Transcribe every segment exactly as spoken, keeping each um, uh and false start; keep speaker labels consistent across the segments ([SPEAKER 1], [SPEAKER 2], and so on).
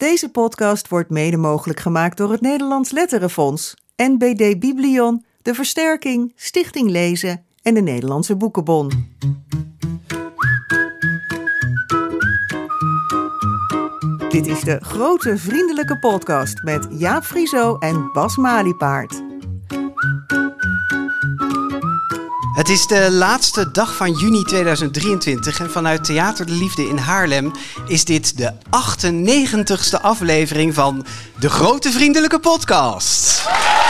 [SPEAKER 1] Deze podcast wordt mede mogelijk gemaakt door het Nederlands Letterenfonds, N B D Biblion, De Versterking, Stichting Lezen en de Nederlandse Boekenbon. Dit is de Grote Vriendelijke Podcast met Jaap Frieso en Bas Maliepaard.
[SPEAKER 2] Het is de laatste dag van juni tweeduizend drieëntwintig en vanuit Theater de Liefde in Haarlem is dit de achtennegentigste aflevering van de Grote Vriendelijke Podcast.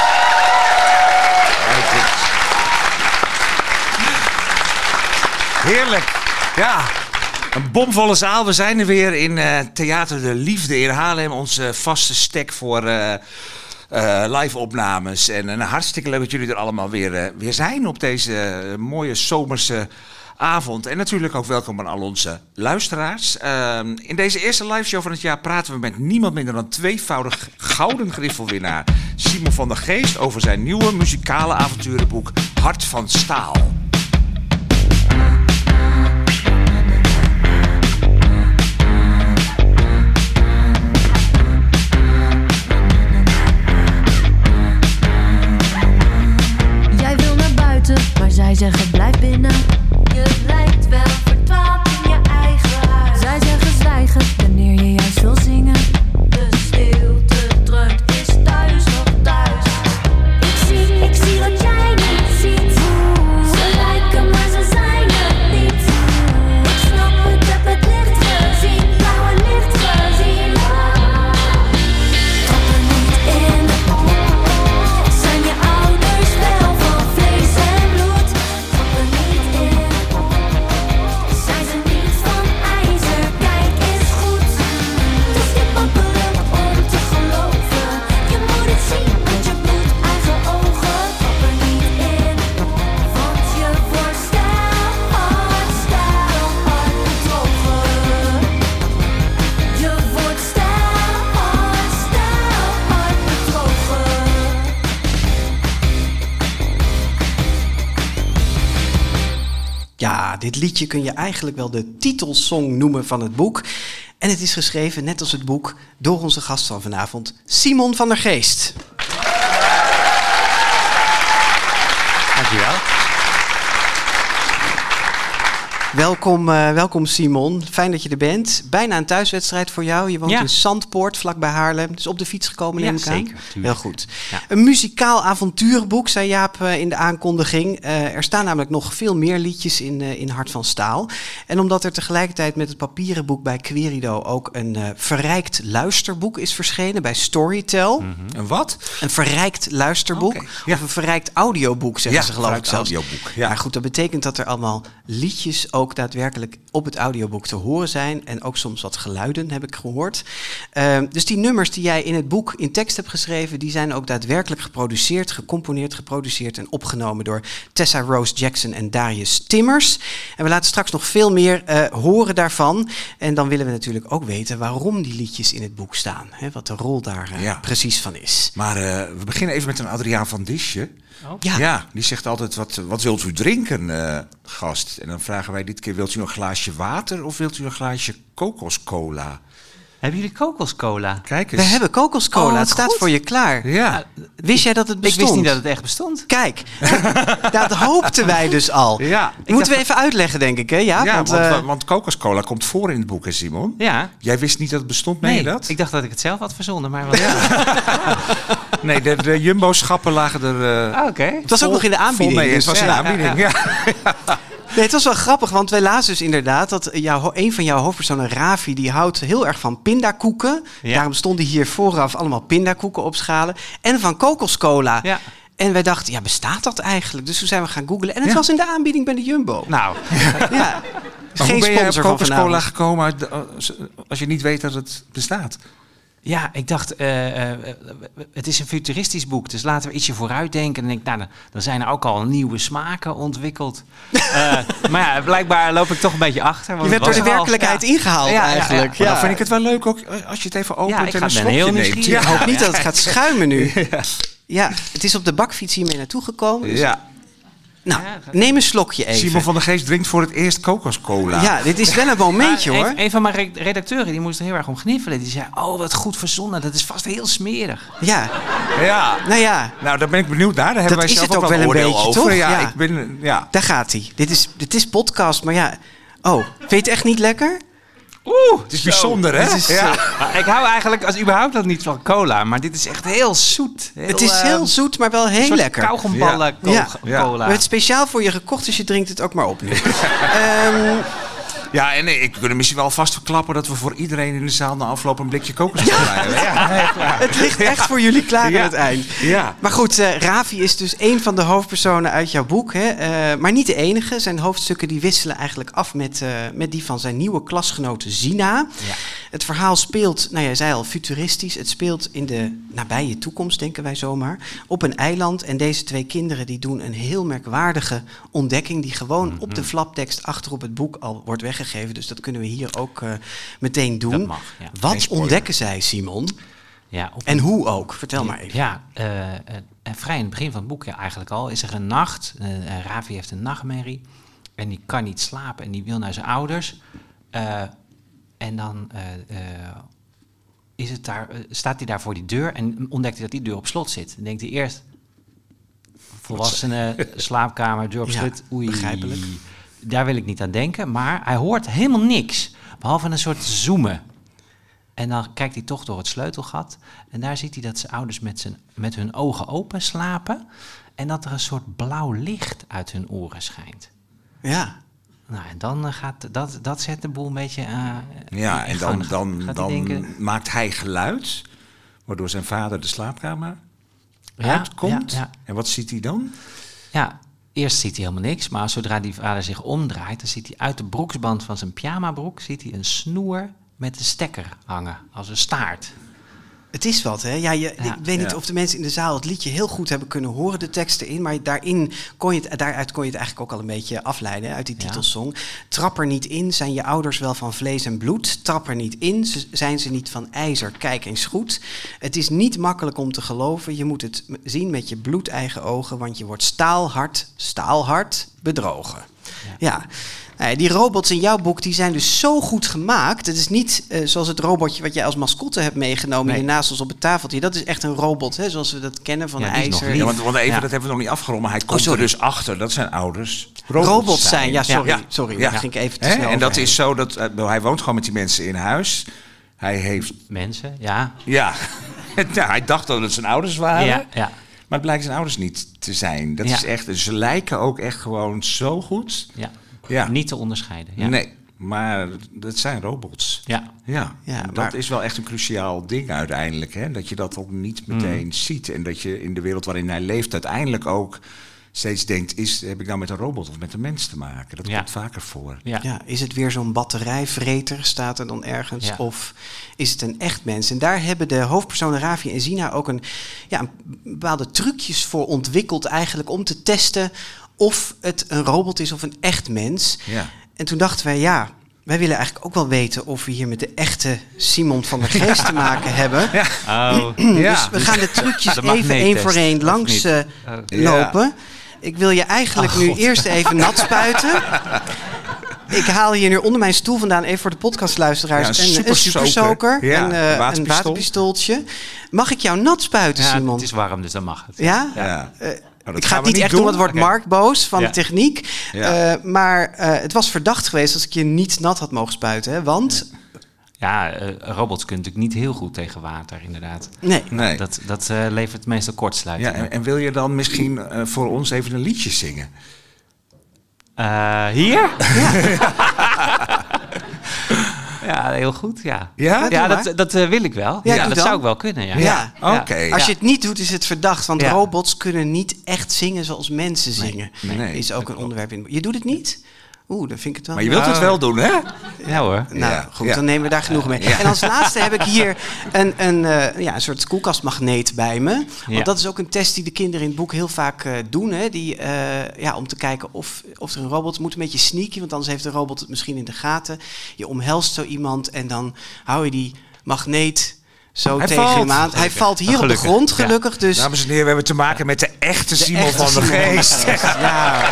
[SPEAKER 3] Heerlijk. Ja, een bomvolle zaal. We zijn er weer in uh, Theater de Liefde in Haarlem. Onze vaste stek voor uh, uh, live-opnames. En uh, hartstikke leuk dat jullie er allemaal weer, uh, weer zijn op deze uh, mooie zomerse avond. En natuurlijk ook welkom aan al onze luisteraars. Uh, in deze eerste liveshow van het jaar praten we met niemand minder dan tweevoudig gouden griffelwinnaar Simon van der Geest over zijn nieuwe muzikale avonturenboek Hart van Staal.
[SPEAKER 4] Maar zij zeggen blijf binnen. Je lijkt wel verdwaald in je eigen huis. Zij zeggen zwijgen wanneer je juist wil zingen. De stilte dreunt is thuis nog thuis. Ik zie, ik zie wat jij niet ziet. Ze lijken maar ze zijn het niet. Ik snap het, heb het licht gezien. Blauwe licht gezien. Trap er niet in. Zijn je ouders wel van vlees en
[SPEAKER 2] Ja, dit liedje kun je eigenlijk wel de titelsong noemen van het boek. En het is geschreven, net als het boek, door onze gast van vanavond, Simon van der Geest.
[SPEAKER 5] Dankjewel.
[SPEAKER 2] Welkom, uh, welkom Simon, fijn dat je er bent. Bijna een thuiswedstrijd voor jou. Je woont
[SPEAKER 5] ja.
[SPEAKER 2] in Zandpoort, vlakbij Haarlem. Dus op de fiets gekomen, neem ik
[SPEAKER 5] ja,
[SPEAKER 2] aan.
[SPEAKER 5] Zeker,
[SPEAKER 2] heel goed.
[SPEAKER 5] Ja.
[SPEAKER 2] Een muzikaal avonturenboek, zei Jaap uh, in de aankondiging. Uh, er staan namelijk nog veel meer liedjes in, uh, in Hart van Staal. En omdat er tegelijkertijd met het papieren boek bij Querido ook een uh, verrijkt luisterboek is verschenen bij Storytel.
[SPEAKER 3] Mm-hmm. Een wat?
[SPEAKER 2] Een verrijkt luisterboek.
[SPEAKER 3] Okay, ja.
[SPEAKER 2] Of een verrijkt audioboek, zeggen
[SPEAKER 3] ja,
[SPEAKER 2] ze geloof ik zelfs.
[SPEAKER 3] Audioboek, ja.
[SPEAKER 2] Maar goed, dat betekent dat er allemaal liedjes ook daadwerkelijk op het audioboek te horen zijn. En ook soms wat geluiden, heb ik gehoord. Uh, dus die nummers die jij in het boek in tekst hebt geschreven, die zijn ook daadwerkelijk geproduceerd, gecomponeerd, geproduceerd en opgenomen door Tessa Rose Jackson en Darius Timmers. En we laten straks nog veel meer uh, horen daarvan. En dan willen we natuurlijk ook weten waarom die liedjes in het boek staan. Hè, wat de rol daar uh, ja. precies van is.
[SPEAKER 3] Maar uh, we beginnen even met een Adriaan van Disje.
[SPEAKER 5] Oh.
[SPEAKER 2] Ja.
[SPEAKER 3] ja, die zegt altijd, wat, wat wilt u drinken, uh, gast? En dan vragen wij dit keer, wilt u een glaasje water of wilt u een glaasje kokoscola?
[SPEAKER 5] Hebben jullie kokoscola?
[SPEAKER 3] Kijk eens.
[SPEAKER 2] We hebben kokoscola,
[SPEAKER 5] Oh,
[SPEAKER 2] het staat
[SPEAKER 5] goed.
[SPEAKER 2] voor je klaar.
[SPEAKER 3] Ja.
[SPEAKER 2] Wist jij dat het bestond?
[SPEAKER 5] Ik wist niet dat het echt bestond.
[SPEAKER 2] Kijk, dat hoopten wij dus al.
[SPEAKER 3] Ja.
[SPEAKER 2] Moeten dacht... we even uitleggen, denk ik, hè? Ja,
[SPEAKER 3] ja
[SPEAKER 2] want,
[SPEAKER 3] want,
[SPEAKER 2] uh...
[SPEAKER 3] want kokoscola komt voor in het boek, hè, Simon?
[SPEAKER 5] Ja.
[SPEAKER 3] Jij wist niet dat het bestond, meen
[SPEAKER 5] nee,
[SPEAKER 3] je dat?
[SPEAKER 5] ik dacht dat ik het zelf had verzonnen, maar... Wat...
[SPEAKER 3] Ja. Nee, de, de Jumbo-schappen lagen er... Uh,
[SPEAKER 5] ah, oké. Okay.
[SPEAKER 2] Het was ook nog in de aanbieding.
[SPEAKER 3] Nee,
[SPEAKER 2] dus,
[SPEAKER 3] het was
[SPEAKER 2] ja,
[SPEAKER 3] in de aanbieding, ja. ja. ja.
[SPEAKER 2] Nee, het was wel grappig, want wij lazen dus inderdaad dat jou, een van jouw hoofdpersonen, Ravi, die houdt heel erg van pindakoeken. Ja. Daarom stonden hier vooraf allemaal pindakoeken op schalen. En van kokoscola.
[SPEAKER 5] Ja.
[SPEAKER 2] En wij dachten, ja, bestaat dat eigenlijk? Dus toen zijn we gaan googlen. En het
[SPEAKER 3] ja.
[SPEAKER 2] was in de aanbieding bij de Jumbo.
[SPEAKER 5] Nou.
[SPEAKER 2] Ja. ja. Geen
[SPEAKER 3] hoe ben je op kokoscola gekomen uit de, als je niet weet dat het bestaat?
[SPEAKER 5] Ja, ik dacht, uh, uh, het is een futuristisch boek, dus laten we ietsje vooruit denken. En ik, nou, dan zijn er ook al nieuwe smaken ontwikkeld. uh, maar ja, blijkbaar loop ik toch een beetje achter. Want
[SPEAKER 2] je werd door de werkelijkheid al, ja. ingehaald ja, eigenlijk.
[SPEAKER 3] Ja, ja. Ja. Dan vind ik het wel leuk ook als je het even opent ja, en een slokje neemt.
[SPEAKER 2] Ja. Ik hoop niet dat het gaat schuimen nu. Ja, ja het is op de bakfiets hiermee naartoe gekomen. Dus
[SPEAKER 3] ja.
[SPEAKER 2] Nou,
[SPEAKER 5] Ja, ga-
[SPEAKER 2] neem een slokje even.
[SPEAKER 3] Simon van der Geest drinkt voor het eerst kokoscola.
[SPEAKER 2] Ja, dit is wel een momentje
[SPEAKER 5] Maar
[SPEAKER 2] hoor.
[SPEAKER 5] Een, een van mijn re- redacteuren die moest er heel erg om gniffelen. Die zei, oh wat goed verzonnen, dat is vast heel smerig.
[SPEAKER 2] Ja,
[SPEAKER 3] Ja.
[SPEAKER 2] nou ja,
[SPEAKER 3] Nou, daar ben ik benieuwd naar. Daar hebben
[SPEAKER 2] Dat
[SPEAKER 3] wij
[SPEAKER 2] is
[SPEAKER 3] zelf
[SPEAKER 2] het
[SPEAKER 3] ook
[SPEAKER 2] ook
[SPEAKER 3] wel een
[SPEAKER 2] wel een
[SPEAKER 3] oordeel
[SPEAKER 2] beetje,
[SPEAKER 3] over.
[SPEAKER 2] toch?
[SPEAKER 3] Ja,
[SPEAKER 2] Ja.
[SPEAKER 3] ik ben... Ja.
[SPEAKER 2] daar gaat hij. Dit is, dit is podcast, maar ja. Oh, vind je het echt niet lekker?
[SPEAKER 3] Oeh, het is bijzonder, hè?
[SPEAKER 2] Dit is,
[SPEAKER 3] ja.
[SPEAKER 2] eh,
[SPEAKER 5] Maar ik hou eigenlijk als überhaupt dat niet van cola, maar dit is echt heel zoet. Heel,
[SPEAKER 2] het is
[SPEAKER 5] eh,
[SPEAKER 2] heel zoet, maar wel heel
[SPEAKER 5] soort
[SPEAKER 2] lekker.
[SPEAKER 5] kauwgomballen
[SPEAKER 3] Ja.
[SPEAKER 5] co-
[SPEAKER 2] Ja.
[SPEAKER 3] Ja.
[SPEAKER 5] cola.
[SPEAKER 2] We hebben het speciaal voor je gekocht, dus je drinkt het ook maar op nu. Ehm,
[SPEAKER 3] Ja, en eh, ik kunnen misschien wel vast verklappen dat we voor iedereen in de zaal na afloop een blikje kokoscola hebben. Ja,
[SPEAKER 2] het ligt echt voor jullie klaar
[SPEAKER 3] Ja.
[SPEAKER 2] aan het eind.
[SPEAKER 3] ja.
[SPEAKER 2] Maar goed, eh, Ravi is dus een van de hoofdpersonen uit jouw boek. Hè? Eh, maar niet de enige. Zijn hoofdstukken die wisselen eigenlijk af met, eh, met die van zijn nieuwe klasgenote Zina.
[SPEAKER 5] Ja.
[SPEAKER 2] Het verhaal speelt, nou jij zei al, futuristisch. Het speelt in de nabije toekomst, denken wij zomaar. Op een eiland. En deze twee kinderen die doen een heel merkwaardige ontdekking. Die gewoon op de flaptekst achter op het boek al wordt weggegeven. Dus dat kunnen we hier ook uh, meteen doen.
[SPEAKER 5] Dat mag, ja.
[SPEAKER 3] Geen
[SPEAKER 2] Wat
[SPEAKER 3] spoiler.
[SPEAKER 2] ontdekken zij, Simon?
[SPEAKER 5] Ja, op
[SPEAKER 2] En hoe ook? Vertel maar even.
[SPEAKER 5] Ja, eh, eh, en vrij in het begin van het boek ja, eigenlijk al is er een nacht. Uh, uh, Ravi heeft een nachtmerrie en die kan niet slapen en die wil naar zijn ouders. Uh, en dan uh, uh, is het daar, uh, staat hij daar voor die deur en ontdekt hij dat die deur op slot zit. Dan denkt hij eerst, volwassene, slaapkamer, deur op
[SPEAKER 2] Ja,
[SPEAKER 5] slot, oei,
[SPEAKER 2] begrijpelijk.
[SPEAKER 5] daar wil ik niet aan denken. Maar hij hoort helemaal niks, behalve een soort zoomen. En dan kijkt hij toch door het sleutelgat. En daar ziet hij dat zijn ouders met, zijn, met hun ogen open slapen. En dat er een soort blauw licht uit hun oren schijnt.
[SPEAKER 2] Ja.
[SPEAKER 5] Nou, en dan uh, gaat dat, dat zet de boel een beetje uh,
[SPEAKER 3] Ja,
[SPEAKER 5] in
[SPEAKER 3] en dan,
[SPEAKER 5] gang.
[SPEAKER 3] dan,
[SPEAKER 5] Gaat hij
[SPEAKER 3] dan
[SPEAKER 5] denken,
[SPEAKER 3] maakt hij geluid, waardoor zijn vader de slaapkamer
[SPEAKER 5] Ja,
[SPEAKER 3] uitkomt.
[SPEAKER 5] ja, ja.
[SPEAKER 3] En wat ziet hij dan?
[SPEAKER 5] Ja, eerst ziet hij helemaal niks. Maar zodra die vader zich omdraait, dan ziet hij uit de broeksband van zijn pyjamabroek ziet hij een snoer met een stekker hangen, als een staart.
[SPEAKER 2] Het is wat, hè? Ja, je,
[SPEAKER 5] Ja.
[SPEAKER 2] ik weet niet
[SPEAKER 3] Ja.
[SPEAKER 2] of de mensen in de zaal het liedje heel goed hebben kunnen horen, de teksten in. Maar daarin kon je het, daaruit kon je het eigenlijk ook al een beetje afleiden, hè, uit die
[SPEAKER 5] Ja.
[SPEAKER 2] titelsong. Trap er niet in, zijn je ouders wel van vlees en bloed? Trap er niet in, ze- zijn ze niet van ijzer? Kijk eens goed. Het is niet makkelijk om te geloven. Je moet het m- zien met je bloedeigen ogen, want je wordt staalhard, staalhard bedrogen. Ja. Nou ja, die robots in jouw boek die zijn dus zo goed gemaakt. Het is niet uh, zoals het robotje wat jij als mascotte hebt meegenomen
[SPEAKER 5] Nee.
[SPEAKER 2] hier naast ons op het tafeltje. Dat is echt een robot, hè, zoals we dat kennen van
[SPEAKER 5] Ja, die is nog
[SPEAKER 2] ijzer.
[SPEAKER 5] lief.
[SPEAKER 3] Ja, want, want even,
[SPEAKER 5] Ja.
[SPEAKER 3] dat hebben we nog niet afgerond, maar hij komt
[SPEAKER 2] sorry.
[SPEAKER 3] er dus achter dat zijn ouders
[SPEAKER 2] robots,
[SPEAKER 3] robots,
[SPEAKER 2] zijn. Ja, sorry.
[SPEAKER 3] Ja.
[SPEAKER 2] sorry
[SPEAKER 3] Ja.
[SPEAKER 2] daar ging ik even te
[SPEAKER 3] Hè?
[SPEAKER 2] snel
[SPEAKER 3] En dat
[SPEAKER 2] overheen.
[SPEAKER 3] is zo dat uh, wel, hij woont gewoon met die mensen in huis. Hij heeft,
[SPEAKER 5] Mensen, ja.
[SPEAKER 3] ja, ja hij dacht dat het zijn ouders waren.
[SPEAKER 5] Ja, ja.
[SPEAKER 3] Maar het blijkt zijn ouders niet te zijn. Dat
[SPEAKER 5] Ja.
[SPEAKER 3] is echt, ze lijken ook echt gewoon zo goed.
[SPEAKER 5] ja.
[SPEAKER 3] Ja.
[SPEAKER 5] Niet te onderscheiden. Ja.
[SPEAKER 3] Nee, maar dat zijn robots.
[SPEAKER 5] Ja.
[SPEAKER 3] Ja,
[SPEAKER 2] Ja,
[SPEAKER 3] en dat
[SPEAKER 2] maar-
[SPEAKER 3] is wel echt een cruciaal ding uiteindelijk. Hè? Dat je dat ook niet meteen ziet. En dat je in de wereld waarin hij leeft uiteindelijk ook steeds denkt... Is, heb ik nou met een robot of met een mens te maken? Dat
[SPEAKER 5] Ja.
[SPEAKER 3] komt vaker voor.
[SPEAKER 5] Ja.
[SPEAKER 2] Ja, is het weer zo'n batterijvreter, staat er dan ergens?
[SPEAKER 5] Ja.
[SPEAKER 2] Of is het een echt mens? En daar hebben de hoofdpersonen Ravi en Zina ook een, ja, een bepaalde trucjes voor ontwikkeld eigenlijk om te testen of het een robot is of een echt mens.
[SPEAKER 3] Ja.
[SPEAKER 2] En toen dachten wij, ja, wij willen eigenlijk ook wel weten of we hier met de echte Simon van der Geest te maken hebben.
[SPEAKER 5] Oh.
[SPEAKER 3] Ja.
[SPEAKER 2] Dus we gaan de trucjes
[SPEAKER 5] De
[SPEAKER 2] even één
[SPEAKER 5] magneettest,
[SPEAKER 2] voor één
[SPEAKER 5] of
[SPEAKER 2] langs
[SPEAKER 5] niet?
[SPEAKER 2] eh,
[SPEAKER 5] Oh.
[SPEAKER 3] Ja.
[SPEAKER 2] lopen. Ik wil je eigenlijk
[SPEAKER 5] Oh,
[SPEAKER 2] nu
[SPEAKER 5] God.
[SPEAKER 2] eerst even nat spuiten. Ik haal hier nu onder mijn stoel vandaan, even voor de podcastluisteraars,
[SPEAKER 3] Ja, een
[SPEAKER 2] een, een
[SPEAKER 3] supersoaker.
[SPEAKER 2] supersoaker,
[SPEAKER 3] Ja,
[SPEAKER 2] een, eh,
[SPEAKER 3] een waterpistool.
[SPEAKER 2] een waterpistooltje. Mag ik jou nat spuiten,
[SPEAKER 5] Ja,
[SPEAKER 2] Simon?
[SPEAKER 5] het is warm, dus dan mag het.
[SPEAKER 2] Ja?
[SPEAKER 3] Ja.
[SPEAKER 2] Eh,
[SPEAKER 3] Nou, dat
[SPEAKER 2] ik
[SPEAKER 3] gaan
[SPEAKER 2] ga het
[SPEAKER 3] we
[SPEAKER 2] niet echt
[SPEAKER 3] doen.
[SPEAKER 2] doen, want wordt
[SPEAKER 5] Oké.
[SPEAKER 2] Mark boos van
[SPEAKER 5] Ja.
[SPEAKER 2] de techniek.
[SPEAKER 3] Ja.
[SPEAKER 2] Eh, maar eh, het was verdacht geweest als ik je niet nat had mogen spuiten. Hè? Want,
[SPEAKER 5] Ja, eh, robots kunnen natuurlijk niet heel goed tegen water, inderdaad.
[SPEAKER 2] nee.
[SPEAKER 3] Nee.
[SPEAKER 5] Dat, dat eh, levert meestal
[SPEAKER 3] Ja,
[SPEAKER 5] kortsluiting.
[SPEAKER 3] en, en wil je dan misschien eh, voor ons even een liedje zingen?
[SPEAKER 5] Eh, hier? Ja, heel goed, ja.
[SPEAKER 3] Ja?
[SPEAKER 2] doe
[SPEAKER 5] Ja,
[SPEAKER 2] maar.
[SPEAKER 5] dat, dat eh, wil ik wel.
[SPEAKER 2] Ja,
[SPEAKER 5] Ja,
[SPEAKER 2] doe
[SPEAKER 5] dat
[SPEAKER 2] dan.
[SPEAKER 5] zou ik wel kunnen, ja.
[SPEAKER 2] Ja.
[SPEAKER 3] Oké.
[SPEAKER 2] Als
[SPEAKER 5] Ja.
[SPEAKER 2] je het niet doet, is het verdacht. Want
[SPEAKER 5] Ja.
[SPEAKER 2] robots kunnen niet echt zingen zoals mensen zingen.
[SPEAKER 3] nee, nee,
[SPEAKER 2] is ook een onderwerp in. Je doet het niet? Oeh, dan vind ik het wel.
[SPEAKER 3] Maar je wilt het wel doen, hè?
[SPEAKER 5] Ja hoor.
[SPEAKER 2] Nou,
[SPEAKER 3] Ja,
[SPEAKER 2] goed,
[SPEAKER 3] ja.
[SPEAKER 2] dan nemen we daar genoeg mee. En als laatste heb ik hier een, een, eh, ja, een soort koelkastmagneet bij me. Want
[SPEAKER 5] Ja.
[SPEAKER 2] dat is ook een test die de kinderen in het boek heel vaak eh, doen. Hè? Die, eh, ja, om te kijken of, of er een robot moet. Een beetje sneaky, want anders heeft de robot het misschien in de gaten. Je omhelst zo iemand en dan hou je die magneet zo
[SPEAKER 3] Hij
[SPEAKER 2] tegen
[SPEAKER 3] valt.
[SPEAKER 2] hem aan. Hij valt hier op de
[SPEAKER 5] Gelukkig.
[SPEAKER 2] grond,
[SPEAKER 5] Ja.
[SPEAKER 2] gelukkig. Dus
[SPEAKER 3] Dames en heren, we hebben te maken met de echte Simon
[SPEAKER 2] echte
[SPEAKER 3] van der
[SPEAKER 2] Simon van der
[SPEAKER 3] Geest.
[SPEAKER 2] Geest, ja.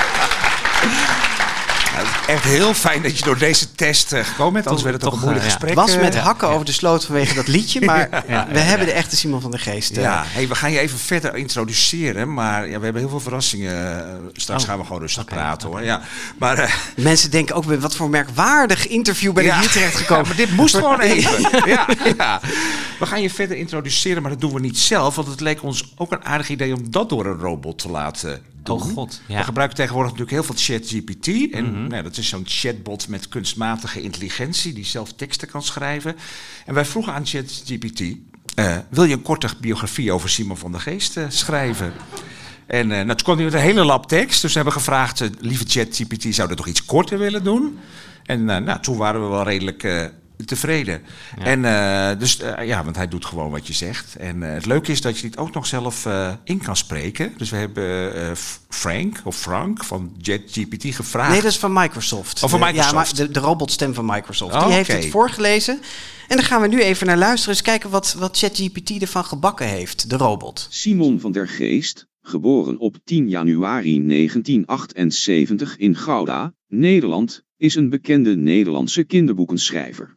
[SPEAKER 3] Ja, het is echt heel fijn dat je door deze test uh, gekomen bent. Anders werd het toch een moeilijk
[SPEAKER 5] uh,
[SPEAKER 3] gesprek.
[SPEAKER 2] Was met
[SPEAKER 3] uh,
[SPEAKER 2] hakken
[SPEAKER 5] ja.
[SPEAKER 2] over de sloot vanwege dat liedje, maar
[SPEAKER 5] Ja, ja,
[SPEAKER 2] we
[SPEAKER 5] ja.
[SPEAKER 2] hebben de echte Simon van der Geest. Uh,
[SPEAKER 3] Ja, hey, we gaan je even verder introduceren. Maar ja, we hebben heel veel verrassingen. Uh, straks
[SPEAKER 5] Oh.
[SPEAKER 3] gaan we gewoon rustig
[SPEAKER 5] Oké,
[SPEAKER 3] praten
[SPEAKER 5] oké.
[SPEAKER 3] hoor. Ja, maar, uh,
[SPEAKER 2] Mensen denken ook, wat voor merkwaardig interview ben ik
[SPEAKER 3] ja,
[SPEAKER 2] hier terecht gekomen.
[SPEAKER 3] ja, maar dit moest gewoon even. ja, ja. We gaan je verder introduceren, maar dat doen we niet zelf. Want het leek ons ook een aardig idee om dat door een robot te laten doen.
[SPEAKER 5] Oh god, ja.
[SPEAKER 3] We gebruiken tegenwoordig natuurlijk heel veel ChatGPT. En
[SPEAKER 5] Mhm.
[SPEAKER 3] nou, dat is zo'n chatbot met kunstmatige intelligentie die zelf teksten kan schrijven. En wij vroegen aan ChatGPT, uh, wil je een korte biografie over Simon van der Geest uh, schrijven? En uh, nou, toen kwam hij met een hele lap tekst. Dus we hebben gevraagd, uh, lieve ChatGPT, zou dat toch iets korter willen doen? En uh, nou, toen waren we wel redelijk uh, tevreden.
[SPEAKER 5] Ja.
[SPEAKER 3] En uh, dus uh, ja, want hij doet gewoon wat je zegt. En uh, het leuke is dat je dit ook nog zelf uh, in kan spreken. Dus we hebben uh, Frank of Frank van ChatGPT gevraagd.
[SPEAKER 2] Nee, dat is van Microsoft.
[SPEAKER 3] Oh, van
[SPEAKER 2] De-
[SPEAKER 3] Microsoft.
[SPEAKER 2] Ja, maar de, de robotstem van Microsoft.
[SPEAKER 3] Oh,
[SPEAKER 2] Die heeft
[SPEAKER 3] oké.
[SPEAKER 2] het voorgelezen. En daar gaan we nu even naar luisteren. Eens kijken wat, wat ChatGPT ervan gebakken heeft, de robot.
[SPEAKER 6] Simon van der Geest, geboren op tien januari negentien achtenzeventig in Gouda, Nederland, is een bekende Nederlandse kinderboekenschrijver.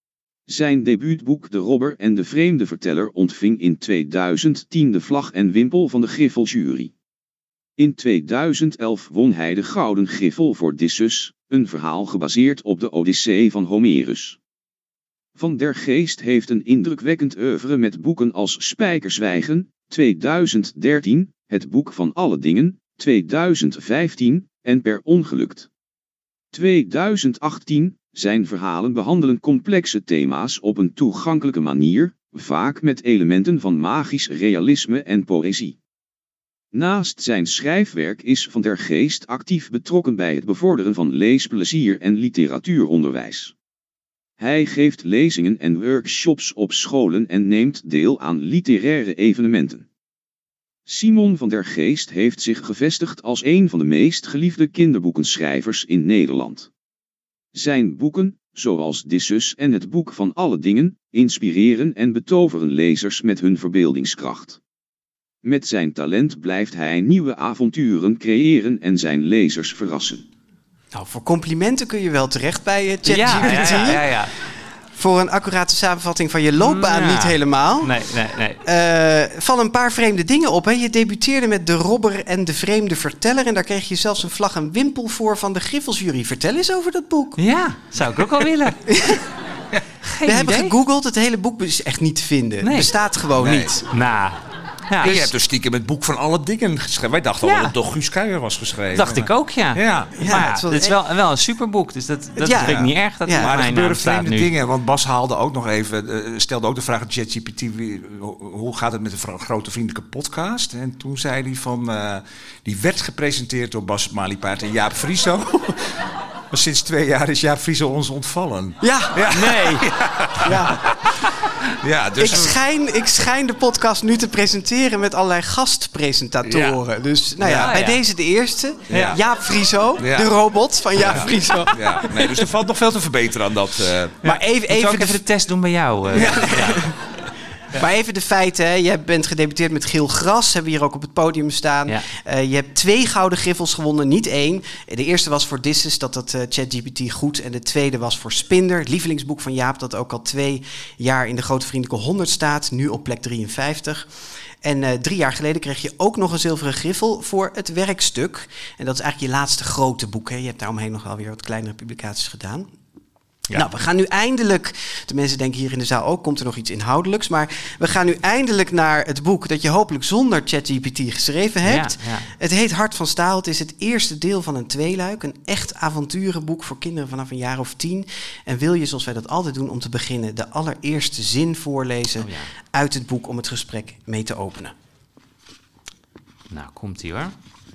[SPEAKER 6] Zijn debuutboek De Robber en de Vreemde Verteller ontving in tweeduizend tien de vlag en wimpel van de Griffeljury. In tweeduizend elf won hij de Gouden Griffel voor Odysseus, een verhaal gebaseerd op de Odyssee van Homerus. Van der Geest heeft een indrukwekkend oeuvre met boeken als Spijkerzwijgen, tweeduizend dertien, Het Boek van Alle Dingen, tweeduizend vijftien, en Per Ongelukt. tweeduizend achttien, zijn verhalen behandelen complexe thema's op een toegankelijke manier, vaak met elementen van magisch realisme en poëzie. Naast zijn schrijfwerk is Van der Geest actief betrokken bij het bevorderen van leesplezier en literatuuronderwijs. Hij geeft lezingen en workshops op scholen en neemt deel aan literaire evenementen. Simon van der Geest heeft zich gevestigd als een van de meest geliefde kinderboekenschrijvers in Nederland. Zijn boeken, zoals Odysseus en Het Boek van Alle Dingen, inspireren en betoveren lezers met hun verbeeldingskracht. Met zijn talent blijft hij nieuwe avonturen creëren en zijn lezers verrassen.
[SPEAKER 2] Nou, voor complimenten kun je wel terecht bij uh, ChatGPT.
[SPEAKER 5] Ja, ja, ja, ja, ja.
[SPEAKER 2] Voor een accurate samenvatting van je loopbaan
[SPEAKER 5] Ja.
[SPEAKER 2] niet helemaal.
[SPEAKER 5] Nee, nee, nee.
[SPEAKER 2] Uh, vallen een paar vreemde dingen op. Hè? Je debuteerde met De Robber en de Vreemde Verteller. En daar kreeg je zelfs een vlag en wimpel voor van de Griffelsjury. Vertel eens over dat boek.
[SPEAKER 5] Ja, zou ik ook wel willen. Geen
[SPEAKER 2] We hebben
[SPEAKER 5] idee.
[SPEAKER 2] gegoogeld. Het hele boek is echt niet te vinden.
[SPEAKER 5] Nee.
[SPEAKER 2] Bestaat gewoon
[SPEAKER 3] Nee.
[SPEAKER 2] niet.
[SPEAKER 5] Nou, ja,
[SPEAKER 3] En je
[SPEAKER 5] dus
[SPEAKER 3] hebt dus stiekem het boek van alle dingen geschreven. Wij dachten al
[SPEAKER 5] Ja.
[SPEAKER 3] dat het door Guus Kuijer was geschreven.
[SPEAKER 5] dacht ik ook, ja.
[SPEAKER 3] Ja.
[SPEAKER 2] Ja,
[SPEAKER 5] maar ja,
[SPEAKER 2] het is wel
[SPEAKER 5] het is wel, wel een superboek, dus dat, dat
[SPEAKER 2] Ja.
[SPEAKER 5] vind ik niet erg dat
[SPEAKER 2] Ja.
[SPEAKER 5] het op
[SPEAKER 3] Maar er
[SPEAKER 5] mijn naam
[SPEAKER 3] gebeuren
[SPEAKER 5] staat
[SPEAKER 3] vreemde
[SPEAKER 5] nu.
[SPEAKER 3] dingen. Want Bas haalde ook nog even, uh, stelde ook de vraag aan ChatGPT, wie- ho- hoe gaat het met de vro- grote vriendelijke podcast? En toen zei hij van, uh, die werd gepresenteerd door Bas Maliepaard en Jaap Frieso. Maar sinds twee jaar is Jaap Frieso ons ontvallen.
[SPEAKER 2] Ja,
[SPEAKER 5] Nee.
[SPEAKER 2] ja.
[SPEAKER 3] Ja, dus
[SPEAKER 2] Ik, schijn, ik schijn de podcast nu te presenteren met allerlei gastpresentatoren. Dus nou ja,
[SPEAKER 5] Ja,
[SPEAKER 2] bij
[SPEAKER 5] ja.
[SPEAKER 2] deze de eerste.
[SPEAKER 3] Ja.
[SPEAKER 2] Jaap Frieso,
[SPEAKER 3] Ja.
[SPEAKER 2] de robot van Jaap Frieso.
[SPEAKER 3] ja, nee, dus er valt nog veel te verbeteren aan dat. Uh,
[SPEAKER 2] Maar even,
[SPEAKER 5] Even,
[SPEAKER 2] even,
[SPEAKER 5] ook
[SPEAKER 2] de,
[SPEAKER 5] even de test doen bij jou. eh.
[SPEAKER 2] maar even de feiten. Hè. Je bent gedebuteerd met Geel Gras. Hebben we hier ook op het podium staan.
[SPEAKER 5] Ja.
[SPEAKER 2] Uh, je hebt twee gouden griffels gewonnen, niet één. De eerste was voor Odysseus, dat dat uh, ChatGPT goed. En de tweede was voor Spinder, het lievelingsboek van Jaap. Dat ook al twee jaar in de Grote Vriendelijke honderd staat. Nu op plek drieënvijftig. En uh, drie jaar geleden kreeg je ook nog een zilveren griffel voor het werkstuk. En dat is eigenlijk je laatste grote boek. Hè. Je hebt daaromheen nog wel weer wat kleinere publicaties gedaan.
[SPEAKER 5] Ja.
[SPEAKER 2] Nou, we gaan nu eindelijk, de mensen denken hier in de zaal ook, komt er nog iets inhoudelijks. Maar we gaan nu eindelijk naar het boek dat je hopelijk zonder ChatGPT geschreven hebt.
[SPEAKER 5] Ja, ja.
[SPEAKER 2] Het heet Hart van Staal. Het is het eerste deel van een tweeluik. Een echt avonturenboek voor kinderen vanaf een jaar of tien. En wil je, zoals wij dat altijd doen, om te beginnen de allereerste zin voorlezen
[SPEAKER 5] Oh ja.
[SPEAKER 2] uit het boek om het gesprek mee te openen.
[SPEAKER 5] Nou, komt-ie hoor.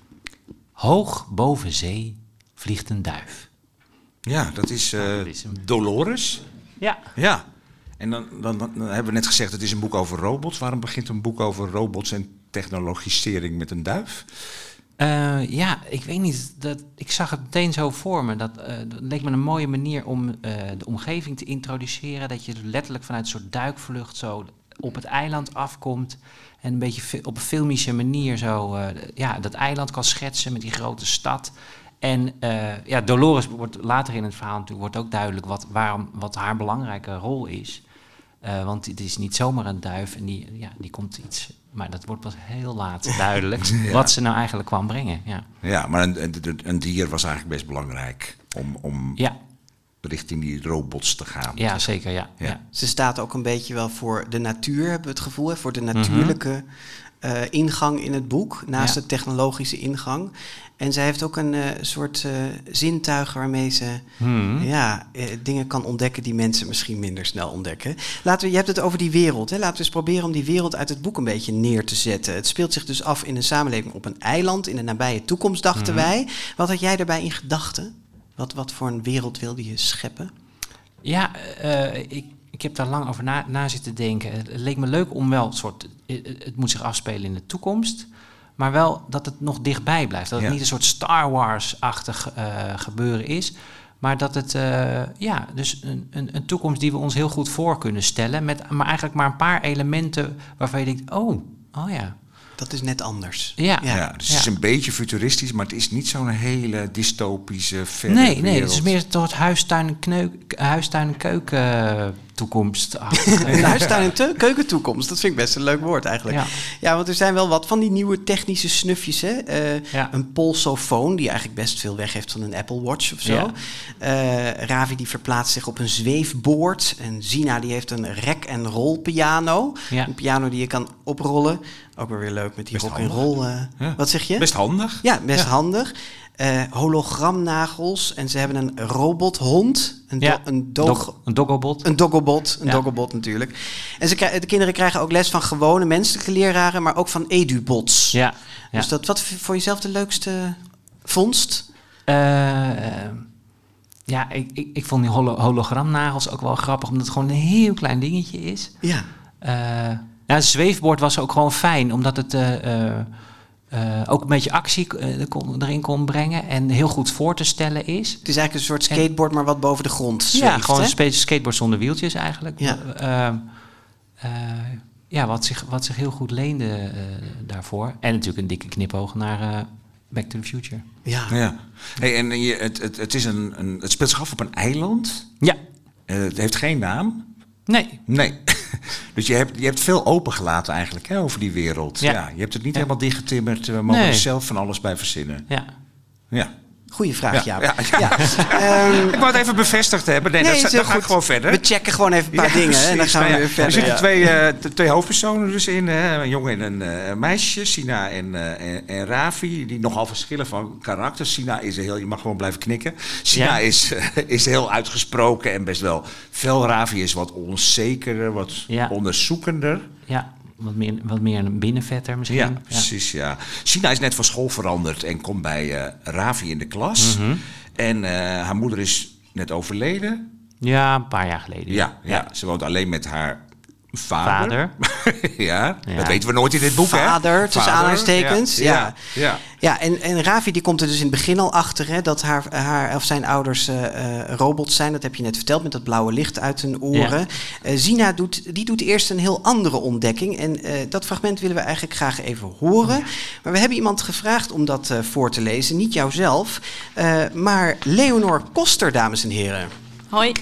[SPEAKER 5] Hoog boven zee vliegt een duif.
[SPEAKER 3] ja, dat is, uh,
[SPEAKER 5] dat is hem.
[SPEAKER 3] Dolores.
[SPEAKER 5] Ja.
[SPEAKER 3] Ja. En dan, dan, dan hebben we net gezegd, het is een boek over robots. Waarom begint een boek over robots en technologisering met een duif?
[SPEAKER 5] Uh, ja, ik weet niet. Dat, ik zag het meteen zo voor me. Dat, uh, dat leek me een mooie manier om uh, de omgeving te introduceren. Dat je letterlijk vanuit een soort duikvlucht zo op het eiland afkomt en een beetje fi- op een filmische manier zo uh, ja, dat eiland kan schetsen met die grote stad. En uh, ja, Dolores wordt later in het verhaal natuurlijk wordt ook duidelijk wat, waarom, wat haar belangrijke rol is. Uh, want het is niet zomaar een duif en die, ja, die komt iets... Maar dat wordt pas heel laat duidelijk ja. wat ze nou eigenlijk kwam brengen. Ja,
[SPEAKER 3] ja maar een, een, een dier was eigenlijk best belangrijk om, om
[SPEAKER 5] ja.
[SPEAKER 3] richting die robots te gaan.
[SPEAKER 5] Ja, zeker, ja.
[SPEAKER 3] Ja.
[SPEAKER 5] ja.
[SPEAKER 2] Ze staat ook een beetje wel voor de natuur, hebben we het gevoel. Hè? Voor de natuurlijke uh, ingang in het boek, naast
[SPEAKER 5] Ja.
[SPEAKER 2] de technologische ingang. En zij heeft ook een uh, soort uh, zintuig waarmee ze
[SPEAKER 5] Hmm.
[SPEAKER 2] ja, uh, dingen kan ontdekken die mensen misschien minder snel ontdekken. Laten we, je hebt het over die wereld. Hè? Laten we eens proberen om die wereld uit het boek een beetje neer te zetten. Het speelt zich dus af in een samenleving op een eiland. In de nabije toekomst, dachten
[SPEAKER 5] Hmm.
[SPEAKER 2] wij. Wat had jij daarbij in gedachten? Wat, wat voor een wereld wilde je scheppen?
[SPEAKER 5] Ja, uh, ik, ik heb daar lang over na, na zitten denken. Het leek me leuk om wel een soort... Het moet zich afspelen in de toekomst, maar wel dat het nog dichtbij blijft. Dat het
[SPEAKER 3] Ja.
[SPEAKER 5] niet een soort Star Wars-achtig uh, gebeuren is, maar dat het, uh, ja, dus een, een, een toekomst die we ons heel goed voor kunnen stellen, met maar eigenlijk maar een paar elementen waarvan je denkt, oh, oh ja.
[SPEAKER 2] Dat is net anders.
[SPEAKER 5] Ja,
[SPEAKER 3] Ja, ja, dus het is
[SPEAKER 5] ja.
[SPEAKER 3] een beetje futuristisch, maar het is niet zo'n hele dystopische verre
[SPEAKER 5] Nee, nee,
[SPEAKER 3] wereld.
[SPEAKER 5] het is meer tot huistuin en, kneuk, huistuin en keuken toekomst.
[SPEAKER 2] Een huistuin- en te- keukentoekomst, dat vind ik best een leuk woord eigenlijk. Ja.
[SPEAKER 5] Ja.
[SPEAKER 2] ja, want er zijn wel wat van die nieuwe technische snufjes. Hè? Uh,
[SPEAKER 5] Ja.
[SPEAKER 2] Een polsofoon, die eigenlijk best veel weg heeft van een Apple Watch of zo.
[SPEAKER 5] Ja.
[SPEAKER 2] Uh, Ravi die verplaatst zich op een zweefboord. En Zina die heeft een rek- en rolpiano.
[SPEAKER 5] Ja.
[SPEAKER 2] Een piano die je kan oprollen. Ook wel weer leuk met die
[SPEAKER 3] Best
[SPEAKER 2] rock en roll. Uh,
[SPEAKER 3] Ja.
[SPEAKER 2] Wat zeg je?
[SPEAKER 3] Best handig.
[SPEAKER 2] Ja, best
[SPEAKER 3] Ja.
[SPEAKER 2] handig. Uh, hologramnagels. En ze hebben een robothond. Een, do-
[SPEAKER 5] Ja.
[SPEAKER 2] een doog...
[SPEAKER 5] Dog, een dogglebot.
[SPEAKER 2] Een dogglebot, een
[SPEAKER 5] Ja.
[SPEAKER 2] dogglebot natuurlijk. En ze krij- de kinderen krijgen ook les van gewone menselijke leraren, maar ook van edubots.
[SPEAKER 5] Ja, ja.
[SPEAKER 2] Dus dat, wat v- voor jezelf de leukste vondst?
[SPEAKER 5] Uh, ja, ik, ik, ik vond die holo- hologramnagels ook wel grappig, omdat het gewoon een heel klein dingetje is.
[SPEAKER 2] Ja.
[SPEAKER 5] Uh, ja, het zweefbord was ook gewoon fijn, omdat het uh, uh, uh, ook een beetje actie uh, kon, erin kon brengen en heel goed voor te stellen is.
[SPEAKER 2] Het is eigenlijk een soort skateboard, maar wat boven de grond zweeft.
[SPEAKER 5] Ja, gewoon
[SPEAKER 2] hè?
[SPEAKER 5] een spe- skateboard zonder wieltjes eigenlijk.
[SPEAKER 2] Ja.
[SPEAKER 5] Uh, uh, ja, wat zich, wat zich heel goed leende uh, daarvoor. En natuurlijk een dikke knipoog naar uh, Back to the Future.
[SPEAKER 2] Ja.
[SPEAKER 3] Ja. Hey, en je, het, het, het, is een, een, het speelt zich af op een eiland.
[SPEAKER 5] Ja.
[SPEAKER 3] Uh, het heeft geen naam.
[SPEAKER 5] Nee.
[SPEAKER 3] Nee. Dus je hebt, je hebt veel opengelaten eigenlijk hè, over die wereld. Ja.
[SPEAKER 5] Ja.
[SPEAKER 3] Je hebt het niet
[SPEAKER 5] Ja.
[SPEAKER 3] helemaal dichtgetimmerd. We mogen
[SPEAKER 5] Nee.
[SPEAKER 3] er zelf van alles bij verzinnen.
[SPEAKER 5] Ja.
[SPEAKER 3] Ja.
[SPEAKER 2] Goeie vraag,
[SPEAKER 3] Ja,
[SPEAKER 2] Jaap.
[SPEAKER 3] ja,
[SPEAKER 2] Ja. Ehm,
[SPEAKER 3] Ik wou het even bevestigd hebben. Nee,
[SPEAKER 2] nee,
[SPEAKER 3] dat,
[SPEAKER 2] is
[SPEAKER 3] dan
[SPEAKER 2] heel
[SPEAKER 3] ga ik
[SPEAKER 2] goed.
[SPEAKER 3] gewoon verder.
[SPEAKER 2] We checken gewoon even een paar
[SPEAKER 3] Ja,
[SPEAKER 2] dingen hè, en dan
[SPEAKER 3] precies.
[SPEAKER 2] gaan we
[SPEAKER 3] Nou
[SPEAKER 2] weer
[SPEAKER 3] ja,
[SPEAKER 2] verder.
[SPEAKER 3] Er zitten
[SPEAKER 2] ja.
[SPEAKER 3] twee, uh, t- twee hoofdpersonen dus in. Hè? Een jongen en een uh, meisje. Sina en, uh, en, en Ravi. Die nogal verschillen van karakter. Sina is heel... Je mag gewoon blijven knikken. Sina
[SPEAKER 5] Ja.
[SPEAKER 3] is, uh, is heel uitgesproken en best wel fel. Ravi is wat onzekerder, wat
[SPEAKER 5] Ja.
[SPEAKER 3] onderzoekender.
[SPEAKER 5] Ja. Wat meer, wat meer een binnenvetter misschien.
[SPEAKER 3] Ja, precies. Ja. Sina is net van school veranderd en komt bij uh, Ravi in de klas.
[SPEAKER 5] Mhm.
[SPEAKER 3] En uh, haar moeder is net overleden.
[SPEAKER 5] Ja, een paar jaar geleden.
[SPEAKER 3] Ja, ja, ze woont alleen met haar vader.
[SPEAKER 5] Vader.
[SPEAKER 3] ja,
[SPEAKER 5] Ja.
[SPEAKER 3] dat weten we nooit in dit boek, hè?
[SPEAKER 2] Vader, tussen aanhalingstekens, ja.
[SPEAKER 3] Ja, ja.
[SPEAKER 2] Ja, en, en Ravi die komt er dus in het begin al achter hè, dat haar, haar of zijn ouders uh, uh, robots zijn. Dat heb je net verteld met dat blauwe licht uit hun oren. Ja. Uh, Zina doet, die doet eerst een heel andere ontdekking. En uh, dat fragment willen we eigenlijk graag even horen. Ja. Maar we hebben iemand gevraagd om dat uh, voor te lezen. Niet jouzelf, uh, maar Leonor Koster, dames en heren.
[SPEAKER 7] Hoi.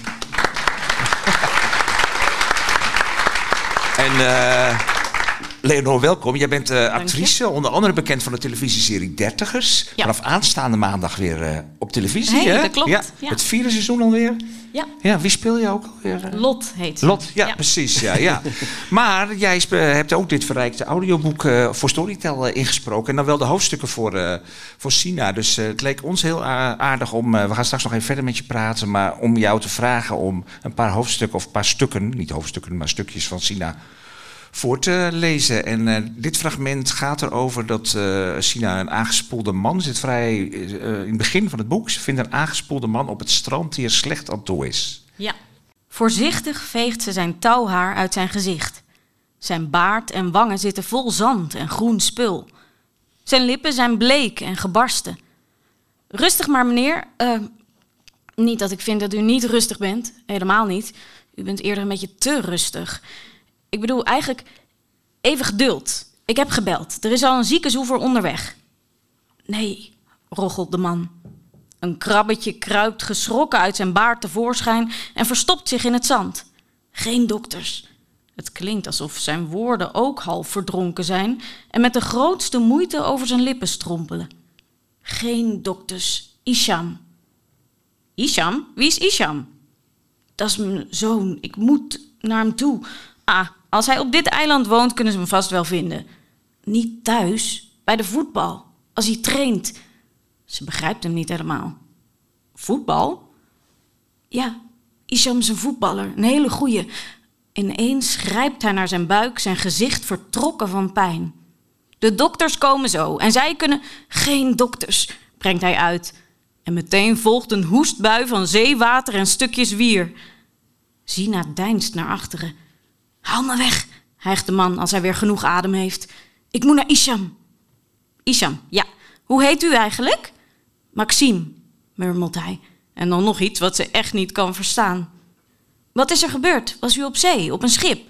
[SPEAKER 3] En uh, Leonor, welkom. Jij bent uh, actrice, onder andere bekend van de televisieserie Dertigers.
[SPEAKER 7] Ja.
[SPEAKER 3] Vanaf aanstaande maandag weer uh, op televisie,
[SPEAKER 7] Hey,
[SPEAKER 3] hè?
[SPEAKER 7] dat klopt,
[SPEAKER 3] Ja.
[SPEAKER 7] ja.
[SPEAKER 3] Het vierde seizoen alweer.
[SPEAKER 7] Ja,
[SPEAKER 3] Ja, wie speel je ook alweer? Uh?
[SPEAKER 7] Lot heet ze.
[SPEAKER 3] Lot, ja, precies. Ja, ja. Maar jij spe- hebt ook dit verrijkte audioboek uh, voor Storytel uh, ingesproken. En dan wel de hoofdstukken voor, uh, voor Sina. Dus uh, het leek ons heel a- aardig om... Uh, we gaan straks nog even verder met je praten. Maar om jou te vragen om een paar hoofdstukken of een paar stukken... niet hoofdstukken, maar stukjes van Sina voor te lezen. En uh, dit fragment gaat erover dat uh, Sina een aangespoelde man... zit vrij uh, in het begin van het boek. Ze vindt een aangespoelde man op het strand die er slecht aan toe is.
[SPEAKER 7] Ja. Voorzichtig veegt ze zijn touwhaar uit zijn gezicht. Zijn baard en wangen zitten vol zand en groen spul. Zijn lippen zijn bleek en gebarsten. Rustig maar, meneer. Uh, niet dat ik vind dat u niet rustig bent. Helemaal niet. U bent eerder een beetje te rustig. Ik bedoel, eigenlijk even geduld. Ik heb gebeld. Er is al een ziekenzoever onderweg. Nee, rochelt de man. Een krabbetje kruipt geschrokken uit zijn baard tevoorschijn en verstopt zich in het zand. Geen dokters. Het klinkt alsof zijn woorden ook half verdronken zijn en met de grootste moeite over zijn lippen strompelen. Geen dokters. Isham. Isham? Wie is Isham? Dat is mijn zoon. Ik moet naar hem toe. Ah, als hij op dit eiland woont, kunnen ze hem vast wel vinden. Niet thuis, bij de voetbal. Als hij traint. Ze begrijpt hem niet helemaal. Voetbal? Ja, Isham is een voetballer. Een hele goeie. Ineens grijpt hij naar zijn buik, zijn gezicht vertrokken van pijn. De dokters komen zo en zij kunnen... Geen dokters, brengt hij uit. En meteen volgt een hoestbui van zeewater en stukjes wier. Zina deinst naar achteren. Haal me weg, hijgt de man als hij weer genoeg adem heeft. Ik moet naar Isham. Isham, ja. Hoe heet u eigenlijk? Maxime, murmelt hij. En dan nog iets wat ze echt niet kan verstaan. Wat is er gebeurd? Was u op zee, op een schip?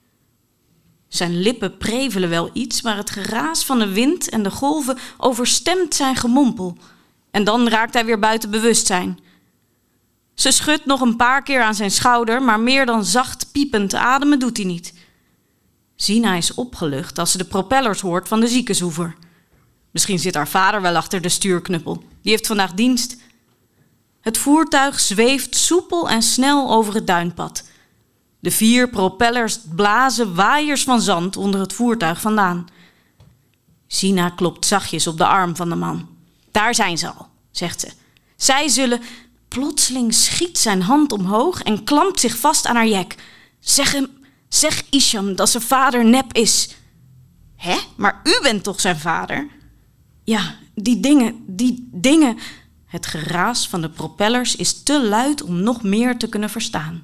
[SPEAKER 7] Zijn lippen prevelen wel iets, maar het geraas van de wind en de golven overstemt zijn gemompel. En dan raakt hij weer buiten bewustzijn. Ze schudt nog een paar keer aan zijn schouder, maar meer dan zacht piepend ademen doet hij niet. Zina is opgelucht als ze de propellers hoort van de ziekenzoever. Misschien zit haar vader wel achter de stuurknuppel. Die heeft vandaag dienst. Het voertuig zweeft soepel en snel over het duinpad. De vier propellers blazen waaiers van zand onder het voertuig vandaan. Zina klopt zachtjes op de arm van de man. Daar zijn ze al, zegt ze. Zij zullen... Plotseling schiet zijn hand omhoog en klampt zich vast aan haar jek. Zeg hem, zeg Isham dat zijn vader nep is. Hè? Maar u bent toch zijn vader? Ja, die dingen, die dingen... Het geraas van de propellers is te luid om nog meer te kunnen verstaan.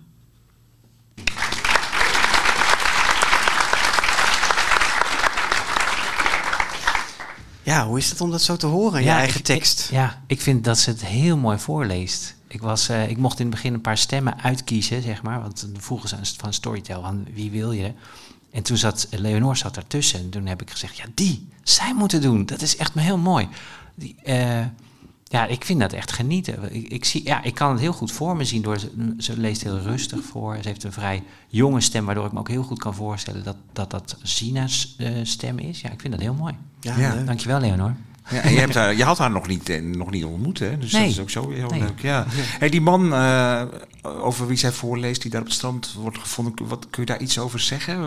[SPEAKER 2] Ja, hoe is het om dat zo te horen, je
[SPEAKER 5] Ja,
[SPEAKER 2] eigen
[SPEAKER 5] ik-
[SPEAKER 2] tekst?
[SPEAKER 5] Ik, ja, ik vind dat ze het heel mooi voorleest. Ik, was, uh, ik mocht in het begin een paar stemmen uitkiezen, zeg maar. Want dan vroegen ze aan- van Storytel, aan wie wil je? En toen zat Leonor zat daartussen. En toen heb ik gezegd, ja, die, zij moeten doen. Dat is echt heel mooi. Die, uh, ja, ik vind dat echt genieten. Ik, ik, zie, ja, ik kan het heel goed voor me zien. Door, ze, ze leest heel rustig voor. Ze heeft een vrij jonge stem, waardoor ik me ook heel goed kan voorstellen dat dat, dat Zina's uh, stem is. Ja, ik vind dat heel mooi.
[SPEAKER 2] Ja,
[SPEAKER 3] Ja.
[SPEAKER 2] leuk.
[SPEAKER 5] Dankjewel, Leonor.
[SPEAKER 3] Ja, en je, hebt haar, je had haar nog niet, eh, nog niet ontmoet, hè? Dus
[SPEAKER 5] Nee.
[SPEAKER 3] dat is ook zo heel
[SPEAKER 5] Nee.
[SPEAKER 3] leuk. Ja. Hey, die man uh, over wie zij voorleest, die daar op het strand wordt gevonden, wat, kun je daar iets over zeggen?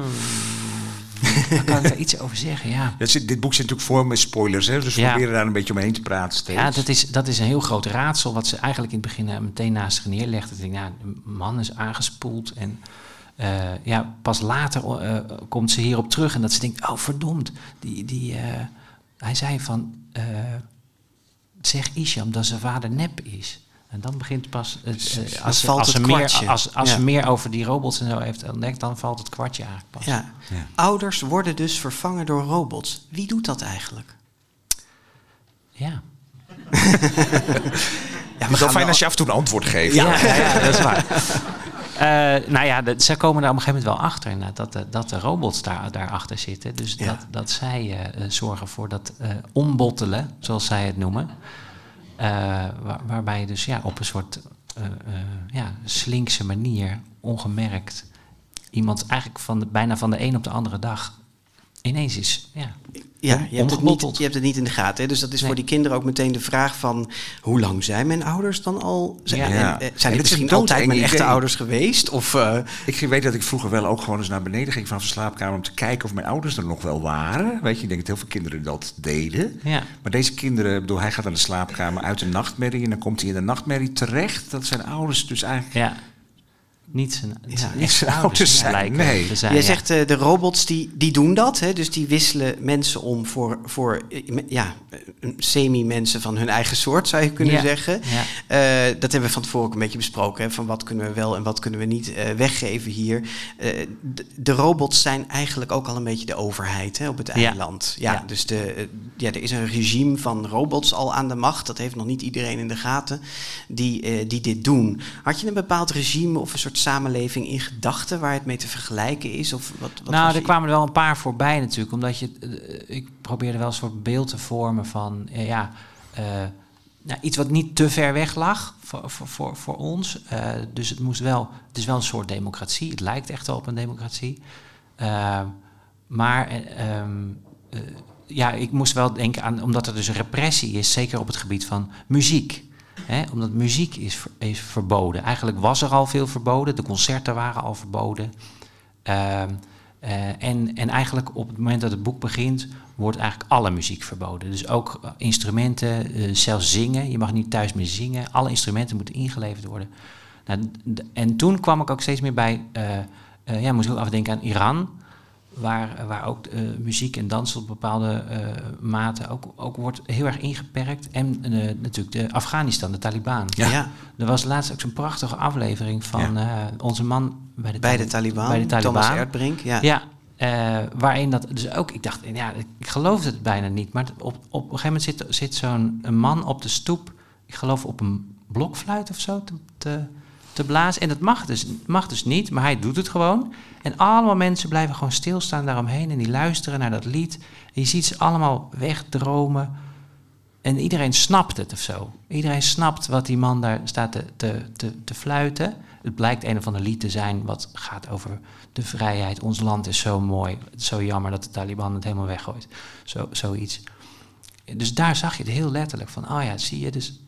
[SPEAKER 5] Daar kan ik daar iets over zeggen, ja.
[SPEAKER 3] Dat zit, dit boek zit natuurlijk vol met spoilers, hè? Dus we
[SPEAKER 5] Ja.
[SPEAKER 3] proberen daar een beetje omheen te praten steeds.
[SPEAKER 5] Ja, dat is, dat is een heel groot raadsel, wat ze eigenlijk in het begin uh, meteen naast zich neerlegt. Dat ik denk, nou, de man is aangespoeld en uh, ja, pas later uh, komt ze hierop terug en dat ze denkt, oh verdomd, die, die, uh, hij zei van, uh, zeg Isham dat zijn vader nep is. En dan begint pas, het, uh,
[SPEAKER 2] Dan
[SPEAKER 5] als, ze,
[SPEAKER 2] valt
[SPEAKER 5] als,
[SPEAKER 2] het
[SPEAKER 5] ze meer,
[SPEAKER 2] kwartje.
[SPEAKER 5] als, als
[SPEAKER 2] Ja.
[SPEAKER 5] ze meer over die robots en zo heeft ontdekt, dan valt het kwartje eigenlijk pas.
[SPEAKER 2] Ja.
[SPEAKER 3] Ja.
[SPEAKER 2] Ouders worden dus vervangen door robots. Wie doet dat eigenlijk?
[SPEAKER 5] Ja.
[SPEAKER 2] Ja,
[SPEAKER 3] Het is wel fijn als je af en toe een antwoord geeft.
[SPEAKER 5] Ja, ja, ja, dat is waar. Uh, nou ja, de, zij komen er op een gegeven moment wel achter inderdaad, dat, de, dat de robots daar, daarachter zitten. Dus
[SPEAKER 2] Ja.
[SPEAKER 5] dat, dat zij uh, zorgen voor dat uh, ombottelen, zoals zij het noemen. Uh, waar, waarbij je dus ja, op een soort uh, uh, ja, slinkse manier, ongemerkt, iemand eigenlijk van de, bijna van de een op de andere dag ineens is... Ja,
[SPEAKER 2] Ja,
[SPEAKER 5] om-
[SPEAKER 2] je hebt, het niet,
[SPEAKER 5] omgebotteld.
[SPEAKER 2] je hebt het niet in de gaten. Hè? Dus dat is
[SPEAKER 5] Nee.
[SPEAKER 2] voor die kinderen ook meteen de vraag van... hoe lang zijn mijn ouders dan al? Zijn,
[SPEAKER 5] Ja.
[SPEAKER 2] en,
[SPEAKER 3] Ja.
[SPEAKER 2] eh,
[SPEAKER 3] En
[SPEAKER 2] zijn
[SPEAKER 3] het
[SPEAKER 2] dit
[SPEAKER 3] is een
[SPEAKER 2] misschien altijd mijn
[SPEAKER 3] doodeng
[SPEAKER 2] echte
[SPEAKER 3] idee.
[SPEAKER 2] ouders geweest? Of, uh,
[SPEAKER 3] Ik weet dat ik vroeger wel ook gewoon eens naar beneden ging vanaf de slaapkamer om te kijken of mijn ouders er nog wel waren. Weet je, ik denk dat heel veel kinderen dat deden.
[SPEAKER 5] Ja.
[SPEAKER 3] Maar deze kinderen, ik bedoel, hij gaat aan de slaapkamer uit de nachtmerrie en dan komt hij in de nachtmerrie terecht. Dat zijn ouders dus eigenlijk...
[SPEAKER 5] ja. Niet zijn,
[SPEAKER 2] Ja,
[SPEAKER 5] zijn
[SPEAKER 3] niet
[SPEAKER 5] echte
[SPEAKER 3] zijn
[SPEAKER 5] ouders
[SPEAKER 3] ouders zijn,
[SPEAKER 5] lijken
[SPEAKER 3] nee.
[SPEAKER 5] te zijn,
[SPEAKER 2] Jij
[SPEAKER 5] ja.
[SPEAKER 2] zegt uh, de robots die, die doen dat. Hè? Dus die wisselen mensen om voor, voor eh, ja, eh, semi-mensen van hun eigen soort, zou je kunnen
[SPEAKER 5] Ja.
[SPEAKER 2] zeggen.
[SPEAKER 5] Ja.
[SPEAKER 2] Uh, dat hebben we van tevoren ook een beetje besproken. Hè? Van wat kunnen we wel en wat kunnen we niet uh, weggeven hier. Uh, de, de robots zijn eigenlijk ook al een beetje de overheid, hè, op het
[SPEAKER 5] Ja.
[SPEAKER 2] eiland. Ja,
[SPEAKER 5] Ja.
[SPEAKER 2] Dus de, uh, ja, er is een regime van robots al aan de macht. Dat heeft nog niet iedereen in de gaten die, uh, die dit doen. Had je een bepaald regime of een soort samenleving in gedachten waar het mee te vergelijken is? Of wat, wat
[SPEAKER 5] nou,
[SPEAKER 2] was
[SPEAKER 5] er
[SPEAKER 2] je...
[SPEAKER 5] kwamen er wel een paar voorbij natuurlijk. Omdat je, uh, ik probeerde wel een soort beeld te vormen van... Uh, ja, uh, nou, iets wat niet te ver weg lag voor, voor, voor, voor ons. Uh, dus het moest wel... Het is wel een soort democratie. Het lijkt echt wel op een democratie. Uh, maar... Uh, um, uh, ja, ik moest wel denken aan... Omdat er dus een repressie is, zeker op het gebied van muziek. Hè, omdat muziek is, is verboden. Eigenlijk was er al veel verboden. De concerten waren al verboden. Uh, uh, en, en eigenlijk op het moment dat het boek begint... wordt eigenlijk alle muziek verboden. Dus ook uh, instrumenten, uh, zelfs zingen. Je mag niet thuis meer zingen. Alle instrumenten moeten ingeleverd worden. Nou, d- en toen kwam ik ook steeds meer bij... Uh, uh, ja, moest ik ook afdenken aan Iran... Waar, waar ook uh, muziek en dans op bepaalde uh, mate ook, ook wordt heel erg ingeperkt. En uh, natuurlijk de Afghanistan, de Taliban.
[SPEAKER 2] Ja. Ja.
[SPEAKER 5] Er was laatst ook zo'n prachtige aflevering van ja. uh, onze man bij de,
[SPEAKER 2] bij de Taliban,
[SPEAKER 5] bij de Taliban.
[SPEAKER 2] Thomas Erdbrink. Ja,
[SPEAKER 5] ja uh, waarin dat dus ook... Ik dacht, ja, ik geloofde het bijna niet. Maar op, op een gegeven moment zit, zit zo'n een man op de stoep... ik geloof op een blokfluit of zo te... te te blazen. En dat mag dus, mag dus niet, maar hij doet het gewoon. En allemaal mensen blijven gewoon stilstaan daaromheen... en die luisteren naar dat lied. En je ziet ze allemaal wegdromen. En iedereen snapt het of zo. Iedereen snapt wat die man daar staat te, te, te, te fluiten. Het blijkt een of ander lied te zijn... wat gaat over de vrijheid. Ons land is zo mooi. Het is zo jammer dat de Taliban het helemaal weggooit. Zo, zoiets. Dus daar zag je het heel letterlijk van... oh ja, zie je dus...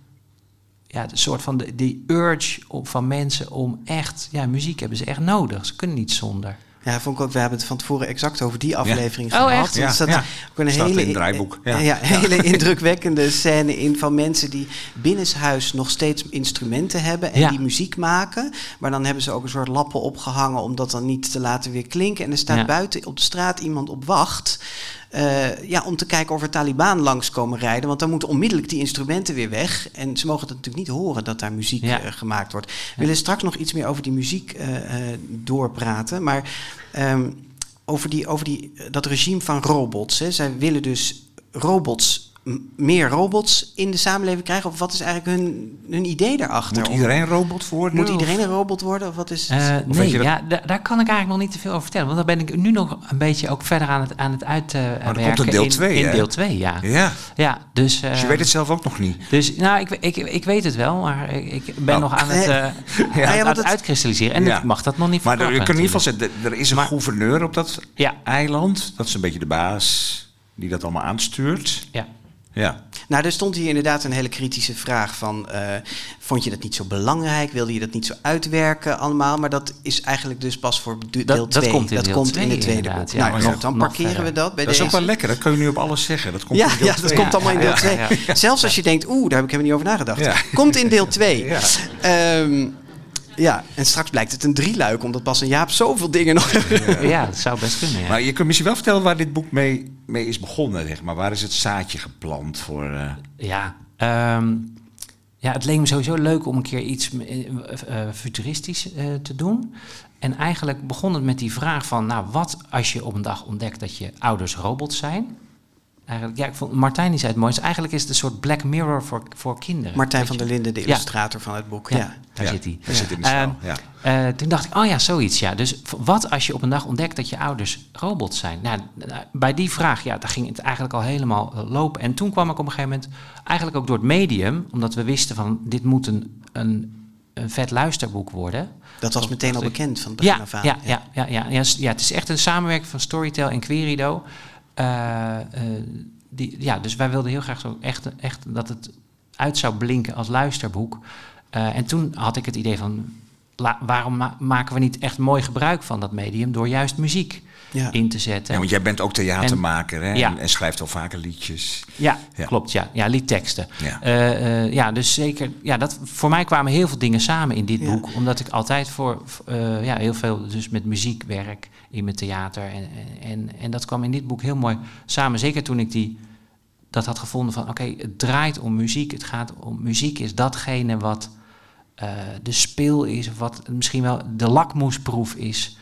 [SPEAKER 5] Ja, een soort van de, die urge op, van mensen om echt... Ja, muziek hebben ze echt nodig. Ze kunnen niet zonder.
[SPEAKER 2] Ja, vond ik ook. We hebben het van tevoren exact over die aflevering
[SPEAKER 5] ja.
[SPEAKER 2] gehad.
[SPEAKER 5] Oh, echt?
[SPEAKER 2] Ja, er staat
[SPEAKER 3] ja.
[SPEAKER 2] ook een
[SPEAKER 3] staat
[SPEAKER 2] hele,
[SPEAKER 3] in het draaiboek. Ja.
[SPEAKER 2] Ja, een hele indrukwekkende scène in van mensen die binnenshuis nog steeds instrumenten hebben en
[SPEAKER 5] ja.
[SPEAKER 2] die muziek maken. Maar dan hebben ze ook een soort lappen opgehangen om dat dan niet te laten weer klinken. En er staat
[SPEAKER 5] ja.
[SPEAKER 2] buiten op de straat iemand op wacht... Uh, ja, om te kijken of er Taliban langskomen rijden. Want dan moeten onmiddellijk die instrumenten weer weg. En ze mogen het natuurlijk niet horen dat daar muziek ja. uh, gemaakt wordt. We ja. willen straks nog iets meer over die muziek uh, uh, doorpraten. Maar um, over, die, over die, dat regime van robots. Hè. Zij willen dus robots... meer robots in de samenleving krijgen? Of wat is eigenlijk hun, hun idee daarachter?
[SPEAKER 3] Moet iedereen robot worden?
[SPEAKER 2] Moet iedereen een robot worden? Of wat is het?
[SPEAKER 5] Uh,
[SPEAKER 3] of
[SPEAKER 5] nee,
[SPEAKER 3] je dat...
[SPEAKER 5] ja, d- daar kan ik eigenlijk nog niet te veel over vertellen. Want daar ben ik nu nog een beetje ook verder aan het, aan het uitwerken. Uh,
[SPEAKER 3] maar er komt een deel twee,
[SPEAKER 5] In, in
[SPEAKER 3] hè?
[SPEAKER 5] deel twee, ja.
[SPEAKER 3] Ja.
[SPEAKER 5] ja dus, uh,
[SPEAKER 3] dus je weet het zelf ook nog niet?
[SPEAKER 5] Dus, nou, ik, ik, ik weet het wel, maar ik, ik ben
[SPEAKER 3] oh.
[SPEAKER 5] nog aan het, uh, ja. aan, aan het
[SPEAKER 2] het...
[SPEAKER 5] uitkristalliseren. En ja. ik mag dat nog niet
[SPEAKER 3] maar
[SPEAKER 5] verklappen.
[SPEAKER 3] Maar je kan in ieder geval zeggen, er is een maar, gouverneur op dat
[SPEAKER 5] ja.
[SPEAKER 3] eiland. Dat is een beetje de baas die dat allemaal aanstuurt.
[SPEAKER 5] Ja.
[SPEAKER 3] Ja.
[SPEAKER 2] Nou, er stond hier inderdaad een hele kritische vraag van... Uh, vond je dat niet zo belangrijk? Wilde je dat niet zo uitwerken allemaal? Maar dat is eigenlijk dus pas voor deel twee. Dat,
[SPEAKER 5] dat komt in,
[SPEAKER 2] dat
[SPEAKER 5] deel
[SPEAKER 2] komt
[SPEAKER 5] twee,
[SPEAKER 2] in het tweede boek.
[SPEAKER 5] Ja,
[SPEAKER 2] nou, nog, dan parkeren nog we dat bij
[SPEAKER 3] Dat
[SPEAKER 2] deze.
[SPEAKER 3] is ook wel lekker, dat kun je nu op alles zeggen. Dat komt
[SPEAKER 2] ja,
[SPEAKER 3] in deel
[SPEAKER 2] ja,
[SPEAKER 3] twee.
[SPEAKER 2] dat komt allemaal in deel twee.
[SPEAKER 5] Ja, ja, ja.
[SPEAKER 2] Zelfs als je denkt, oeh, daar heb ik helemaal niet over nagedacht.
[SPEAKER 3] Ja.
[SPEAKER 2] Komt in deel twee.
[SPEAKER 3] Ja.
[SPEAKER 2] Um, Ja, en straks blijkt het een drieluik, omdat Bas en Jaap zoveel dingen nog hebben.
[SPEAKER 5] Ja, ja, dat zou best kunnen. Ja.
[SPEAKER 3] Maar je kunt misschien wel vertellen waar dit boek mee, mee is begonnen, zeg maar. Waar is het zaadje geplant voor? Uh...
[SPEAKER 5] Ja, um, ja, het leek me sowieso leuk om een keer iets uh, uh, futuristisch uh, te doen. En eigenlijk begon het met die vraag van, nou, wat als je op een dag ontdekt dat je ouders robots zijn? Eigenlijk, ja, ik vond, Martijn die zei het mooi. Dus eigenlijk is het een soort Black Mirror voor, voor kinderen.
[SPEAKER 2] Martijn van der Linden, de illustrator ja. van het boek. Ja, ja.
[SPEAKER 5] daar
[SPEAKER 3] ja.
[SPEAKER 5] zit hij.
[SPEAKER 3] Daar zit in de zaal,
[SPEAKER 5] uh,
[SPEAKER 3] ja.
[SPEAKER 5] uh, toen dacht ik, oh ja, zoiets. Ja. Dus wat als je op een dag ontdekt dat je ouders robots zijn? Nou, bij die vraag, ja, daar ging het eigenlijk al helemaal uh, lopen. En toen kwam ik op een gegeven moment, eigenlijk ook door het medium, omdat we wisten van, dit moet een, een, een vet luisterboek worden.
[SPEAKER 2] Dat was meteen al bekend van het begin
[SPEAKER 5] ja,
[SPEAKER 2] af aan.
[SPEAKER 5] Ja, ja, ja, ja, ja, ja, het is echt een samenwerking van Storytel en Querido. Uh, uh, Die, ja, dus wij wilden heel graag zo echt, echt dat het uit zou blinken als luisterboek. Uh, en toen had ik het idee van, la, waarom ma- maken we niet echt mooi gebruik van dat medium door juist muziek ja. in te zetten?
[SPEAKER 3] Ja, want jij bent ook theatermaker en, hè?
[SPEAKER 5] Ja.
[SPEAKER 3] En, en schrijft al vaker liedjes.
[SPEAKER 5] Ja,
[SPEAKER 3] ja.
[SPEAKER 5] klopt. Ja, ja liedteksten.
[SPEAKER 3] Ja.
[SPEAKER 5] Uh, uh, ja, dus zeker. Ja, dat, voor mij kwamen heel veel dingen samen in dit
[SPEAKER 2] ja.
[SPEAKER 5] boek, omdat ik altijd voor uh, ja, heel veel dus met muziek werk in mijn theater en, en, en dat kwam in dit boek heel mooi samen. Zeker toen ik die dat had gevonden van, oké, okay, het draait om muziek. Het gaat om muziek is datgene wat uh, de speel is, of wat misschien wel de lakmoesproef is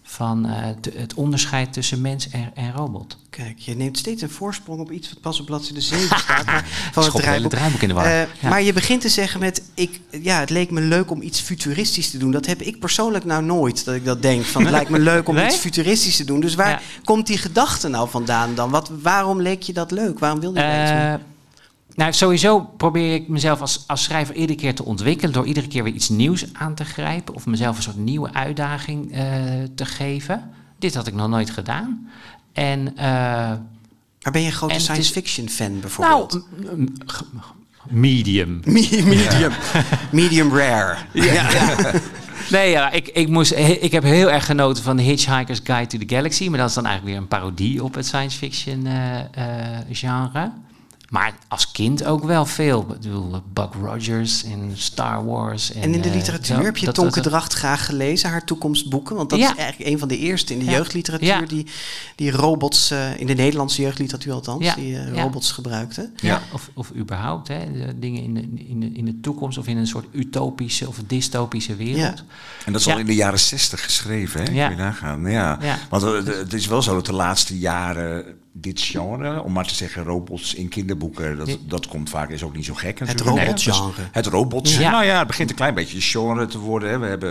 [SPEAKER 5] van uh, t- het onderscheid tussen mens en, en robot.
[SPEAKER 2] Kijk, je neemt steeds een voorsprong op iets wat pas op bladzijde zeven staat. Maar van het
[SPEAKER 5] Schop het hele
[SPEAKER 2] draaiboek.
[SPEAKER 5] draaiboek in de war.
[SPEAKER 2] Uh,
[SPEAKER 5] Ja.
[SPEAKER 2] Maar je begint te zeggen met, ik, ja, het leek me leuk om iets futuristisch te doen. Dat heb ik persoonlijk nou nooit, dat ik dat denk. Van, het lijkt me leuk om
[SPEAKER 5] Nee?
[SPEAKER 2] iets futuristisch te doen. Dus waar
[SPEAKER 5] Ja.
[SPEAKER 2] komt die gedachte nou vandaan dan? Wat, waarom leek je dat leuk? Waarom wilde je daar iets mee?
[SPEAKER 5] Uh, nou, sowieso probeer ik mezelf als, als schrijver iedere keer te ontwikkelen... door iedere keer weer iets nieuws aan te grijpen... of mezelf een soort nieuwe uitdaging uh, te geven. Dit had ik nog nooit gedaan. En... Uh,
[SPEAKER 2] Maar ben je een grote
[SPEAKER 5] en het
[SPEAKER 2] science
[SPEAKER 5] is-
[SPEAKER 2] fiction fan bijvoorbeeld?
[SPEAKER 5] nou, m- m- g- medium.
[SPEAKER 2] Me- medium. Medium rare.
[SPEAKER 5] Ja. Ja. Nee, ja, ik, ik, moest, ik heb heel erg genoten van The Hitchhiker's Guide to the Galaxy. Maar dat is dan eigenlijk weer een parodie op het science fiction uh, uh, genre. Maar als kind ook wel veel. Ik bedoel, Buck Rogers in Star Wars. En,
[SPEAKER 2] En in de
[SPEAKER 5] uh,
[SPEAKER 2] literatuur
[SPEAKER 5] zo,
[SPEAKER 2] heb je
[SPEAKER 5] dat-
[SPEAKER 2] Tonke
[SPEAKER 5] dat-
[SPEAKER 2] Dracht graag gelezen, haar toekomstboeken? Want dat
[SPEAKER 5] Ja.
[SPEAKER 2] is eigenlijk een van de eerste in de
[SPEAKER 5] Ja.
[SPEAKER 2] jeugdliteratuur...
[SPEAKER 5] Ja.
[SPEAKER 2] Die, die robots, uh, in de Nederlandse jeugdliteratuur althans,
[SPEAKER 5] Ja.
[SPEAKER 2] die uh,
[SPEAKER 5] Ja.
[SPEAKER 2] robots gebruikte.
[SPEAKER 5] Ja,
[SPEAKER 3] Ja.
[SPEAKER 5] Of, of überhaupt hè, de dingen in de, in, de, in de toekomst... of in een soort utopische of dystopische wereld.
[SPEAKER 2] Ja.
[SPEAKER 3] En dat is
[SPEAKER 5] Ja.
[SPEAKER 3] al in de jaren zestig geschreven, hè?
[SPEAKER 5] Ja.
[SPEAKER 3] Kun je nagaan. Ja.
[SPEAKER 5] Ja.
[SPEAKER 3] Want uh, de- het is wel zo dat de laatste jaren dit genre, om maar te zeggen robots in kinderboeken, dat,
[SPEAKER 5] Ja.
[SPEAKER 3] dat komt vaak, is ook niet zo gek
[SPEAKER 2] Het
[SPEAKER 3] natuurlijk. hè.
[SPEAKER 2] robotgenre.
[SPEAKER 3] Dus het robots.
[SPEAKER 5] Ja.
[SPEAKER 3] Nou ja, het begint een klein beetje genre te worden. Hè. We hebben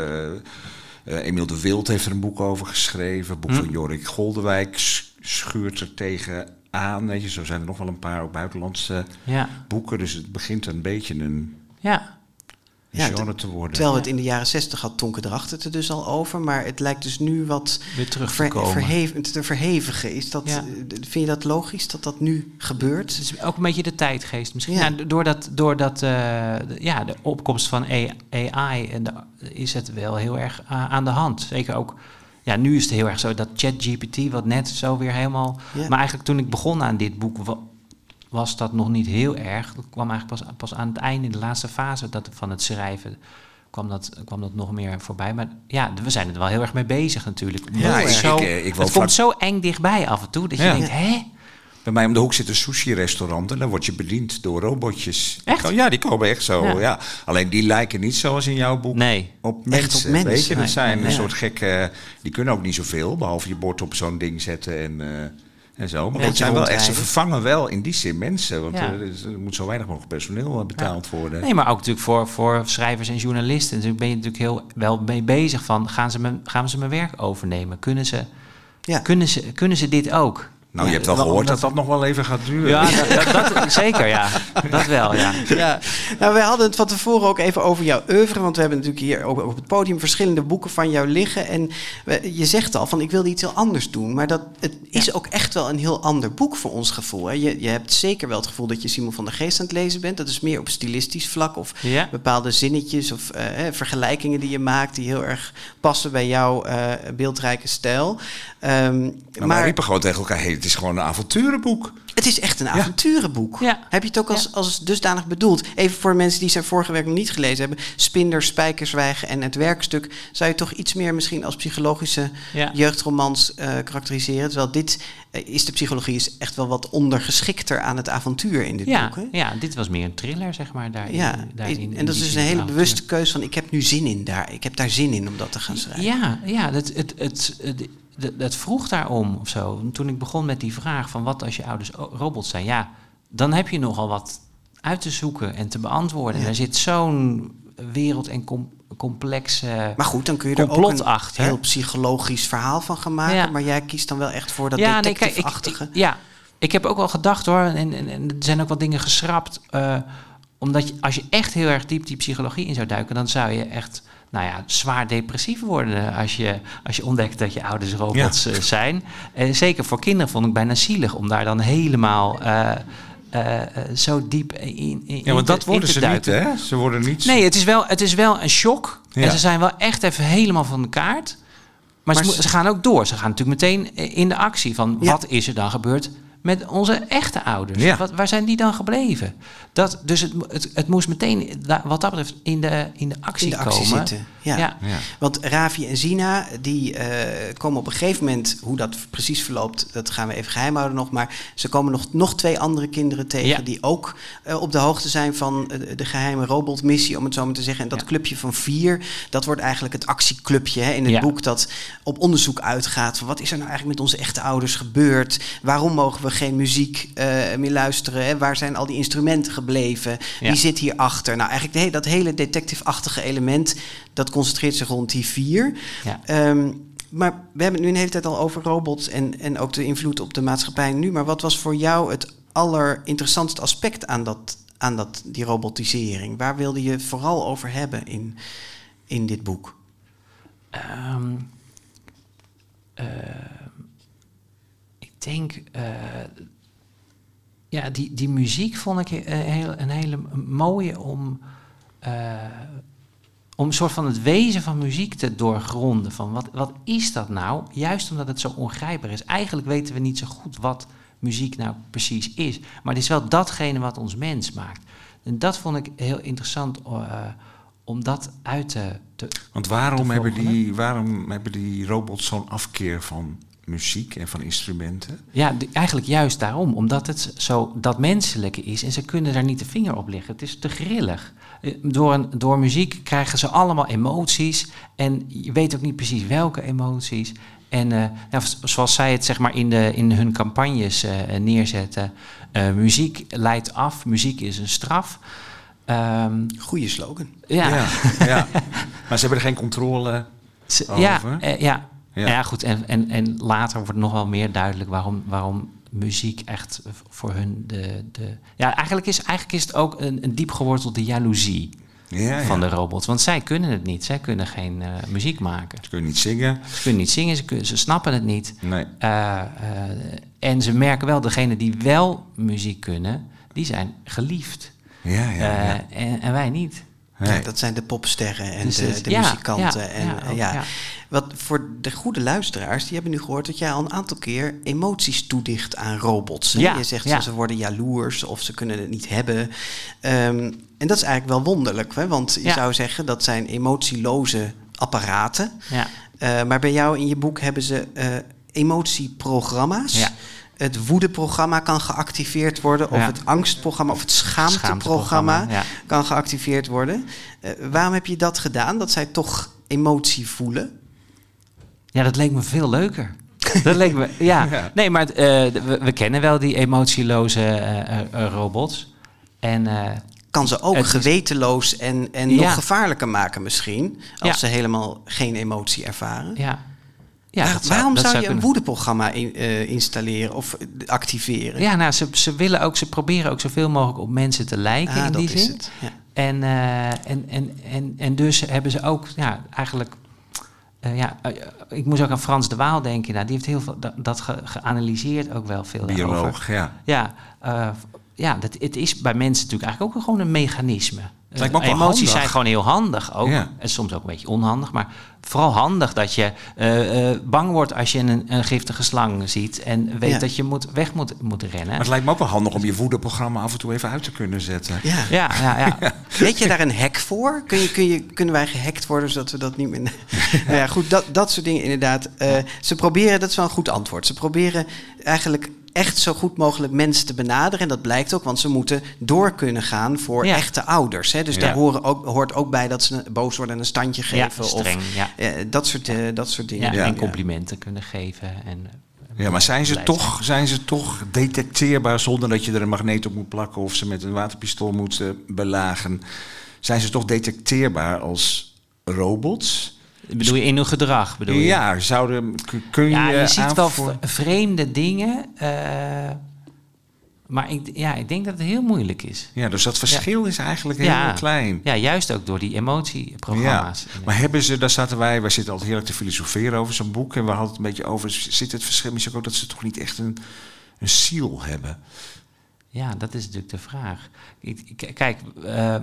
[SPEAKER 3] uh, uh, Emiel de Wild heeft er een boek over geschreven. Het boek
[SPEAKER 5] Hm.
[SPEAKER 3] van Jorik Goldewijk sch- schuurt er tegen aan. Weet je. Zo zijn er nog wel een paar ook buitenlandse
[SPEAKER 5] Ja,
[SPEAKER 3] boeken. Dus het begint een beetje een,
[SPEAKER 5] ja.
[SPEAKER 3] een
[SPEAKER 2] Ja,
[SPEAKER 3] genre te worden.
[SPEAKER 2] Terwijl het in de jaren zestig had Tonke Dracht het er dus al over. Maar het lijkt dus nu wat
[SPEAKER 5] Weer terug te
[SPEAKER 2] ver,
[SPEAKER 5] komen.
[SPEAKER 2] verheven, te verhevigen. Is dat,
[SPEAKER 5] Ja.
[SPEAKER 2] uh, vind je dat logisch dat dat nu gebeurt?
[SPEAKER 5] Het is ook een beetje de tijdgeest misschien.
[SPEAKER 2] Ja.
[SPEAKER 5] Nou, doordat doordat uh, de, ja, de opkomst van A I en de, is het wel heel erg uh, aan de hand. Zeker ook, ja, nu is het heel erg zo dat ChatGPT, wat net zo weer helemaal...
[SPEAKER 2] Ja.
[SPEAKER 5] Maar eigenlijk toen ik begon aan dit boek, wa- was dat nog niet heel erg. Dat kwam eigenlijk pas, pas aan het einde, in de laatste fase dat, van het schrijven... Kwam dat, kwam dat nog meer voorbij. Maar ja, we zijn er wel heel erg mee bezig natuurlijk.
[SPEAKER 3] Ja,
[SPEAKER 5] Het
[SPEAKER 3] ik-
[SPEAKER 5] is zo,
[SPEAKER 3] ik, eh, ik woon
[SPEAKER 5] het
[SPEAKER 3] vlak-
[SPEAKER 5] komt zo eng dichtbij af en toe, dat je
[SPEAKER 3] Ja.
[SPEAKER 5] denkt, hè?
[SPEAKER 3] Bij mij om de hoek zit een sushi-restaurant en dan word je bediend door robotjes.
[SPEAKER 5] Echt?
[SPEAKER 3] Oh, ja, die komen echt zo.
[SPEAKER 5] Ja.
[SPEAKER 3] Ja. Alleen die lijken niet zoals in jouw boek
[SPEAKER 5] Nee.
[SPEAKER 3] op
[SPEAKER 2] Echt
[SPEAKER 3] mensen.
[SPEAKER 2] op mensen.
[SPEAKER 3] Weet je, dat
[SPEAKER 5] Nee,
[SPEAKER 3] zijn
[SPEAKER 5] nee.
[SPEAKER 3] een soort gekke... Die kunnen ook niet zoveel, behalve je bord op zo'n ding zetten en, uh, en zo. Maar
[SPEAKER 2] Ja.
[SPEAKER 3] dat zijn wel echt, ze
[SPEAKER 2] Rondrijden.
[SPEAKER 3] vervangen wel in die zin mensen. Want
[SPEAKER 5] Ja.
[SPEAKER 3] uh, er, er moet zo weinig mogelijk personeel uh, betaald worden.
[SPEAKER 5] Nee, maar ook natuurlijk voor, voor schrijvers en journalisten. Natuurlijk ben je natuurlijk heel wel mee bezig van... gaan ze mijn, gaan ze mijn werk overnemen? Kunnen ze,
[SPEAKER 2] Ja.
[SPEAKER 5] kunnen ze, kunnen ze dit ook?
[SPEAKER 3] Nou, je
[SPEAKER 2] Ja,
[SPEAKER 3] hebt wel
[SPEAKER 2] wel
[SPEAKER 3] gehoord
[SPEAKER 2] omdat-
[SPEAKER 3] dat dat nog wel even gaat duren.
[SPEAKER 5] Ja, dat, dat, dat- zeker, ja. Dat wel, ja.
[SPEAKER 2] Ja, nou, we hadden het van tevoren ook even over jouw oeuvre. Want we hebben natuurlijk hier ook op het podium verschillende boeken van jou liggen. En we- je zegt al van ik wilde iets heel anders doen. Maar dat, het is
[SPEAKER 5] Ja.
[SPEAKER 2] ook echt wel een heel ander boek voor ons gevoel. Hè. Je, je hebt zeker wel het gevoel dat je Simon van der Geest aan het lezen bent. Dat is meer op stilistisch vlak. Of
[SPEAKER 5] Ja.
[SPEAKER 2] bepaalde zinnetjes of eh, vergelijkingen die je maakt. Die heel erg passen bij jouw eh, beeldrijke stijl. Ehm,
[SPEAKER 3] Maar, wij riepen gewoon tegen elkaar, hey, het is gewoon een avonturenboek.
[SPEAKER 2] het is echt een avonturenboek.
[SPEAKER 5] Ja.
[SPEAKER 2] Heb je het ook als,
[SPEAKER 5] Ja.
[SPEAKER 2] als dusdanig bedoeld? Even voor mensen die zijn vorige werk nog niet gelezen hebben. Spinder, Spijkerzwijgen en het werkstuk. Zou je toch iets meer misschien als psychologische
[SPEAKER 5] Ja.
[SPEAKER 2] jeugdromans eh, karakteriseren? Terwijl dit eh, is de psychologie is echt wel wat ondergeschikter aan het avontuur in dit
[SPEAKER 5] Ja,
[SPEAKER 2] boek. Hè?
[SPEAKER 5] ja, dit was meer een thriller, zeg maar. Daarin,
[SPEAKER 2] Ja,
[SPEAKER 5] daarin,
[SPEAKER 2] en
[SPEAKER 5] in
[SPEAKER 2] dat is
[SPEAKER 5] die
[SPEAKER 2] dus
[SPEAKER 5] zin
[SPEAKER 2] een hele
[SPEAKER 5] avontuur.
[SPEAKER 2] bewuste keuze van ik heb nu zin in daar. Ik heb daar zin in om dat te gaan schrijven.
[SPEAKER 5] Ja, ja dat, het, het, het, het, het vroeg daarom of zo. Toen ik begon met die vraag van wat als je ouders o- robots zijn, ja, dan heb je nogal wat uit te zoeken en te beantwoorden.
[SPEAKER 2] Ja.
[SPEAKER 5] En er zit zo'n wereld en com- complexe
[SPEAKER 2] Maar goed, dan kun je er ook
[SPEAKER 5] complot
[SPEAKER 2] een
[SPEAKER 5] achter.
[SPEAKER 2] heel psychologisch verhaal van gaan maken.
[SPEAKER 5] Ja.
[SPEAKER 2] Maar jij kiest dan wel echt voor dat
[SPEAKER 5] ja, nee, kijk, ik,
[SPEAKER 2] detective-achtige.
[SPEAKER 5] ik- ja, ik heb ook wel gedacht hoor, en, en, en er zijn ook wat dingen geschrapt. eh, omdat je, als je echt heel erg diep die psychologie in zou duiken, dan zou je echt, nou ja, zwaar depressief worden als je, als je ontdekt dat je ouders robots eh, zijn. En zeker voor kinderen vond ik bijna zielig om daar dan helemaal eh, eh, eh, zo diep in, in,
[SPEAKER 3] Ja, want
[SPEAKER 5] in
[SPEAKER 3] dat
[SPEAKER 5] te,
[SPEAKER 3] worden
[SPEAKER 5] in te
[SPEAKER 3] ze niet,
[SPEAKER 5] duiken.
[SPEAKER 3] hè? Ze worden niet...
[SPEAKER 5] Nee, het is wel, het is wel een shock.
[SPEAKER 3] Ja.
[SPEAKER 5] En ze zijn wel echt even helemaal van de kaart. Maar,
[SPEAKER 2] Maar
[SPEAKER 5] ze,
[SPEAKER 2] ze-
[SPEAKER 5] mo- ze gaan ook door. Ze gaan natuurlijk meteen in de actie van
[SPEAKER 2] Ja.
[SPEAKER 5] wat is er dan gebeurd met onze echte ouders?
[SPEAKER 3] Ja.
[SPEAKER 5] Wat, waar zijn die dan gebleven? Dat, dus het, het, het moest meteen, wat dat betreft, in de, in de actie,
[SPEAKER 2] In de actie
[SPEAKER 5] komen.
[SPEAKER 2] zitten. Ja.
[SPEAKER 5] Ja.
[SPEAKER 3] Ja.
[SPEAKER 2] Want Ravi en Zina, die uh, komen op een gegeven moment, hoe dat precies verloopt, dat gaan we even geheim houden nog. Maar ze komen nog, nog twee andere kinderen tegen
[SPEAKER 5] Ja.
[SPEAKER 2] die ook uh, op de hoogte zijn van uh, de geheime robotmissie, om het zo maar te zeggen. En dat
[SPEAKER 5] Ja.
[SPEAKER 2] clubje van vier, dat wordt eigenlijk het actieclubje hè, in het
[SPEAKER 5] Ja.
[SPEAKER 2] boek dat op onderzoek uitgaat van wat is er nou eigenlijk met onze echte ouders gebeurd? Waarom mogen we geen muziek uh, meer luisteren? Hè? Waar zijn al die instrumenten gebleven?
[SPEAKER 5] Ja.
[SPEAKER 2] Wie zit hierachter? Nou, eigenlijk de he- dat hele detective-achtige element, dat concentreert zich rond die vier.
[SPEAKER 5] Ja.
[SPEAKER 2] Um, maar we hebben het nu een hele tijd al over robots en, en ook de invloed op de maatschappij nu. Maar wat was voor jou het allerinteressantste aspect aan, dat, aan dat, die robotisering? Waar wilde je het vooral over hebben in, in dit boek?
[SPEAKER 5] Um, uh, ik denk... Uh, ja, die, die muziek vond ik een hele, een hele mooie om... Uh, om een soort van het wezen van muziek te doorgronden. Van wat, wat is dat nou? Juist omdat het zo ongrijpbaar is. Eigenlijk weten we niet zo goed wat muziek nou precies is. Maar het is wel datgene wat ons mens maakt. En dat vond ik heel interessant uh, om dat uit te... te
[SPEAKER 3] Want waarom
[SPEAKER 5] te
[SPEAKER 3] hebben,
[SPEAKER 5] vogelen.
[SPEAKER 3] die, waarom hebben die robots zo'n afkeer van muziek en van instrumenten?
[SPEAKER 5] Ja, de, eigenlijk juist daarom. Omdat het zo dat menselijke is. En ze kunnen daar niet de vinger op leggen. Het is te grillig. Door, een, door muziek krijgen ze allemaal emoties. En je weet ook niet precies welke emoties. En uh, ja, zoals zij het zeg maar in, de, in hun campagnes uh, neerzetten. Uh, muziek leidt af. Muziek is een straf. Um,
[SPEAKER 2] Goeie slogan.
[SPEAKER 5] Ja.
[SPEAKER 3] Ja, ja. Maar ze hebben er geen controle
[SPEAKER 5] ze,
[SPEAKER 3] over.
[SPEAKER 5] Ja, uh, ja.
[SPEAKER 3] Ja.
[SPEAKER 5] ja, goed. En, en, en later wordt nog wel meer duidelijk waarom... waarom muziek echt voor hun de... de ja, eigenlijk is, eigenlijk is het ook een, een diep gewortelde jaloezie
[SPEAKER 3] Ja,
[SPEAKER 5] van
[SPEAKER 3] ja.
[SPEAKER 5] de robots. Want zij kunnen het niet. Zij kunnen geen uh, muziek maken.
[SPEAKER 3] Ze kunnen niet zingen.
[SPEAKER 5] Ze kunnen niet zingen, ze, kunnen, ze snappen het niet.
[SPEAKER 3] Nee.
[SPEAKER 5] Uh, uh, en ze merken wel, degenen die wel muziek kunnen, die zijn geliefd.
[SPEAKER 3] Ja, ja, ja.
[SPEAKER 5] Uh, en, en wij niet.
[SPEAKER 3] Nee.
[SPEAKER 2] Ja, dat zijn de popsterren en
[SPEAKER 5] Dus
[SPEAKER 2] de,
[SPEAKER 5] het-
[SPEAKER 2] de
[SPEAKER 5] ja,
[SPEAKER 2] muzikanten.
[SPEAKER 5] ja,
[SPEAKER 2] en,
[SPEAKER 5] ja,
[SPEAKER 2] eh,
[SPEAKER 5] ook,
[SPEAKER 2] ja.
[SPEAKER 5] ja.
[SPEAKER 2] Wat voor de goede luisteraars, die hebben nu gehoord dat jij al een aantal keer emoties toedicht aan robots. Hè?
[SPEAKER 5] Ja,
[SPEAKER 2] je zegt
[SPEAKER 5] ja.
[SPEAKER 2] ze worden jaloers of ze kunnen het niet hebben. Um, en dat is eigenlijk wel wonderlijk, hè? Want je
[SPEAKER 5] Ja.
[SPEAKER 2] zou zeggen dat zijn emotieloze apparaten.
[SPEAKER 5] Ja.
[SPEAKER 2] Uh, maar bij jou in je boek hebben ze uh, emotieprogramma's.
[SPEAKER 5] Ja.
[SPEAKER 2] Het woedeprogramma kan geactiveerd worden, of
[SPEAKER 5] Ja.
[SPEAKER 2] het angstprogramma of het schaamteprogramma
[SPEAKER 5] Schaamteprogramma, ja.
[SPEAKER 2] kan geactiveerd worden. Uh, waarom heb je dat gedaan, dat zij toch emotie voelen?
[SPEAKER 5] Ja, dat leek me veel leuker. Dat leek me, ja.
[SPEAKER 3] Ja.
[SPEAKER 5] Nee, maar uh, we, we kennen wel die emotieloze uh, uh, robots. En uh,
[SPEAKER 2] Kan ze ook
[SPEAKER 5] Het is-
[SPEAKER 2] gewetenloos en, en
[SPEAKER 5] Ja.
[SPEAKER 2] nog gevaarlijker maken misschien, als
[SPEAKER 5] Ja.
[SPEAKER 2] ze helemaal geen emotie ervaren?
[SPEAKER 5] ja. ja
[SPEAKER 2] Waar-
[SPEAKER 5] dat zou-
[SPEAKER 2] waarom
[SPEAKER 5] dat
[SPEAKER 2] zou, je
[SPEAKER 5] kunnen.
[SPEAKER 2] een woedeprogramma in, uh, installeren of uh, activeren?
[SPEAKER 5] Ja, nou, ze, ze willen ook, ze proberen ook zoveel mogelijk op mensen te lijken
[SPEAKER 2] ah,
[SPEAKER 5] in
[SPEAKER 2] dat
[SPEAKER 5] die
[SPEAKER 2] is
[SPEAKER 5] zin.
[SPEAKER 2] het. Ja.
[SPEAKER 5] En, uh, en, en, en, en dus hebben ze ook, ja, eigenlijk... Uh, ja, uh, ik moest ook aan Frans de Waal denken. Nou, die heeft heel veel dat, dat ge, geanalyseerd ook wel veel daarover.
[SPEAKER 3] Bioloog, ja.
[SPEAKER 5] Ja, uh, ja dat, het is bij mensen natuurlijk eigenlijk ook gewoon een mechanisme. Uh,
[SPEAKER 3] lijkt me ook wel
[SPEAKER 5] emoties
[SPEAKER 3] handig.
[SPEAKER 5] zijn gewoon heel handig ook.
[SPEAKER 3] Ja.
[SPEAKER 5] En soms ook een beetje onhandig. Maar vooral handig dat je uh, uh, bang wordt als je een, een giftige slang ziet. En weet
[SPEAKER 2] Ja.
[SPEAKER 5] dat je moet, weg moet, moet rennen.
[SPEAKER 3] Maar het lijkt me ook wel handig om je woedeprogramma af en toe even uit te kunnen zetten.
[SPEAKER 2] Ja.
[SPEAKER 5] Ja, ja, ja.
[SPEAKER 2] Weet je daar een hack voor? Kun je, kun je, kunnen wij gehackt worden zodat we dat niet meer... nou ja, goed, dat, dat soort dingen inderdaad. Uh, ze proberen, dat is wel een goed antwoord. Ze proberen eigenlijk echt zo goed mogelijk mensen te benaderen. En dat blijkt ook, want ze moeten door kunnen gaan voor
[SPEAKER 5] Ja.
[SPEAKER 2] echte ouders. Hè? Dus
[SPEAKER 3] Ja.
[SPEAKER 2] daar horen ook, hoort ook bij dat ze boos worden en een standje
[SPEAKER 5] Ja,
[SPEAKER 2] geven.
[SPEAKER 5] streng,
[SPEAKER 2] of
[SPEAKER 5] ja.
[SPEAKER 2] uh, dat, soort, uh, dat soort dingen.
[SPEAKER 5] Ja,
[SPEAKER 3] Ja.
[SPEAKER 5] en complimenten kunnen geven. En,
[SPEAKER 3] Ja, maar zijn ze,
[SPEAKER 5] blij
[SPEAKER 3] toch, zijn ze toch detecteerbaar zonder dat je er een magneet op moet plakken of ze met een waterpistool moet uh, belagen? Zijn ze toch detecteerbaar als robots?
[SPEAKER 5] Bedoel je in hun gedrag? Bedoel je?
[SPEAKER 3] Ja, zouden, k- kun je
[SPEAKER 5] Ja, je ziet wel
[SPEAKER 3] aanvoeren-
[SPEAKER 5] v- vreemde dingen. Uh, maar ik, ja, ik denk dat het heel moeilijk is.
[SPEAKER 3] Ja, dus dat verschil is eigenlijk heel
[SPEAKER 5] Ja.
[SPEAKER 3] klein.
[SPEAKER 5] Ja, juist ook door die emotieprogramma's.
[SPEAKER 3] Ja, maar hebben ze, daar zaten wij, wij zitten altijd heerlijk te filosoferen over zo'n boek. En we hadden het een beetje over, zit het verschil misschien ook dat ze toch niet echt een, een ziel hebben?
[SPEAKER 5] Ja, dat is natuurlijk de vraag. Ik- ik- Kijk, uh, uh,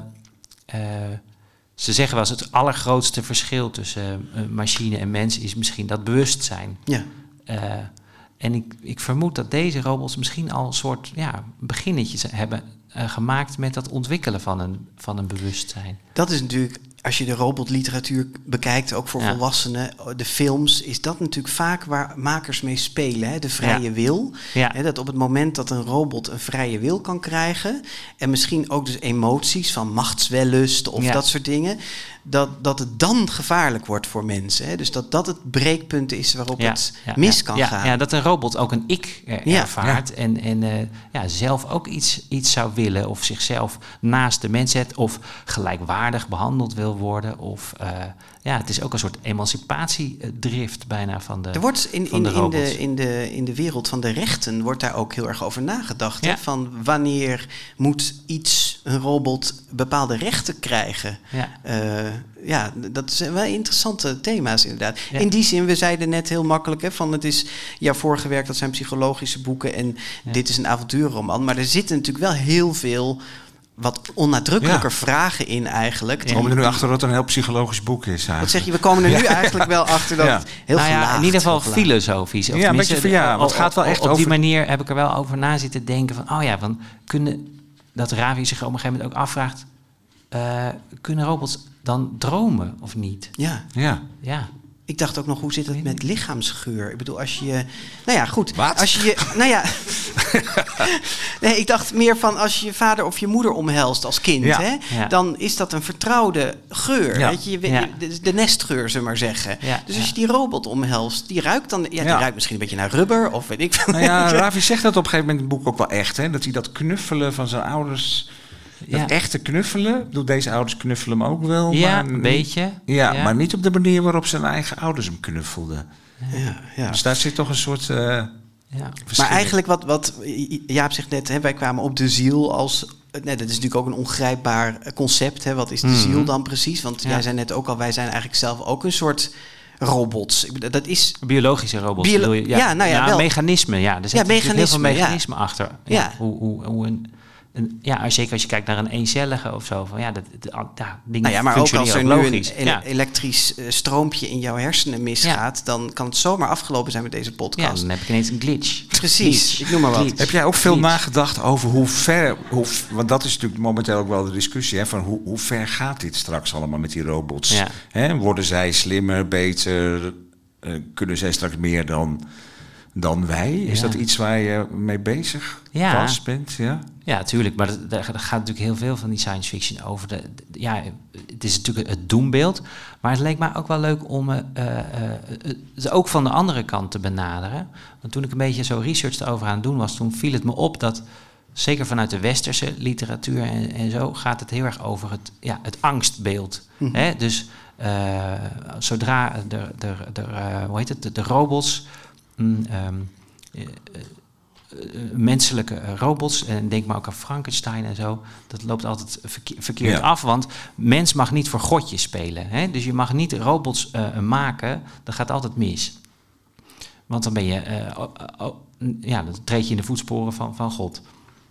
[SPEAKER 5] ze zeggen wel eens het allergrootste verschil tussen uh, machine en mens is misschien dat bewustzijn.
[SPEAKER 2] Ja.
[SPEAKER 5] Uh, En ik, ik vermoed dat deze robots misschien al een soort ja, beginnetjes hebben uh, gemaakt met dat ontwikkelen van een, van een bewustzijn.
[SPEAKER 2] Dat is natuurlijk, als je de robotliteratuur bekijkt, ook voor
[SPEAKER 5] Ja.
[SPEAKER 2] volwassenen, de films, is dat natuurlijk vaak waar makers mee spelen. Hè? De vrije
[SPEAKER 5] Ja.
[SPEAKER 2] wil.
[SPEAKER 5] Ja.
[SPEAKER 2] Hè, dat op het moment dat een robot een vrije wil kan krijgen, en misschien ook dus emoties van machtswellust of
[SPEAKER 5] Ja.
[SPEAKER 2] dat soort dingen, dat, dat het dan gevaarlijk wordt voor mensen. Hè? Dus dat dat het breekpunt is waarop
[SPEAKER 5] Ja,
[SPEAKER 2] het
[SPEAKER 5] ja,
[SPEAKER 2] mis
[SPEAKER 5] ja,
[SPEAKER 2] kan
[SPEAKER 5] ja,
[SPEAKER 2] gaan.
[SPEAKER 5] Ja, dat een robot ook een ik er,
[SPEAKER 2] Ja,
[SPEAKER 5] ervaart en, en uh, ja, zelf ook iets, iets zou willen of zichzelf naast de mens zet of gelijkwaardig behandeld wil worden. Of uh, ja, het is ook een soort emancipatiedrift bijna van de
[SPEAKER 2] Er wordt in,
[SPEAKER 5] van
[SPEAKER 2] in,
[SPEAKER 5] de
[SPEAKER 2] in,
[SPEAKER 5] robots.
[SPEAKER 2] de, in, de, in de wereld van de rechten wordt daar ook heel erg over nagedacht.
[SPEAKER 5] Ja.
[SPEAKER 2] Hè? Van wanneer moet iets, een robot, bepaalde rechten krijgen?
[SPEAKER 5] Ja.
[SPEAKER 2] Uh, ja, dat zijn wel interessante thema's inderdaad.
[SPEAKER 5] Ja.
[SPEAKER 2] In die zin, we zeiden net heel makkelijk, hè, van het is jouw vorige werk, dat zijn psychologische boeken en
[SPEAKER 5] Ja.
[SPEAKER 2] dit is een avontuurroman. Maar er zitten natuurlijk wel heel veel wat onnadrukkelijker
[SPEAKER 3] Ja.
[SPEAKER 2] vragen in eigenlijk.
[SPEAKER 3] We komen er nu achter dat het een heel psychologisch boek is eigenlijk.
[SPEAKER 2] Wat zeg je, we komen er nu eigenlijk wel achter dat
[SPEAKER 3] Ja.
[SPEAKER 2] het heel
[SPEAKER 5] nou ja,
[SPEAKER 2] gelaagd,
[SPEAKER 5] in ieder geval
[SPEAKER 2] heel gelaagd.
[SPEAKER 5] filosofisch. Of
[SPEAKER 3] Ja, een
[SPEAKER 5] tenminste,
[SPEAKER 3] beetje van ja, want het gaat wel
[SPEAKER 5] op-
[SPEAKER 3] echt
[SPEAKER 5] op, op die
[SPEAKER 3] over-
[SPEAKER 5] manier heb ik er wel over na zitten denken van, oh ja, van kunnen dat Ravi zich op een gegeven moment ook afvraagt, uh, kunnen robots dan dromen of niet?
[SPEAKER 2] Ja.
[SPEAKER 3] Ja.
[SPEAKER 5] Ja.
[SPEAKER 2] Ik dacht ook nog, hoe zit het met lichaamsgeur? Ik bedoel, als je... Nou ja, goed.
[SPEAKER 3] Wat?
[SPEAKER 2] Als je... Nou ja... nee, ik dacht meer van als je je vader of je moeder omhelst als kind,
[SPEAKER 3] Ja.
[SPEAKER 2] hè,
[SPEAKER 5] Ja.
[SPEAKER 2] dan is dat een vertrouwde geur.
[SPEAKER 3] Ja.
[SPEAKER 2] Weet je, je weet-
[SPEAKER 5] Ja.
[SPEAKER 2] de, de nestgeur, zullen we maar zeggen.
[SPEAKER 5] Ja,
[SPEAKER 2] Dus als
[SPEAKER 5] ja.
[SPEAKER 2] je die robot omhelst, die ruikt dan... Ja, die
[SPEAKER 3] Ja.
[SPEAKER 2] ruikt misschien een beetje naar rubber of weet ik veel.
[SPEAKER 3] Nou ja, Ravi zegt dat op een gegeven moment in het boek ook wel echt. Hè? Dat hij dat knuffelen van zijn ouders...
[SPEAKER 5] Ja.
[SPEAKER 3] Dat echte knuffelen. Ik bedoel, deze ouders knuffelen hem ook wel.
[SPEAKER 5] Ja,
[SPEAKER 3] maar
[SPEAKER 5] een
[SPEAKER 3] niet-
[SPEAKER 5] beetje.
[SPEAKER 3] Ja,
[SPEAKER 5] Ja.
[SPEAKER 3] maar niet op de manier waarop zijn eigen ouders hem knuffelden.
[SPEAKER 2] Ja, ja.
[SPEAKER 3] Dus daar zit toch een soort... uh,
[SPEAKER 5] Ja.
[SPEAKER 2] Maar eigenlijk wat, wat Jaap zegt net, hè, wij kwamen op de ziel als... Nee, dat is natuurlijk ook een ongrijpbaar concept. Hè. Wat is de
[SPEAKER 5] Mhm.
[SPEAKER 2] ziel dan precies? Want
[SPEAKER 5] Ja.
[SPEAKER 2] jij zei net ook al, wij zijn eigenlijk zelf ook een soort robots. Ik bedoel, Dat is...
[SPEAKER 5] Biologische robots
[SPEAKER 2] Biolo-
[SPEAKER 5] bedoel je?
[SPEAKER 2] ja, nou ja, wel.
[SPEAKER 5] mechanismen. Ja, er zit
[SPEAKER 2] Ja,
[SPEAKER 5] natuurlijk heel veel
[SPEAKER 2] mechanismen, ja.
[SPEAKER 5] mechanismen achter. Ja,
[SPEAKER 2] Ja.
[SPEAKER 5] Hoe, hoe, hoe een, een, ja, als- zeker als je kijkt naar een eencellige of zo. Van, ja, dat, dat, ja, dingen
[SPEAKER 2] Nou ja, maar ook als
[SPEAKER 5] functioneren
[SPEAKER 2] er nu
[SPEAKER 5] logisch.
[SPEAKER 2] een ele-
[SPEAKER 5] ja.
[SPEAKER 2] elektrisch uh, stroompje in jouw hersenen misgaat, dan kan het zomaar afgelopen zijn met deze
[SPEAKER 5] ja,
[SPEAKER 2] podcast.
[SPEAKER 5] dan heb ik ineens een glitch.
[SPEAKER 2] Precies,
[SPEAKER 5] Glitch.
[SPEAKER 2] ik noem maar wat.
[SPEAKER 5] Glitch.
[SPEAKER 3] Heb jij ook veel
[SPEAKER 5] Glitch.
[SPEAKER 3] nagedacht over hoe ver... Hoe, want dat is natuurlijk momenteel ook wel de discussie. Hè, van hoe, hoe ver gaat dit straks allemaal met die robots?
[SPEAKER 5] Ja.
[SPEAKER 3] Hè, worden zij slimmer, beter? Uh, kunnen zij straks meer dan, dan wij? Is
[SPEAKER 5] Ja.
[SPEAKER 3] dat iets waar je mee bezig
[SPEAKER 5] Ja.
[SPEAKER 3] vast bent? Ja.
[SPEAKER 5] Ja, natuurlijk. Maar dat- daar gaat natuurlijk heel veel van die science fiction over. De, de- ja, het is natuurlijk het doembeeld. Maar het leek mij ook wel leuk om uh, uh, het ook van de andere kant te benaderen. Want toen ik een beetje zo research erover aan het doen was, toen viel het me op dat, zeker vanuit de westerse literatuur en, en zo, gaat het heel erg over het, ja, het angstbeeld.
[SPEAKER 2] Mhm.
[SPEAKER 5] Hè? Dus uh, zodra de, de, de, uh, hoe heet het, de, de robots... Mm, um, uh, Uh, menselijke uh, robots, en denk maar ook aan Frankenstein en zo, dat loopt altijd verke- verkeerd
[SPEAKER 3] Ja.
[SPEAKER 5] af, want mens mag niet voor godjes spelen. Hè? Dus je mag niet robots uh, maken, dat gaat altijd mis. Want dan ben je, uh, oh, oh, ja, dan treed je in de voetsporen van, van God.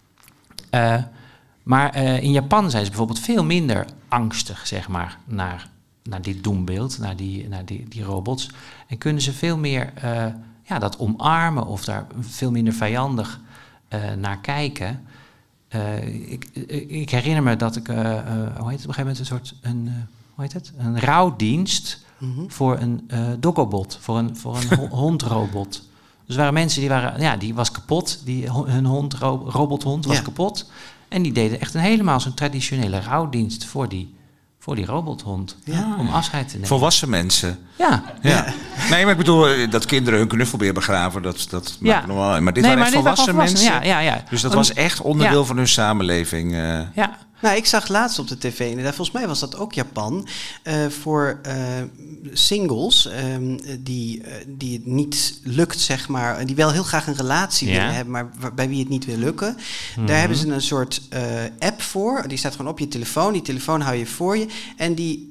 [SPEAKER 5] Uh, maar uh, in Japan zijn ze bijvoorbeeld veel minder angstig, zeg maar, naar, naar dit doembeeld, naar die, naar die, die robots. En kunnen ze veel meer uh, ja, dat omarmen of daar veel minder vijandig uh, naar kijken. Uh, ik, ik herinner me dat ik, uh, uh, hoe heet het, op een gegeven moment een soort, een, uh, hoe heet het, een rouwdienst mm-hmm. voor een uh, doggobot, voor een, voor een ho- hondrobot. Dus er waren mensen die waren, ja, die was kapot, die, hun hond, ro- robothond was ja. kapot. En die deden echt een helemaal zo'n traditionele rouwdienst voor die, voor die robothond.
[SPEAKER 2] Ja.
[SPEAKER 5] Om afscheid te nemen.
[SPEAKER 3] Volwassen mensen.
[SPEAKER 5] Ja.
[SPEAKER 3] ja. Nee, maar ik bedoel, dat kinderen hun knuffelbeer begraven, dat, dat
[SPEAKER 5] ja.
[SPEAKER 3] maakt nog wel. Maar dit
[SPEAKER 5] nee,
[SPEAKER 3] waren echt
[SPEAKER 5] maar dit
[SPEAKER 3] volwassen mensen.
[SPEAKER 5] Ja, ja, ja.
[SPEAKER 3] Dus dat was echt onderdeel ja. van hun samenleving. Uh.
[SPEAKER 5] Ja.
[SPEAKER 2] Nou, ik zag laatst op de tv, inderdaad, volgens mij was dat ook Japan, uh, voor uh, singles um, die, uh, die het niet lukt, zeg maar, die wel heel graag een relatie ja. willen hebben, maar bij wie het niet wil lukken. Mm-hmm. Daar hebben ze een soort uh, app voor, die staat gewoon op je telefoon, die telefoon hou je voor je en die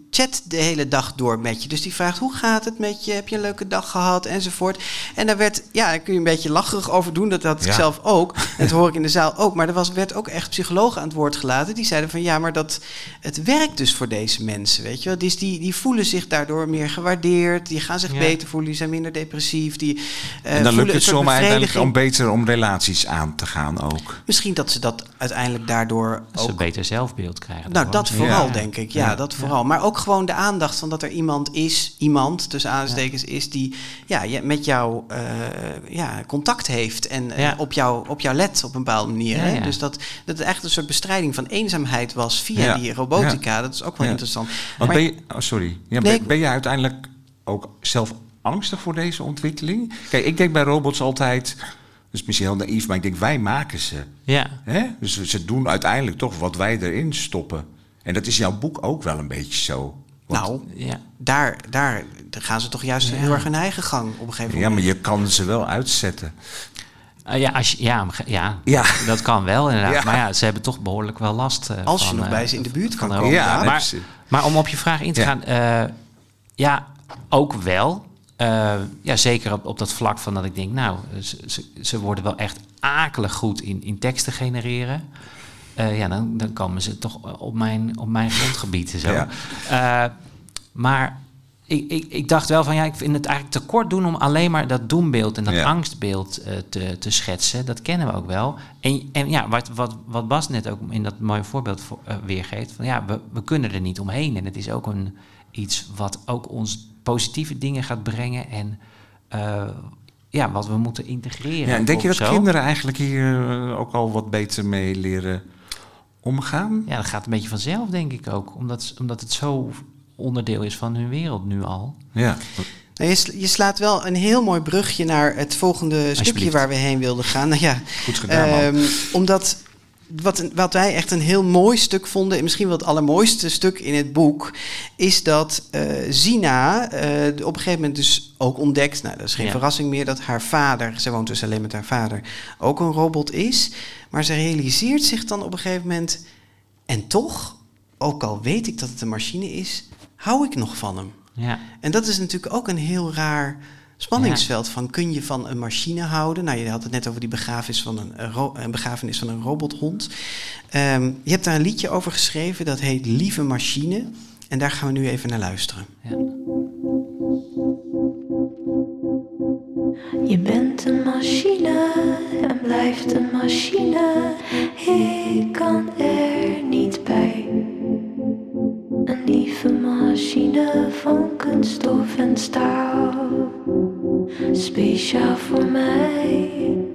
[SPEAKER 2] chat de hele dag door met je. Dus die vraagt, hoe gaat het met je? Heb je een leuke dag gehad? Enzovoort. En daar werd, ja, daar kun je een beetje lacherig over doen. Dat had ik
[SPEAKER 3] Ja.
[SPEAKER 2] zelf ook. En dat hoor ik in de zaal ook. Maar er was, werd ook echt psychologen aan het woord gelaten. Die zeiden van, ja, maar dat, het werkt dus voor deze mensen, weet je wel. Dus die, die voelen zich daardoor meer gewaardeerd. Die gaan zich
[SPEAKER 5] Ja.
[SPEAKER 2] beter voelen. Die zijn minder depressief. Die, uh,
[SPEAKER 3] En dan lukt
[SPEAKER 2] voelen
[SPEAKER 3] het
[SPEAKER 2] een soort
[SPEAKER 3] zomaar uiteindelijk
[SPEAKER 2] bevrediging.
[SPEAKER 3] om beter om relaties aan te gaan ook.
[SPEAKER 2] Misschien dat ze dat uiteindelijk daardoor
[SPEAKER 5] Dat ze een
[SPEAKER 2] ook...
[SPEAKER 5] beter zelfbeeld krijgen.
[SPEAKER 2] Nou,
[SPEAKER 5] dan
[SPEAKER 2] dat
[SPEAKER 5] gewoon.
[SPEAKER 2] vooral,
[SPEAKER 5] Ja.
[SPEAKER 2] denk ik. Ja,
[SPEAKER 3] Ja.
[SPEAKER 2] dat vooral. Maar ook gewoon de aandacht van dat er iemand is, iemand, tussen aanstekens, is die ja, je- met jou uh, ja, contact heeft en uh,
[SPEAKER 5] Ja.
[SPEAKER 2] op, jou, op jou let op een bepaalde manier.
[SPEAKER 5] Ja,
[SPEAKER 2] hè?
[SPEAKER 5] ja.
[SPEAKER 2] Dus dat, dat het echt een soort bestrijding van eenzaamheid was via
[SPEAKER 3] Ja.
[SPEAKER 2] die robotica. Dat is ook wel
[SPEAKER 3] Ja.
[SPEAKER 2] interessant.
[SPEAKER 3] Want
[SPEAKER 2] Maar-
[SPEAKER 3] ben je, oh, sorry. Ja,
[SPEAKER 2] Nee,
[SPEAKER 3] ben,
[SPEAKER 2] ik-
[SPEAKER 3] ben je uiteindelijk ook zelf angstig voor deze ontwikkeling? Kijk, ik denk bij robots altijd, dat is misschien heel naïef, maar ik denk wij maken ze.
[SPEAKER 5] Ja.
[SPEAKER 3] Hè? Dus ze doen uiteindelijk toch wat wij erin stoppen. En dat is in jouw boek ook wel een beetje zo. Want-
[SPEAKER 2] nou,
[SPEAKER 5] Ja.
[SPEAKER 2] daar, daar, daar gaan ze toch juist heel erg hun eigen gang op een gegeven
[SPEAKER 3] ja,
[SPEAKER 2] moment.
[SPEAKER 3] maar je kan ze wel uitzetten.
[SPEAKER 5] Uh, ja, als je, ja, maar- ja,
[SPEAKER 3] Ja.
[SPEAKER 5] dat kan wel inderdaad.
[SPEAKER 3] Ja.
[SPEAKER 5] Maar ja, ze hebben toch behoorlijk wel last. uh,
[SPEAKER 2] Als je
[SPEAKER 5] van,
[SPEAKER 2] nog
[SPEAKER 5] uh,
[SPEAKER 2] bij ze in de buurt
[SPEAKER 5] van
[SPEAKER 2] kan
[SPEAKER 5] de
[SPEAKER 2] komen.
[SPEAKER 3] Ja,
[SPEAKER 2] Ja,
[SPEAKER 3] maar,
[SPEAKER 5] maar, maar om op je vraag in te
[SPEAKER 3] Ja.
[SPEAKER 5] gaan, uh, ja, ook wel. Uh, ja, zeker op, op dat vlak van dat ik denk, nou, ze, ze, ze worden wel echt akelig goed in, in teksten genereren. Uh, ja, dan, dan komen ze toch op mijn, op mijn grondgebied en zo.
[SPEAKER 3] Ja.
[SPEAKER 5] Uh, maar ik, ik, ik dacht wel van, ja, ik vind het eigenlijk te kort doen om alleen maar dat doembeeld en dat
[SPEAKER 3] Ja.
[SPEAKER 5] angstbeeld uh, te, te schetsen. Dat kennen we ook wel. En, en ja, wat, wat, wat Bas net ook in dat mooie voorbeeld voor, uh, weergeeft, van ja, we, we kunnen er niet omheen. En het is ook een, iets wat ook ons positieve dingen gaat brengen en uh, ja, wat we moeten integreren.
[SPEAKER 3] Ja, en denk je
[SPEAKER 5] of
[SPEAKER 3] dat
[SPEAKER 5] zo.
[SPEAKER 3] kinderen eigenlijk hier uh, ook al wat beter mee leren omgaan?
[SPEAKER 5] Ja, dat gaat een beetje vanzelf, denk ik ook. Omdat, omdat het zo onderdeel is van hun wereld nu al.
[SPEAKER 3] Ja.
[SPEAKER 2] Nou, je, sla- je slaat wel een heel mooi brugje naar het volgende stukje waar we heen wilden gaan. Nou ja,
[SPEAKER 3] Goed gedaan, man.
[SPEAKER 2] ehm, omdat wat, wat wij echt een heel mooi stuk vonden, en misschien wel het allermooiste stuk in het boek, is dat uh, Zina uh, op een gegeven moment dus ook ontdekt, nou dat is geen
[SPEAKER 5] Ja.
[SPEAKER 2] verrassing meer, dat haar vader, ze woont dus alleen met haar vader, ook een robot is. Maar ze realiseert zich dan op een gegeven moment, en toch, ook al weet ik dat het een machine is, hou ik nog van hem.
[SPEAKER 5] Ja,
[SPEAKER 2] En dat is natuurlijk ook een heel raar spanningsveld van, kun je van een machine houden? Nou, je had het net over die begrafenis van een, een, ro- een, begrafenis van een robothond. Um, je hebt daar een liedje over geschreven, dat heet Lieve Machine. En daar gaan we nu even naar luisteren.
[SPEAKER 5] ja.
[SPEAKER 4] Je bent een machine en blijft een machine. Ik kan er niet bij. Een lieve machine van kunststof en staal. Speciaal voor mij.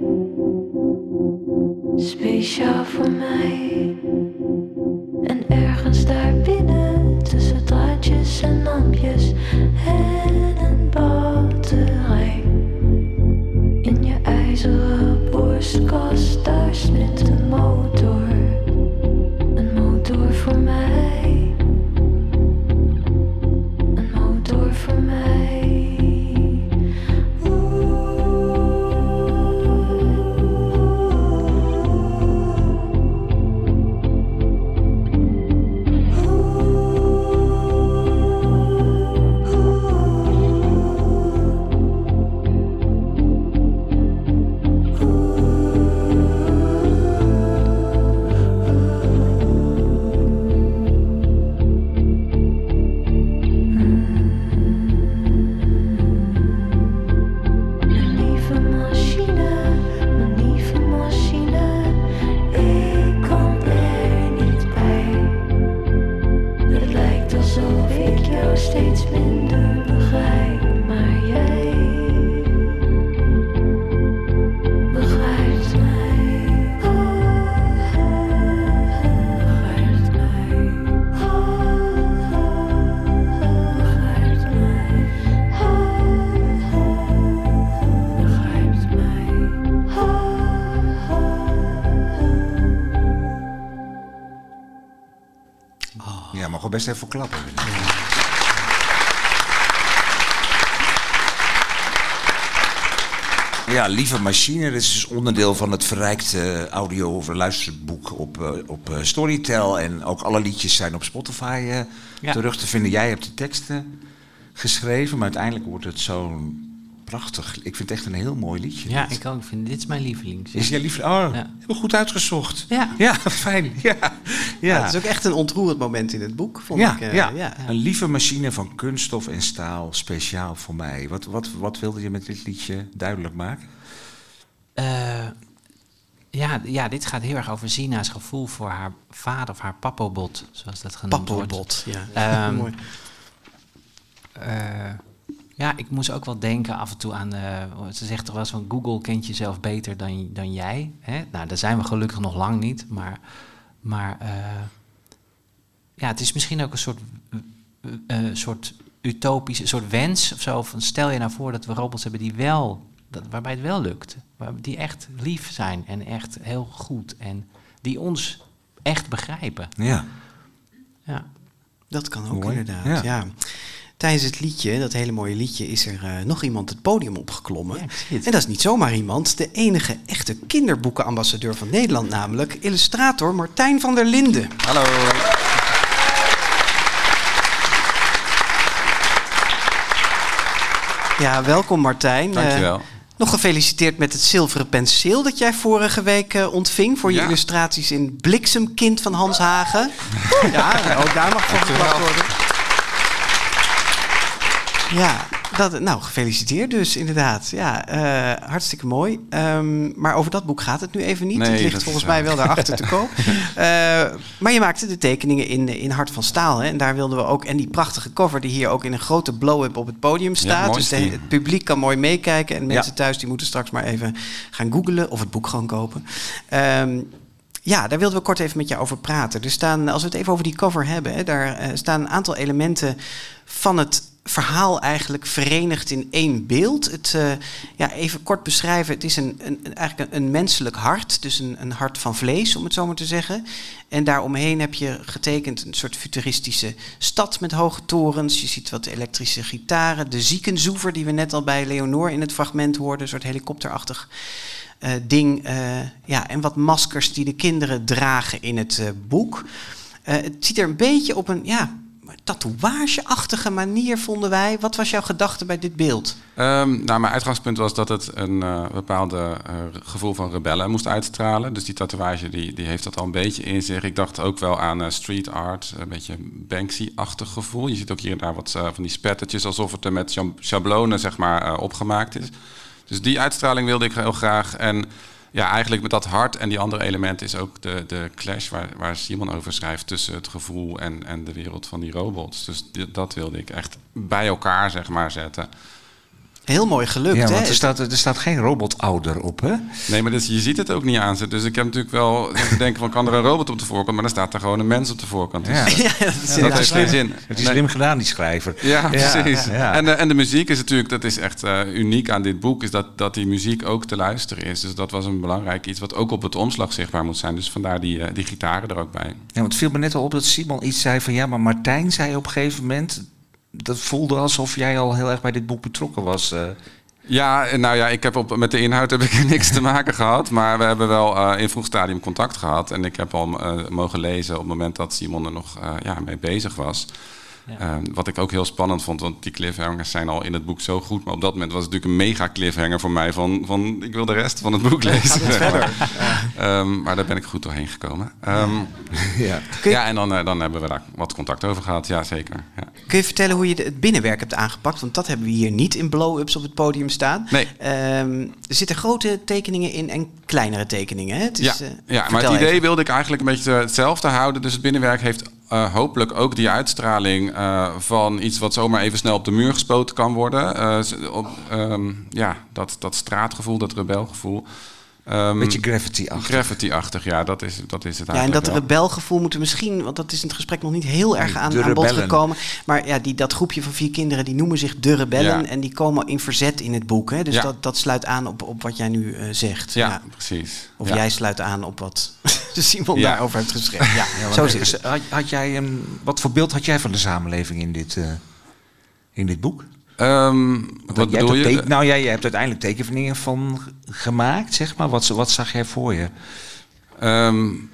[SPEAKER 4] Speciaal voor mij. En ergens daarbinnen, tussen draadjes en lampjes en een batterij. In je ijzeren borstkast, daar smet een motor. Een motor voor mij. Een motor voor mij. Mijn lieve machine, mijn lieve machine, ik kan er niet bij. Het lijkt alsof ik jou steeds minder begrijp, maar jij begrijpt mij. Begrijpt mij. Begrijpt mij. Begrijpt mij.
[SPEAKER 3] Ja, mag wel best even klappen. Ja, Lieve Machine. Dat is dus onderdeel van het verrijkte audio- of luisterboek op, uh, op uh, Storytel. En ook alle liedjes zijn op Spotify uh,
[SPEAKER 5] Ja.
[SPEAKER 3] terug te vinden. Jij hebt de teksten geschreven, maar uiteindelijk wordt het zo'n prachtig... Ik vind het echt een heel mooi liedje.
[SPEAKER 5] Ja, ik ook. Ik vind, dit is mijn lievelings.
[SPEAKER 3] Is jij lief? Oh,
[SPEAKER 5] Ja.
[SPEAKER 3] heel goed uitgezocht.
[SPEAKER 5] Ja.
[SPEAKER 3] Ja, fijn. Ja,
[SPEAKER 2] Ja,
[SPEAKER 3] ja.
[SPEAKER 2] het is ook echt een ontroerend moment in het boek, vond
[SPEAKER 3] ja,
[SPEAKER 2] ik. eh,
[SPEAKER 3] ja.
[SPEAKER 2] ja.
[SPEAKER 3] Een lieve machine van kunststof en staal, speciaal voor mij. Wat, wat, wat wilde je met dit liedje duidelijk maken?
[SPEAKER 5] Uh, ja, ja, dit gaat heel erg over Zina's gevoel voor haar vader of haar pappobot, zoals dat genoemd wordt.
[SPEAKER 2] Pappobot, ja.
[SPEAKER 5] Um,
[SPEAKER 2] Mooi.
[SPEAKER 5] Uh, ja, ik moest ook wel denken af en toe aan... Uh, ze zegt toch wel eens van Google kent jezelf beter dan, dan jij. Hè? Nou, daar zijn we gelukkig nog lang niet. Maar, maar uh, ja, het is misschien ook een soort, uh, uh, soort utopische, soort wens of zo. Van stel je nou voor dat we robots hebben die wel... Dat, waarbij het wel lukt. Waar, die echt lief zijn en echt heel goed. En die ons echt begrijpen.
[SPEAKER 3] Ja.
[SPEAKER 5] Ja.
[SPEAKER 2] Dat kan ook
[SPEAKER 3] Mooi.
[SPEAKER 2] inderdaad,
[SPEAKER 3] Ja.
[SPEAKER 2] ja. Tijdens het liedje, dat hele mooie liedje, is er uh, nog iemand het podium opgeklommen.
[SPEAKER 5] Ja, ik zie het.
[SPEAKER 2] En dat is niet zomaar iemand, de enige echte kinderboekenambassadeur van Nederland namelijk, illustrator Martijn van der Linden.
[SPEAKER 8] Hallo.
[SPEAKER 2] Ja, welkom Martijn.
[SPEAKER 8] Dankjewel.
[SPEAKER 2] Uh, nog gefeliciteerd met het zilveren penseel dat jij vorige week uh, ontving voor je
[SPEAKER 8] Ja.
[SPEAKER 2] illustraties in Bliksemkind van Hans Hagen. Ja, ook daar mag van geklapt worden. Ja, dat, nou, gefeliciteerd dus, inderdaad. Ja, uh, hartstikke mooi. Um, maar over dat boek gaat het nu even niet.
[SPEAKER 8] Nee,
[SPEAKER 2] het ligt
[SPEAKER 8] dat
[SPEAKER 2] volgens
[SPEAKER 8] is,
[SPEAKER 2] mij
[SPEAKER 8] uh...
[SPEAKER 2] wel daarachter te koop. Uh, maar je maakte de tekeningen in, in Hart van Staal. Hè? En daar wilden we ook... En die prachtige cover die hier ook in een grote blow-up op het podium staat.
[SPEAKER 8] mooi
[SPEAKER 2] Dus de,
[SPEAKER 8] is die.
[SPEAKER 2] het publiek kan mooi meekijken. En mensen
[SPEAKER 3] Ja.
[SPEAKER 2] thuis die moeten straks maar even gaan googlen of het boek gewoon kopen. Um, Ja, daar wilden we kort even met je over praten. Er staan, als we het even over die cover hebben, hè, daar uh, staan een aantal elementen van het verhaal eigenlijk verenigd in één beeld. Het, uh, ja, even kort beschrijven, het is een, een, eigenlijk een, een menselijk hart, dus een, een hart van vlees, om het zo maar te zeggen. En daaromheen heb je getekend een soort futuristische stad met hoge torens. Je ziet wat elektrische gitaren, de ziekenzoever die we net al bij Leonor in het fragment hoorden, een soort helikopterachtig Uh, ding, uh, ja, en wat maskers die de kinderen dragen in het uh, boek. Uh, het ziet er een beetje op een ja, tatoeageachtige manier, vonden wij. Wat was jouw gedachte bij dit beeld?
[SPEAKER 8] Um, nou, mijn uitgangspunt was dat het een uh, bepaalde uh, gevoel van rebellen moest uitstralen. Dus die tatoeage die, die heeft dat al een beetje in zich. Ik dacht ook wel aan uh, street art, een beetje Banksy-achtig gevoel. Je ziet ook hier en daar wat uh, van die spettertjes, alsof het er met schablonen zeg maar, uh, opgemaakt is. Dus die uitstraling wilde ik heel graag. En ja, eigenlijk met dat hart en die andere elementen is ook de, de clash waar, waar Simon over schrijft tussen het gevoel en, en de wereld van die robots. Dus die, dat wilde ik echt bij elkaar zeg maar zetten.
[SPEAKER 2] Heel mooi gelukt,
[SPEAKER 3] Ja,
[SPEAKER 2] hè?
[SPEAKER 3] want er staat, er staat geen robotouder op, hè?
[SPEAKER 8] Nee, maar dus, je ziet het ook niet aan ze. Dus ik heb natuurlijk wel te denken van, kan er een robot op de voorkant? Maar dan staat er gewoon een mens op de voorkant. Dus
[SPEAKER 3] Ja.
[SPEAKER 8] ja,
[SPEAKER 2] Ja, dat is
[SPEAKER 8] dat heeft geen zin.
[SPEAKER 3] Het is
[SPEAKER 8] Nee.
[SPEAKER 3] slim gedaan, die schrijver.
[SPEAKER 8] Ja, precies.
[SPEAKER 3] Ja, ja.
[SPEAKER 8] En, de, en de muziek is natuurlijk, dat is echt uh, uniek aan dit boek, is dat, dat die muziek ook te luisteren is. Dus dat was een belangrijk iets wat ook op het omslag zichtbaar moet zijn. Dus vandaar die, uh, die gitaren er ook bij.
[SPEAKER 3] Ja, want het viel me net al op dat Simon iets zei van... ja, maar Martijn zei op een gegeven moment... dat voelde alsof jij al heel erg bij dit boek betrokken was... Uh.
[SPEAKER 8] Ja, nou ja, ik heb op, met de inhoud heb ik niks te maken gehad. Maar we hebben wel uh, in vroeg stadium contact gehad. En ik heb al uh, mogen lezen op het moment dat Simon er nog uh, ja, mee bezig was. Ja. Uh, wat ik ook heel spannend vond, want die cliffhangers zijn al in het boek zo goed. Maar op dat moment was het natuurlijk een mega cliffhanger voor mij van, van ik wil de rest van het boek lezen.
[SPEAKER 2] verder.
[SPEAKER 8] Ja. Um, maar daar ben ik goed doorheen gekomen. Um,
[SPEAKER 3] Ja.
[SPEAKER 8] ja, en dan, uh, dan hebben we daar wat contact over gehad, ja zeker. Ja.
[SPEAKER 2] Kun je vertellen hoe je de, het binnenwerk hebt aangepakt? Want dat hebben we hier niet in blow-ups op het podium staan.
[SPEAKER 8] Nee.
[SPEAKER 2] Um, er zitten grote tekeningen in en kleinere tekeningen. Hè? Het is,
[SPEAKER 8] Ja,
[SPEAKER 2] uh,
[SPEAKER 8] ja maar
[SPEAKER 2] vertel
[SPEAKER 8] het idee
[SPEAKER 2] even.
[SPEAKER 8] wilde ik eigenlijk een beetje hetzelfde houden. Dus het binnenwerk heeft uh, hopelijk ook die uitstraling uh, van iets wat zomaar even snel op de muur gespoten kan worden. Uh, op, um, ja, dat, dat straatgevoel, dat rebelgevoel. Um,
[SPEAKER 3] Beetje Gravity-achtig.
[SPEAKER 8] Gravity-achtig, ja, dat is, dat is het
[SPEAKER 2] Ja, en
[SPEAKER 8] eigenlijk
[SPEAKER 2] dat
[SPEAKER 8] wel.
[SPEAKER 2] rebelgevoel moeten misschien, want dat is in het gesprek nog niet heel erg aan,
[SPEAKER 3] De
[SPEAKER 2] aan bod
[SPEAKER 3] rebellen.
[SPEAKER 2] gekomen. Maar ja, die, dat groepje van vier kinderen, die noemen zich de rebellen.
[SPEAKER 8] Ja.
[SPEAKER 2] En die komen in verzet in het boek. Hè? Dus
[SPEAKER 8] Ja.
[SPEAKER 2] dat, dat sluit aan op, op wat jij nu uh, zegt.
[SPEAKER 8] Ja, precies.
[SPEAKER 2] Of
[SPEAKER 8] ja.
[SPEAKER 2] jij sluit aan op wat Simon
[SPEAKER 8] Ja.
[SPEAKER 2] daarover heeft geschreven. Ja,
[SPEAKER 3] Ja,
[SPEAKER 2] zo
[SPEAKER 3] maar
[SPEAKER 2] zit het.
[SPEAKER 3] had, had jij een, wat voor beeld had jij van de samenleving in dit, uh, in dit boek?
[SPEAKER 8] Um, wat
[SPEAKER 3] jij
[SPEAKER 8] bedoel je?
[SPEAKER 3] Teken, nou ja, je hebt uiteindelijk tekeningen van gemaakt, zeg maar. Wat, wat zag jij voor je?
[SPEAKER 8] Um,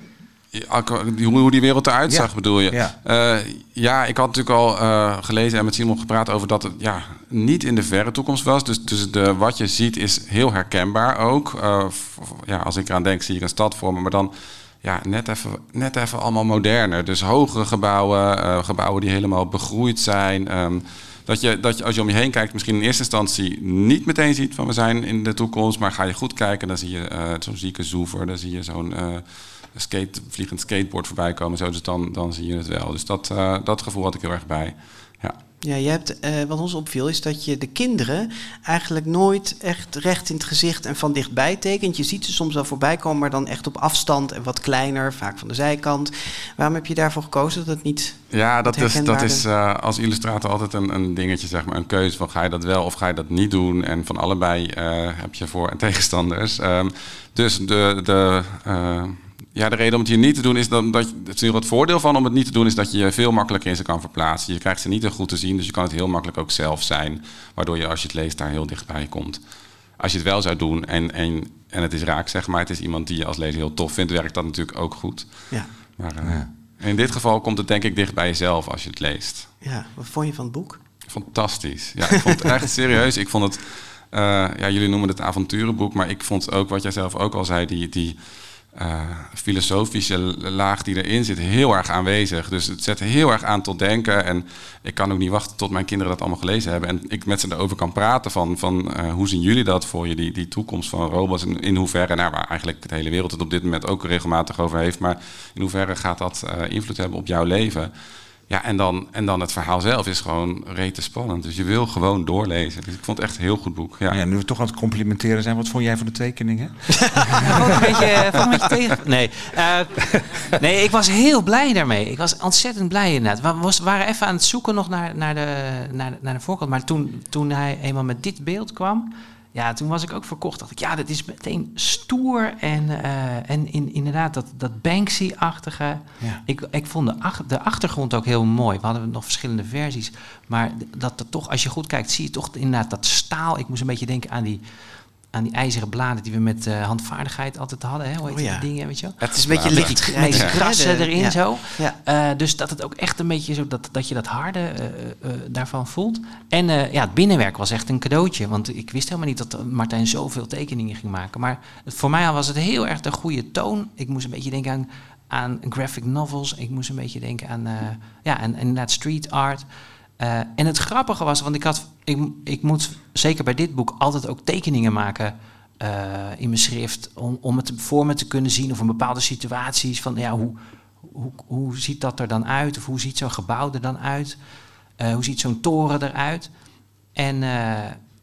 [SPEAKER 8] hoe die wereld eruit zag, ja. bedoel je?
[SPEAKER 3] Ja.
[SPEAKER 8] Uh, ja, ik had natuurlijk al uh, gelezen en met Simon gepraat over dat het ja, niet in de verre toekomst was. Dus, dus de, wat je ziet is heel herkenbaar ook. Uh, f, ja, als ik eraan denk, zie ik een stad voor me, maar dan ja, net even, net even allemaal moderner. Dus hogere gebouwen, uh, gebouwen die helemaal begroeid zijn. Um, Dat je, dat je als je om je heen kijkt, misschien in eerste instantie niet meteen ziet van we zijn in de toekomst. Maar ga je goed kijken, dan zie je uh, zo'n zieke zoever, dan zie je zo'n uh, skate, vliegend skateboard voorbij komen. Zo, dus dan, dan zie je het wel. Dus dat, uh, dat gevoel had ik heel erg bij. Ja.
[SPEAKER 2] Ja, je hebt, uh, wat ons opviel is dat je de kinderen eigenlijk nooit echt recht in het gezicht en van dichtbij tekent. Je ziet ze soms wel voorbij komen, maar dan echt op afstand en wat kleiner, vaak van de zijkant. Waarom heb je daarvoor gekozen dat het niet...
[SPEAKER 8] Ja, dat is, dat is uh, als illustrator altijd een, een dingetje, zeg maar, een keuze van ga je dat wel of ga je dat niet doen. En van allebei uh, heb je voor- en tegenstanders. Um, dus de... de uh, Ja, de reden om het hier niet te doen is dat, dat het, het voordeel van om het niet te doen is dat je je veel makkelijker in ze kan verplaatsen. Je krijgt ze niet heel goed te zien, dus je kan het heel makkelijk ook zelf zijn, waardoor je als je het leest daar heel dichtbij komt. Als je het wel zou doen en, en, en het is raak, zeg maar, het is iemand die je als lezer heel tof vindt, werkt dat natuurlijk ook goed. Ja. Maar uh, ja. in dit geval komt het denk ik dicht bij jezelf als je het leest.
[SPEAKER 2] Ja, wat vond je van het boek?
[SPEAKER 8] Fantastisch. Ja, ik vond het echt serieus. Ik vond het, uh, ja, jullie noemen het avonturenboek, maar ik vond ook wat jij zelf ook al zei, die... die Uh, filosofische laag die erin zit, heel erg aanwezig. Dus het zet heel erg aan tot denken. En ik kan ook niet wachten tot mijn kinderen dat allemaal gelezen hebben. En ik met ze erover kan praten van, van uh, hoe zien jullie dat voor je, die, die toekomst van robots? En in hoeverre, nou, waar eigenlijk de hele wereld het op dit moment ook regelmatig over heeft. Maar in hoeverre gaat dat uh, invloed hebben op jouw leven? Ja, en dan, en dan het verhaal zelf is gewoon rete spannend. Dus je wil gewoon doorlezen. Dus ik vond het echt een heel goed boek. Ja,
[SPEAKER 3] ja, nu we toch aan het complimenteren zijn. Wat vond jij van de tekeningen?
[SPEAKER 5] Ja, een beetje, een beetje tegen. Nee. Uh, nee, ik was heel blij daarmee. Ik was ontzettend blij inderdaad. We was, waren even aan het zoeken nog naar, naar, de, naar, naar de voorkant. Maar toen, toen hij eenmaal met dit beeld kwam... Ja, toen was ik ook verkocht. Dacht ik, ja, dat is meteen stoer. En, uh, en in, inderdaad, dat, dat Banksy-achtige. Ja. Ik, ik vond de, ach, de achtergrond ook heel mooi. We hadden nog verschillende versies. Maar dat er toch, als je goed kijkt, zie je toch inderdaad dat staal. Ik moest een beetje denken aan die, aan die ijzeren bladen die we met uh, handvaardigheid altijd hadden. Hè? Hoe heet oh, ja. die dingen, weet je wel?
[SPEAKER 2] Het is een beetje ja, licht.
[SPEAKER 5] Die meeste krassen erin
[SPEAKER 2] ja.
[SPEAKER 5] zo. Ja. Uh, dus dat het ook echt een beetje zo, dat, dat je dat harde uh, uh, daarvan voelt. En uh, ja, het binnenwerk was echt een cadeautje. Want ik wist helemaal niet dat Martijn zoveel tekeningen ging maken. Maar het, voor mij was het heel erg de goede toon. Ik moest een beetje denken aan, aan graphic novels. Ik moest een beetje denken aan, uh, ja, en, en inderdaad street art. Uh, en het grappige was, want ik had, ik, ik moet zeker bij dit boek altijd ook tekeningen maken uh, in mijn schrift om, om het voor me te kunnen zien of in bepaalde situaties van ja, hoe, hoe, hoe ziet dat er dan uit of hoe ziet zo'n gebouw er dan uit, uh, hoe ziet zo'n toren eruit en, uh,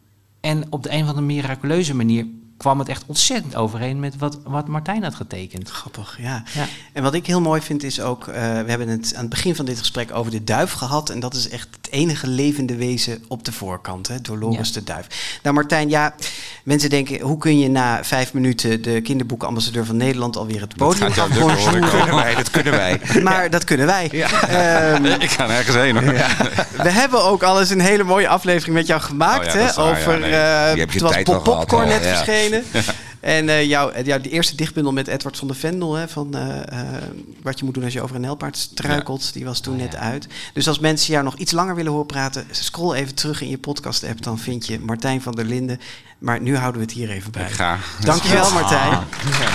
[SPEAKER 5] en op de een of andere miraculeuze manier kwam het echt ontzettend overeen met wat, wat Martijn had getekend.
[SPEAKER 2] Grappig, ja. ja. En wat ik heel mooi vind is ook... Uh, we hebben het aan het begin van dit gesprek over de duif gehad. En dat is echt het enige levende wezen op de voorkant. Hè? Dolores ja. de duif. Nou Martijn, ja, mensen denken... hoe kun je na vijf minuten de kinderboekenambassadeur van Nederland... alweer het podium gaan
[SPEAKER 3] bonjour? Dat kunnen wij, dat kunnen wij.
[SPEAKER 2] Maar ja. dat kunnen wij. Ja.
[SPEAKER 8] Um, ik ga nergens heen hoor. Ja.
[SPEAKER 2] We hebben ook al eens een hele mooie aflevering met jou gemaakt. Oh, ja, hè? Waar, over... Ja, nee. uh, het was Pop Popcorn net ja. verschenen. Ja. En uh, jouw, jouw die eerste dichtbundel met Edward van der Vendel... Hè, van uh, uh, wat je moet doen als je over een nijlpaard struikelt... Ja. die was toen oh, net ja. uit. Dus als mensen jou nog iets langer willen horen praten... scroll even terug in je podcast-app... dan vind je Martijn van der Linden. Maar nu houden we het hier even bij.
[SPEAKER 8] Ik ga.
[SPEAKER 2] Dankjewel, Martijn. Ah. Ja.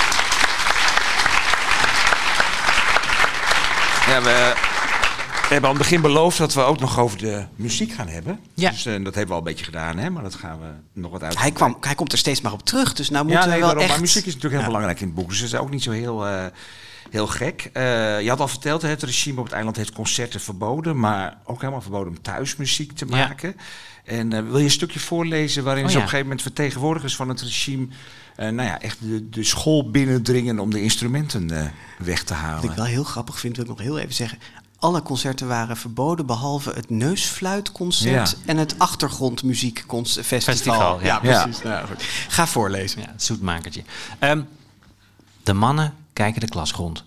[SPEAKER 3] Ja, we... We hebben aan het begin beloofd dat we ook nog over de muziek gaan hebben. Ja. Dus uh, dat hebben we al een beetje gedaan, hè? Maar dat gaan we nog wat uit.
[SPEAKER 2] Hij, kwam, hij komt er steeds maar op terug, dus nou moeten
[SPEAKER 3] ja, nee,
[SPEAKER 2] we wel echt...
[SPEAKER 3] Maar muziek is natuurlijk heel ja. belangrijk in het boek, dus dat is ook niet zo heel, uh, heel gek. Uh, je had al verteld, het regime op het eiland heeft concerten verboden, maar ook helemaal verboden om thuismuziek te maken. Ja. En uh, wil je een stukje voorlezen waarin oh, ze ja. op een gegeven moment vertegenwoordigers van het regime... Uh, nou ja, echt de, de school binnendringen om de instrumenten uh, weg te halen.
[SPEAKER 2] Wat ik wel heel grappig vind, wil ik nog heel even zeggen... Alle concerten waren verboden, behalve het neusfluitconcert... Ja. en het achtergrondmuziekfestival.
[SPEAKER 5] Festival, ja.
[SPEAKER 2] ja, precies. Ja. Ja, goed. Ga voorlezen.
[SPEAKER 5] Ja, het zoetmakertje. Um, de mannen kijken de klas rond.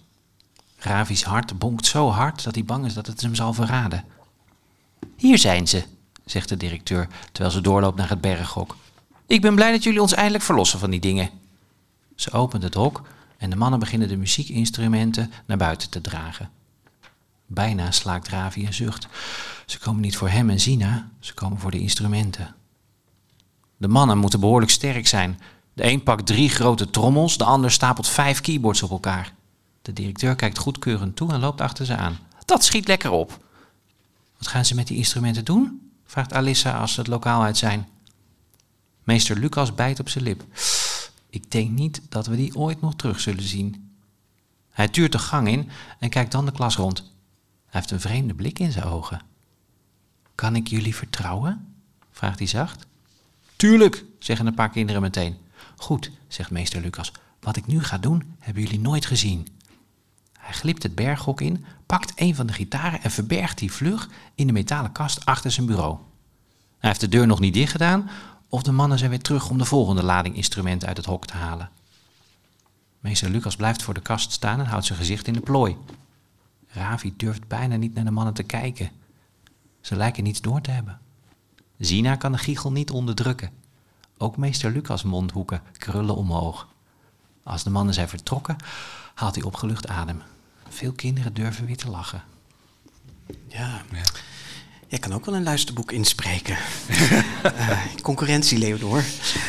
[SPEAKER 5] Ravi's hart bonkt zo hard dat hij bang is dat het hem zal verraden. Hier zijn ze, zegt de directeur terwijl ze doorloopt naar het berghok. Ik ben blij dat jullie ons eindelijk verlossen van die dingen. Ze opent het hok en de mannen beginnen de muziekinstrumenten naar buiten te dragen. Bijna slaakt Ravi een zucht. Ze komen niet voor hem en Zina, ze komen voor de instrumenten. De mannen moeten behoorlijk sterk zijn. De een pakt drie grote trommels, de ander stapelt vijf keyboards op elkaar. De directeur kijkt goedkeurend toe en loopt achter ze aan. Dat schiet lekker op. Wat gaan ze met die instrumenten doen? Vraagt Alissa als ze het lokaal uit zijn. Meester Lucas bijt op zijn lip. Ik denk niet dat we die ooit nog terug zullen zien. Hij tuurt de gang in en kijkt dan de klas rond. Hij heeft een vreemde blik in zijn ogen. Kan ik jullie vertrouwen? Vraagt hij zacht. Tuurlijk, zeggen een paar kinderen meteen. Goed, zegt meester Lucas. Wat ik nu ga doen, hebben jullie nooit gezien. Hij glipt het berghok in, pakt een van de gitaren en verbergt die vlug in de metalen kast achter zijn bureau. Hij heeft de deur nog niet dicht gedaan of de mannen zijn weer terug om de volgende lading instrumenten uit het hok te halen. Meester Lucas blijft voor de kast staan en houdt zijn gezicht in de plooi. Ravi durft bijna niet naar de mannen te kijken. Ze lijken niets door te hebben. Zina kan de giechel niet onderdrukken. Ook meester Lucas' mondhoeken krullen omhoog. Als de mannen zijn vertrokken, haalt hij opgelucht adem. Veel kinderen durven weer te lachen.
[SPEAKER 2] Ja, jij kan ook wel een luisterboek inspreken. uh, concurrentie, Leonor.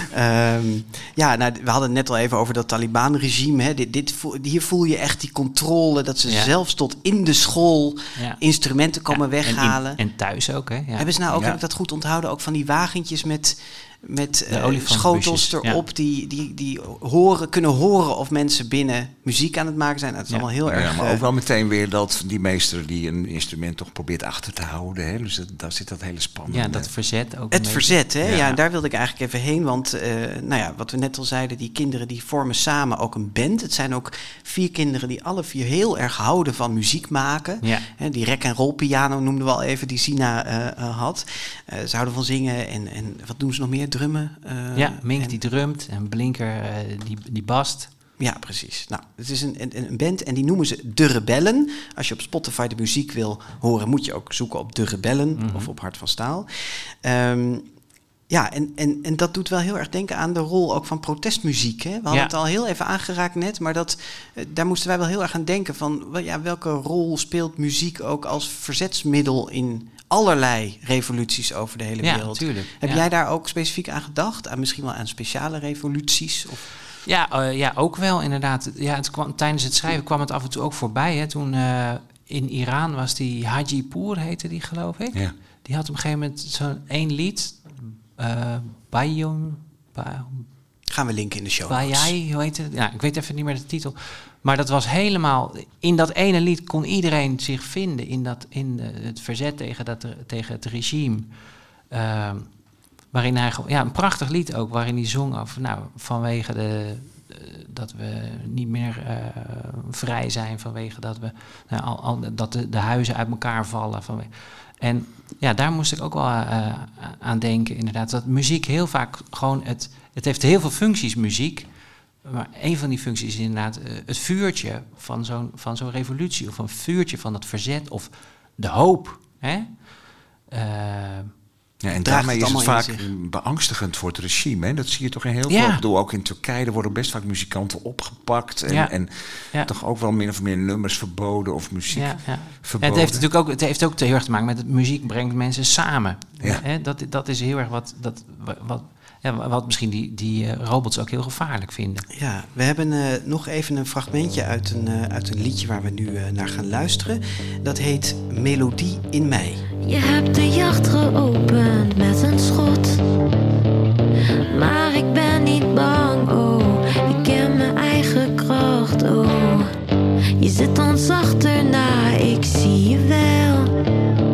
[SPEAKER 2] Um, ja, nou, we hadden het net al even over dat Taliban-regime. Hè. Dit, dit, hier voel je echt die controle, dat ze ja. zelfs tot in de school ja. instrumenten komen ja, weghalen.
[SPEAKER 5] En, in, en thuis ook, hè? Ja.
[SPEAKER 2] Hebben ze nou ook,
[SPEAKER 5] ja.
[SPEAKER 2] heb ik dat goed onthouden, ook van die wagentjes met... met uh, schotels erop ja. die, die, die horen, kunnen horen of mensen binnen muziek aan het maken zijn. Dat is ja. allemaal heel
[SPEAKER 3] ja,
[SPEAKER 2] erg...
[SPEAKER 3] Ja, maar ook wel meteen weer dat die meester die een instrument toch probeert achter te houden. Hè? Dus dat, daar zit dat hele spannende.
[SPEAKER 5] Ja, dat verzet ook.
[SPEAKER 2] Het verzet, hè? Ja. ja, daar wilde ik eigenlijk even heen. Want, uh, nou ja, wat we net al zeiden, die kinderen die vormen samen ook een band. Het zijn ook vier kinderen die alle vier heel erg houden van muziek maken. Ja. Hè, die rek- en roll-piano noemden we al even, die Sina uh, uh, had. Uh, ze houden van zingen en, en wat doen ze nog meer? Drummen. Uh,
[SPEAKER 5] ja, Mink
[SPEAKER 2] en,
[SPEAKER 5] die drumt en Blinker uh, die, die bast.
[SPEAKER 2] Ja, precies. Nou, het is een, een, een band en die noemen ze De Rebellen. Als je op Spotify de muziek wil horen, moet je ook zoeken op De Rebellen mm-hmm. of op Hart van Staal. Um, ja, en, en, en dat doet wel heel erg denken aan de rol ook van protestmuziek. Hè? We hadden ja. het al heel even aangeraakt net, maar dat, uh, daar moesten wij wel heel erg aan denken van, well, ja, welke rol speelt muziek ook als verzetsmiddel in allerlei revoluties over de hele
[SPEAKER 5] ja,
[SPEAKER 2] wereld.
[SPEAKER 5] Tuurlijk,
[SPEAKER 2] Heb
[SPEAKER 5] ja.
[SPEAKER 2] jij daar ook specifiek aan gedacht? Aan misschien wel aan speciale revoluties? Of?
[SPEAKER 5] Ja, uh, ja, ook wel inderdaad. Ja, het kwam, tijdens het schrijven kwam het af en toe ook voorbij. Hè. Toen uh, in Iran was die Hajipur, heette die geloof ik. Ja. Die had op een gegeven moment zo'n één lied. Uh, Bayum, ba,
[SPEAKER 2] Gaan we linken in de show notes.
[SPEAKER 5] Bayai, hoe heet het? Ja, ik weet even niet meer de titel. Maar dat was helemaal... In dat ene lied kon iedereen zich vinden in, dat, in de, het verzet tegen, dat, tegen het regime. Uh, waarin hij... Ja, een prachtig lied ook, waarin hij zong over... Nou, vanwege de, de, dat we niet meer uh, vrij zijn, vanwege dat we... Nou, al, al, dat de, de huizen uit elkaar vallen. Vanwege, en ja, daar moest ik ook wel uh, aan denken, inderdaad. Dat muziek heel vaak gewoon... Het, het heeft heel veel functies, muziek... Maar een van die functies is inderdaad uh, het vuurtje van zo'n, van zo'n revolutie... of een vuurtje van het verzet of de hoop. Hè? Uh,
[SPEAKER 3] ja, en daarmee het is het vaak beangstigend voor het regime. Hè? Dat zie je toch in heel
[SPEAKER 5] ja.
[SPEAKER 3] veel. Ik bedoel, ook in Turkije er worden best vaak muzikanten opgepakt... en, ja. en ja. toch ook wel min of meer nummers verboden of muziek ja, ja. verboden.
[SPEAKER 5] Het heeft natuurlijk ook, het heeft ook te heel erg te maken met het muziek brengt mensen samen. Ja. Hè? Dat, dat is heel erg wat... Dat, wat Ja, wat misschien die, die uh, robots ook heel gevaarlijk vinden.
[SPEAKER 2] Ja, we hebben uh, nog even een fragmentje uit een, uh, uit een liedje waar we nu uh, naar gaan luisteren. Dat heet Melodie in mij.
[SPEAKER 4] Je hebt de jacht geopend met een schot. Maar ik ben niet bang, oh. Ik ken mijn eigen kracht, oh. Je zit ons achterna, ik zie je wel.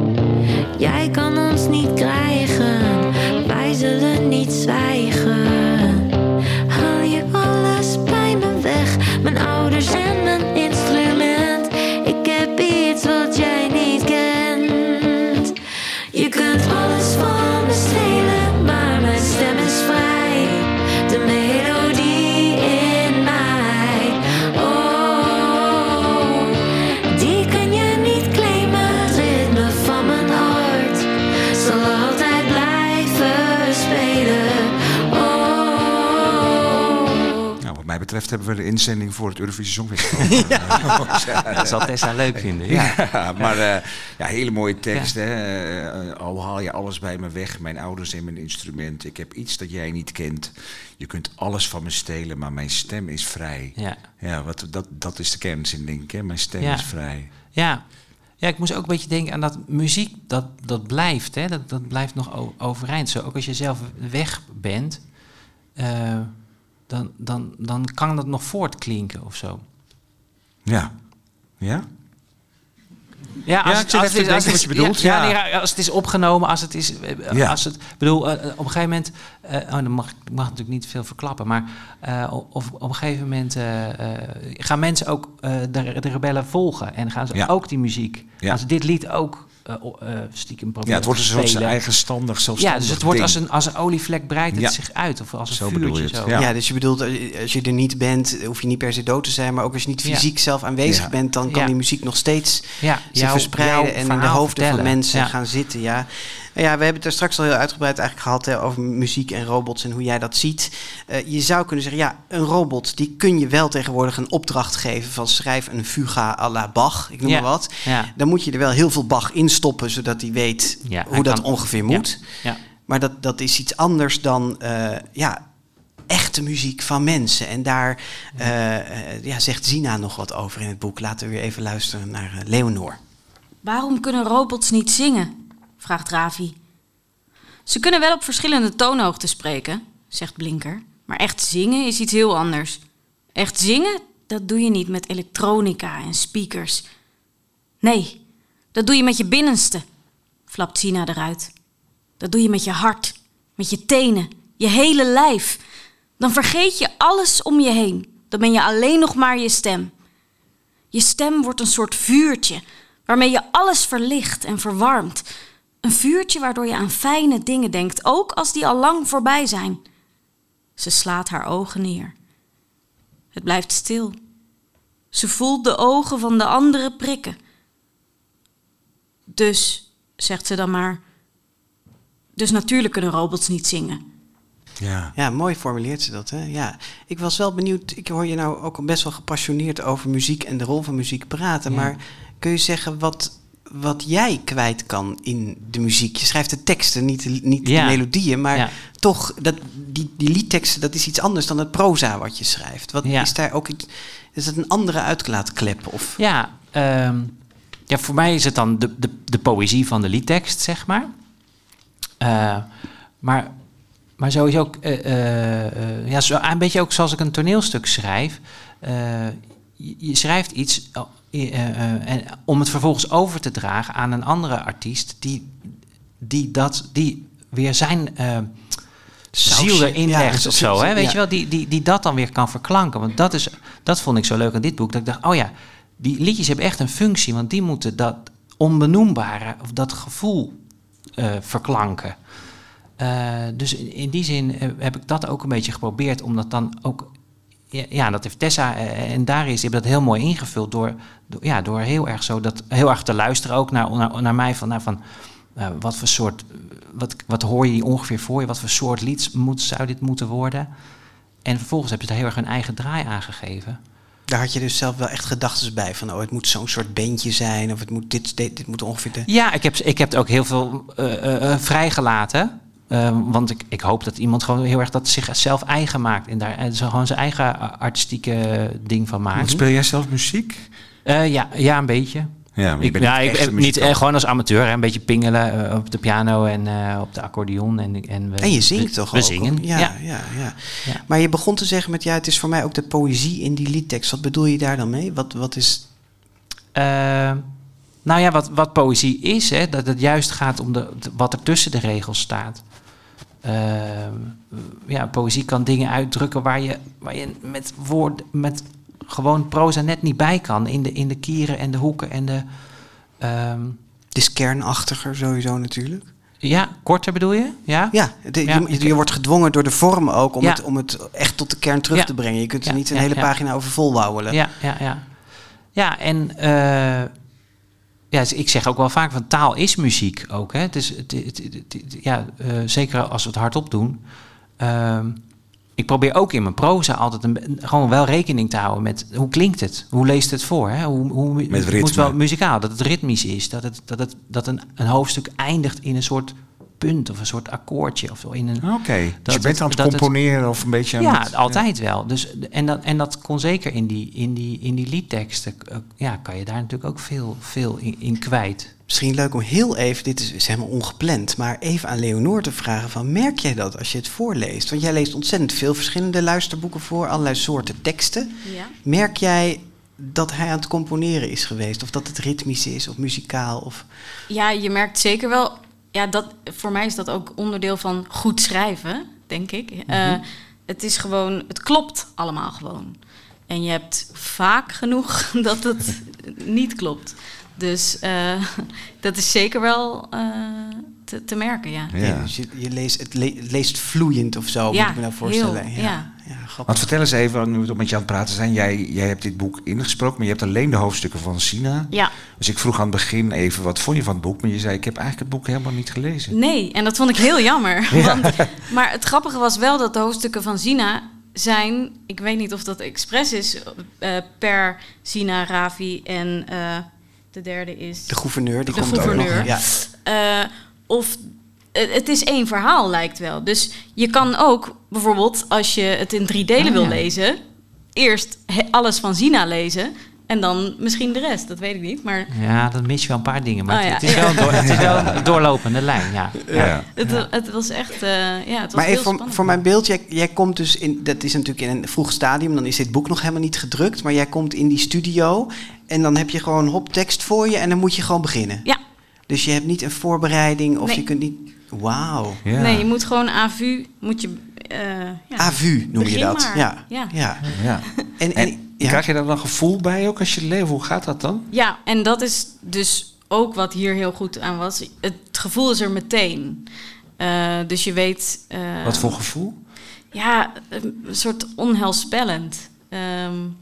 [SPEAKER 4] Jij kan ons niet krijgen, wij zullen niet zwijgen. Haal je alles bij me weg, mijn ouders en mijn instrument. Ik heb iets wat jij niet kent. Je kunt alles van me stelen, maar mijn stem is vrij. De
[SPEAKER 3] mij betreft hebben we de inzending voor het Eurovisie Songfestival. ja.
[SPEAKER 5] Dat zal Tessa leuk vinden.
[SPEAKER 3] Ja, ja maar uh, ja, hele mooie tekst. Ja. Hè? Uh, al haal je alles bij me weg, mijn ouders en mijn instrument. Ik heb iets dat jij niet kent. Je kunt alles van me stelen, maar mijn stem is vrij. Ja, ja wat, dat, dat is de kernzin, denk ik. Hè? Mijn stem ja. is vrij.
[SPEAKER 5] Ja. Ja, ik moest ook een beetje denken aan dat muziek, dat, dat blijft. Hè? Dat, dat blijft nog overeind. Zo, ook als je zelf weg bent, uh, dan, dan, dan kan dat nog voortklinken of zo.
[SPEAKER 3] Ja. Ja?
[SPEAKER 5] Ja, als,
[SPEAKER 3] ja, ik zit even te denken wat je bedoelt.
[SPEAKER 5] Ja, ja. Ja, als het is opgenomen, als het is... Ja. Als het, bedoel, uh, op een gegeven moment... Uh, oh, dan mag ik mag natuurlijk niet veel verklappen, maar uh, of op een gegeven moment uh, uh, gaan mensen ook uh, de, de rebellen volgen en gaan ze ja. ook die muziek... Ja. Als dit lied ook uh, uh, stiekem proberen
[SPEAKER 3] ja, het wordt
[SPEAKER 5] te
[SPEAKER 3] een soort eigenstandig, zelfstandig
[SPEAKER 5] Ja, dus het wordt
[SPEAKER 3] ding.
[SPEAKER 5] als een, als een olievlek breidt het ja. zich uit, of als een
[SPEAKER 3] zo
[SPEAKER 5] vuurtje. Zo.
[SPEAKER 2] Ja. ja, dus je bedoelt, als je er niet bent, hoef je niet per se dood te zijn, maar ook als je niet fysiek ja. zelf aanwezig ja. bent, dan kan ja. die muziek nog steeds
[SPEAKER 5] ja.
[SPEAKER 2] zich
[SPEAKER 5] Jouw,
[SPEAKER 2] verspreiden en in de hoofden vertellen. van mensen
[SPEAKER 5] ja.
[SPEAKER 2] gaan zitten. Ja. Ja, we hebben het er straks al heel uitgebreid eigenlijk gehad hè, over muziek en robots en hoe jij dat ziet. Uh, je zou kunnen zeggen, ja, een robot, die kun je wel tegenwoordig een opdracht geven van schrijf een fuga à la Bach, ik noem
[SPEAKER 5] ja.
[SPEAKER 2] maar wat.
[SPEAKER 5] Ja.
[SPEAKER 2] Dan moet je er wel heel veel Bach in stoppen, zodat hij weet
[SPEAKER 5] ja,
[SPEAKER 2] hoe
[SPEAKER 5] hij
[SPEAKER 2] dat
[SPEAKER 5] kan,
[SPEAKER 2] ongeveer
[SPEAKER 5] ja.
[SPEAKER 2] moet.
[SPEAKER 5] Ja.
[SPEAKER 2] Maar dat, dat is iets anders dan uh, ja, echte muziek van mensen. En daar uh, uh, ja, zegt Zina nog wat over in het boek. Laten we weer even luisteren naar uh, Leonor.
[SPEAKER 7] Waarom kunnen robots niet zingen? Vraagt Ravi. Ze kunnen wel op verschillende toonhoogten spreken, zegt Blinker. Maar echt zingen is iets heel anders. Echt zingen, dat doe je niet met elektronica en speakers. Nee, dat doe je met je binnenste, flapt Sina eruit. Dat doe je met je hart, met je tenen, je hele lijf. Dan vergeet je alles om je heen. Dan ben je alleen nog maar je stem. Je stem wordt een soort vuurtje, waarmee je alles verlicht en verwarmt. Een vuurtje waardoor je aan fijne dingen denkt, ook als die al lang voorbij zijn. Ze slaat haar ogen neer. Het blijft stil. Ze voelt de ogen van de anderen prikken. Dus, zegt ze dan maar, dus natuurlijk kunnen robots niet zingen.
[SPEAKER 2] Ja. ja, mooi formuleert ze dat. Hè? Ja. Ik was wel benieuwd, ik hoor je nou ook best wel gepassioneerd over muziek en de rol van muziek praten. Ja. Maar kun je zeggen wat, wat jij kwijt kan in de muziek? Je schrijft de teksten, niet, niet ja. de melodieën, maar ja. toch, dat, die, die liedteksten, dat is iets anders dan het proza wat je schrijft. Wat ja. is daar ook iets, is dat een andere uitlaatklep? Of?
[SPEAKER 5] Ja, um, ja, voor mij is het dan de, de, de poëzie van de liedtekst, zeg maar. Uh, maar... Maar sowieso, uh, uh, ja, zo, een beetje ook zoals ik een toneelstuk schrijf. Uh, je, je schrijft iets uh, uh, en, om het vervolgens over te dragen aan een andere artiest... die, die, dat, die weer zijn uh, ziel erin
[SPEAKER 2] ja,
[SPEAKER 5] legt of zo. Hè? Weet
[SPEAKER 2] ja.
[SPEAKER 5] je wel, die, die, die dat dan weer kan verklanken. Want dat, is, dat vond ik zo leuk aan dit boek. Dat ik dacht, oh ja, die liedjes hebben echt een functie. Want die moeten dat onbenoembare of dat gevoel uh, verklanken. Uh, dus in, in die zin uh, heb ik dat ook een beetje geprobeerd, omdat dan ook, ja, ja dat heeft Tessa uh, en Darius hebben dat heel mooi ingevuld door, door, ja, door heel erg zo dat heel erg te luisteren ook naar, naar, naar mij van, nou, van uh, wat voor soort, wat, wat hoor je ongeveer voor je, wat voor soort lied moet, zou dit moeten worden? En vervolgens hebben ze daar heel erg hun eigen draai aan gegeven.
[SPEAKER 2] Daar had je dus zelf wel echt gedachten bij van, oh, het moet zo'n soort bandje zijn of het moet dit, dit, dit moet ongeveer de...
[SPEAKER 5] Ja, ik heb, ik heb het ook heel veel uh, uh, vrijgelaten. Uh, want ik, ik hoop dat iemand gewoon heel erg dat zichzelf eigen maakt. En daar en zo gewoon zijn eigen artistieke ding van maakt.
[SPEAKER 3] Speel jij zelf muziek?
[SPEAKER 5] Uh, ja, ja, een beetje.
[SPEAKER 3] Ja, maar
[SPEAKER 5] ik, ja, ik, niet uh, gewoon als amateur, hè, een beetje pingelen uh, op de piano en uh, op de accordeon. En, en, we,
[SPEAKER 2] en je zingt
[SPEAKER 5] we,
[SPEAKER 2] toch
[SPEAKER 5] we
[SPEAKER 2] ook?
[SPEAKER 5] We zingen,
[SPEAKER 2] ja,
[SPEAKER 5] ja.
[SPEAKER 2] Ja, ja. ja. Maar je begon te zeggen met, ja, het is voor mij ook de poëzie in die liedtekst. Wat bedoel je daar dan mee? Wat, wat is...
[SPEAKER 5] Uh, nou ja, wat, wat poëzie is, hè, dat het juist gaat om de, wat er tussen de regels staat. Uh, ja, poëzie kan dingen uitdrukken waar je, waar je met woord, met gewoon proza net niet bij kan. In de, in de kieren en de hoeken en de... Um,
[SPEAKER 2] het is kernachtiger sowieso natuurlijk.
[SPEAKER 5] Ja, korter bedoel je? Ja,
[SPEAKER 2] ja, de,
[SPEAKER 5] ja.
[SPEAKER 2] Je, je wordt gedwongen door de vorm ook om,
[SPEAKER 5] ja.
[SPEAKER 2] het, om het echt tot de kern terug
[SPEAKER 5] ja.
[SPEAKER 2] te brengen. Je kunt er
[SPEAKER 5] ja,
[SPEAKER 2] niet een
[SPEAKER 5] ja,
[SPEAKER 2] hele
[SPEAKER 5] ja.
[SPEAKER 2] pagina over volwouwelen.
[SPEAKER 5] Ja, ja, ja. Ja, en... Uh, Ja, ik zeg ook wel vaak van taal is muziek ook. Hè? Het is, het, het, het, het, ja, uh, zeker als we het hardop doen. Uh, ik probeer ook in mijn proza altijd een, gewoon wel rekening te houden met hoe klinkt het? Hoe leest het voor? Hè? Hoe, hoe,
[SPEAKER 3] Met
[SPEAKER 5] het
[SPEAKER 3] ritme.
[SPEAKER 5] moet wel muzikaal, dat het ritmisch is. Dat, het, dat, het, dat een, een hoofdstuk eindigt in een soort punt of een soort akkoordje. Of zo, in een,
[SPEAKER 3] Oké, okay. Dus
[SPEAKER 5] dat
[SPEAKER 3] je bent
[SPEAKER 5] het,
[SPEAKER 3] aan het
[SPEAKER 5] dat
[SPEAKER 3] componeren het, of een beetje aan
[SPEAKER 5] ja,
[SPEAKER 3] het...
[SPEAKER 5] altijd wel. Dus, en, dat, en dat kon zeker in die, in die, in die liedteksten. Uh, ja, kan je daar natuurlijk ook veel, veel in, in kwijt.
[SPEAKER 2] Misschien leuk om heel even, dit is, is helemaal ongepland, maar even aan Leonor te vragen van, merk jij dat als je het voorleest? Want jij leest ontzettend veel verschillende luisterboeken voor, allerlei soorten teksten.
[SPEAKER 7] Ja.
[SPEAKER 2] Merk jij dat hij aan het componeren is geweest? Of dat het ritmisch is of muzikaal? Of...
[SPEAKER 7] Ja, je merkt zeker wel... Ja, dat, voor mij is dat ook onderdeel van goed schrijven, denk ik. Mm-hmm. Uh, het is gewoon... Het klopt allemaal gewoon. En je hebt vaak genoeg dat het niet klopt. Dus uh, dat is zeker wel uh, te, te merken, ja.
[SPEAKER 3] Ja.
[SPEAKER 2] Ja, dus je, je leest, het, le- het leest vloeiend of zo,
[SPEAKER 7] ja,
[SPEAKER 2] moet ik me nou voorstellen.
[SPEAKER 7] Heel,
[SPEAKER 2] ja,
[SPEAKER 7] ja.
[SPEAKER 2] ja, grappig.
[SPEAKER 3] Want vertel eens even, nu we het met je aan het praten zijn. Jij, jij hebt dit boek ingesproken, maar je hebt alleen de hoofdstukken van Sina.
[SPEAKER 7] Ja.
[SPEAKER 3] Dus ik vroeg aan het begin even, wat vond je van het boek? Maar je zei, ik heb eigenlijk het boek helemaal niet gelezen.
[SPEAKER 7] Nee, en dat vond ik heel jammer.
[SPEAKER 3] Ja.
[SPEAKER 7] Want, maar het grappige was wel dat de hoofdstukken van Sina zijn... Ik weet niet of dat expres is, uh, per Sina, Ravi en... Uh, de derde is...
[SPEAKER 2] De gouverneur, die
[SPEAKER 7] de
[SPEAKER 2] komt
[SPEAKER 7] gouverneur.
[SPEAKER 2] ook nog. Ja.
[SPEAKER 7] Uh, of uh, het is één verhaal, lijkt wel. Dus je kan ook bijvoorbeeld, als je het in drie delen
[SPEAKER 5] Ah,
[SPEAKER 7] wil
[SPEAKER 5] ja.
[SPEAKER 7] lezen... eerst he- alles van Sina lezen en dan misschien de rest. Dat weet ik niet, maar...
[SPEAKER 5] Ja, dan mis je wel een paar dingen. Maar
[SPEAKER 7] Oh, ja.
[SPEAKER 5] het, het, is wel een door, het is wel een doorlopende lijn, ja.
[SPEAKER 3] Ja.
[SPEAKER 7] Het, het was echt... Uh, ja, het was
[SPEAKER 2] Maar
[SPEAKER 7] heel
[SPEAKER 2] even voor,
[SPEAKER 7] spannend.
[SPEAKER 2] voor mijn beeld, jij, jij komt dus in, dat is natuurlijk in een vroeg stadium, dan is dit boek nog helemaal niet gedrukt, maar jij komt in die studio en dan heb je gewoon hop tekst voor je en dan moet je gewoon beginnen.
[SPEAKER 7] Ja.
[SPEAKER 2] Dus je hebt niet een voorbereiding of
[SPEAKER 7] Nee.
[SPEAKER 2] je kunt niet... Wauw.
[SPEAKER 3] Ja.
[SPEAKER 7] Nee, je moet gewoon à vue, moet je... Uh, ja.
[SPEAKER 2] À vue noem je
[SPEAKER 7] Begin
[SPEAKER 2] dat.
[SPEAKER 7] maar.
[SPEAKER 2] Ja.
[SPEAKER 7] Ja.
[SPEAKER 2] Ja.
[SPEAKER 3] Ja.
[SPEAKER 2] En,
[SPEAKER 3] En,
[SPEAKER 2] en, ja.
[SPEAKER 3] krijg je daar dan een gevoel bij ook als je leeft? Hoe gaat dat dan?
[SPEAKER 7] Ja, en dat is dus ook wat hier heel goed aan was. Het gevoel is er meteen. Uh, dus je weet... Uh,
[SPEAKER 3] Wat voor gevoel?
[SPEAKER 7] Ja, een soort onheilspellend. Um,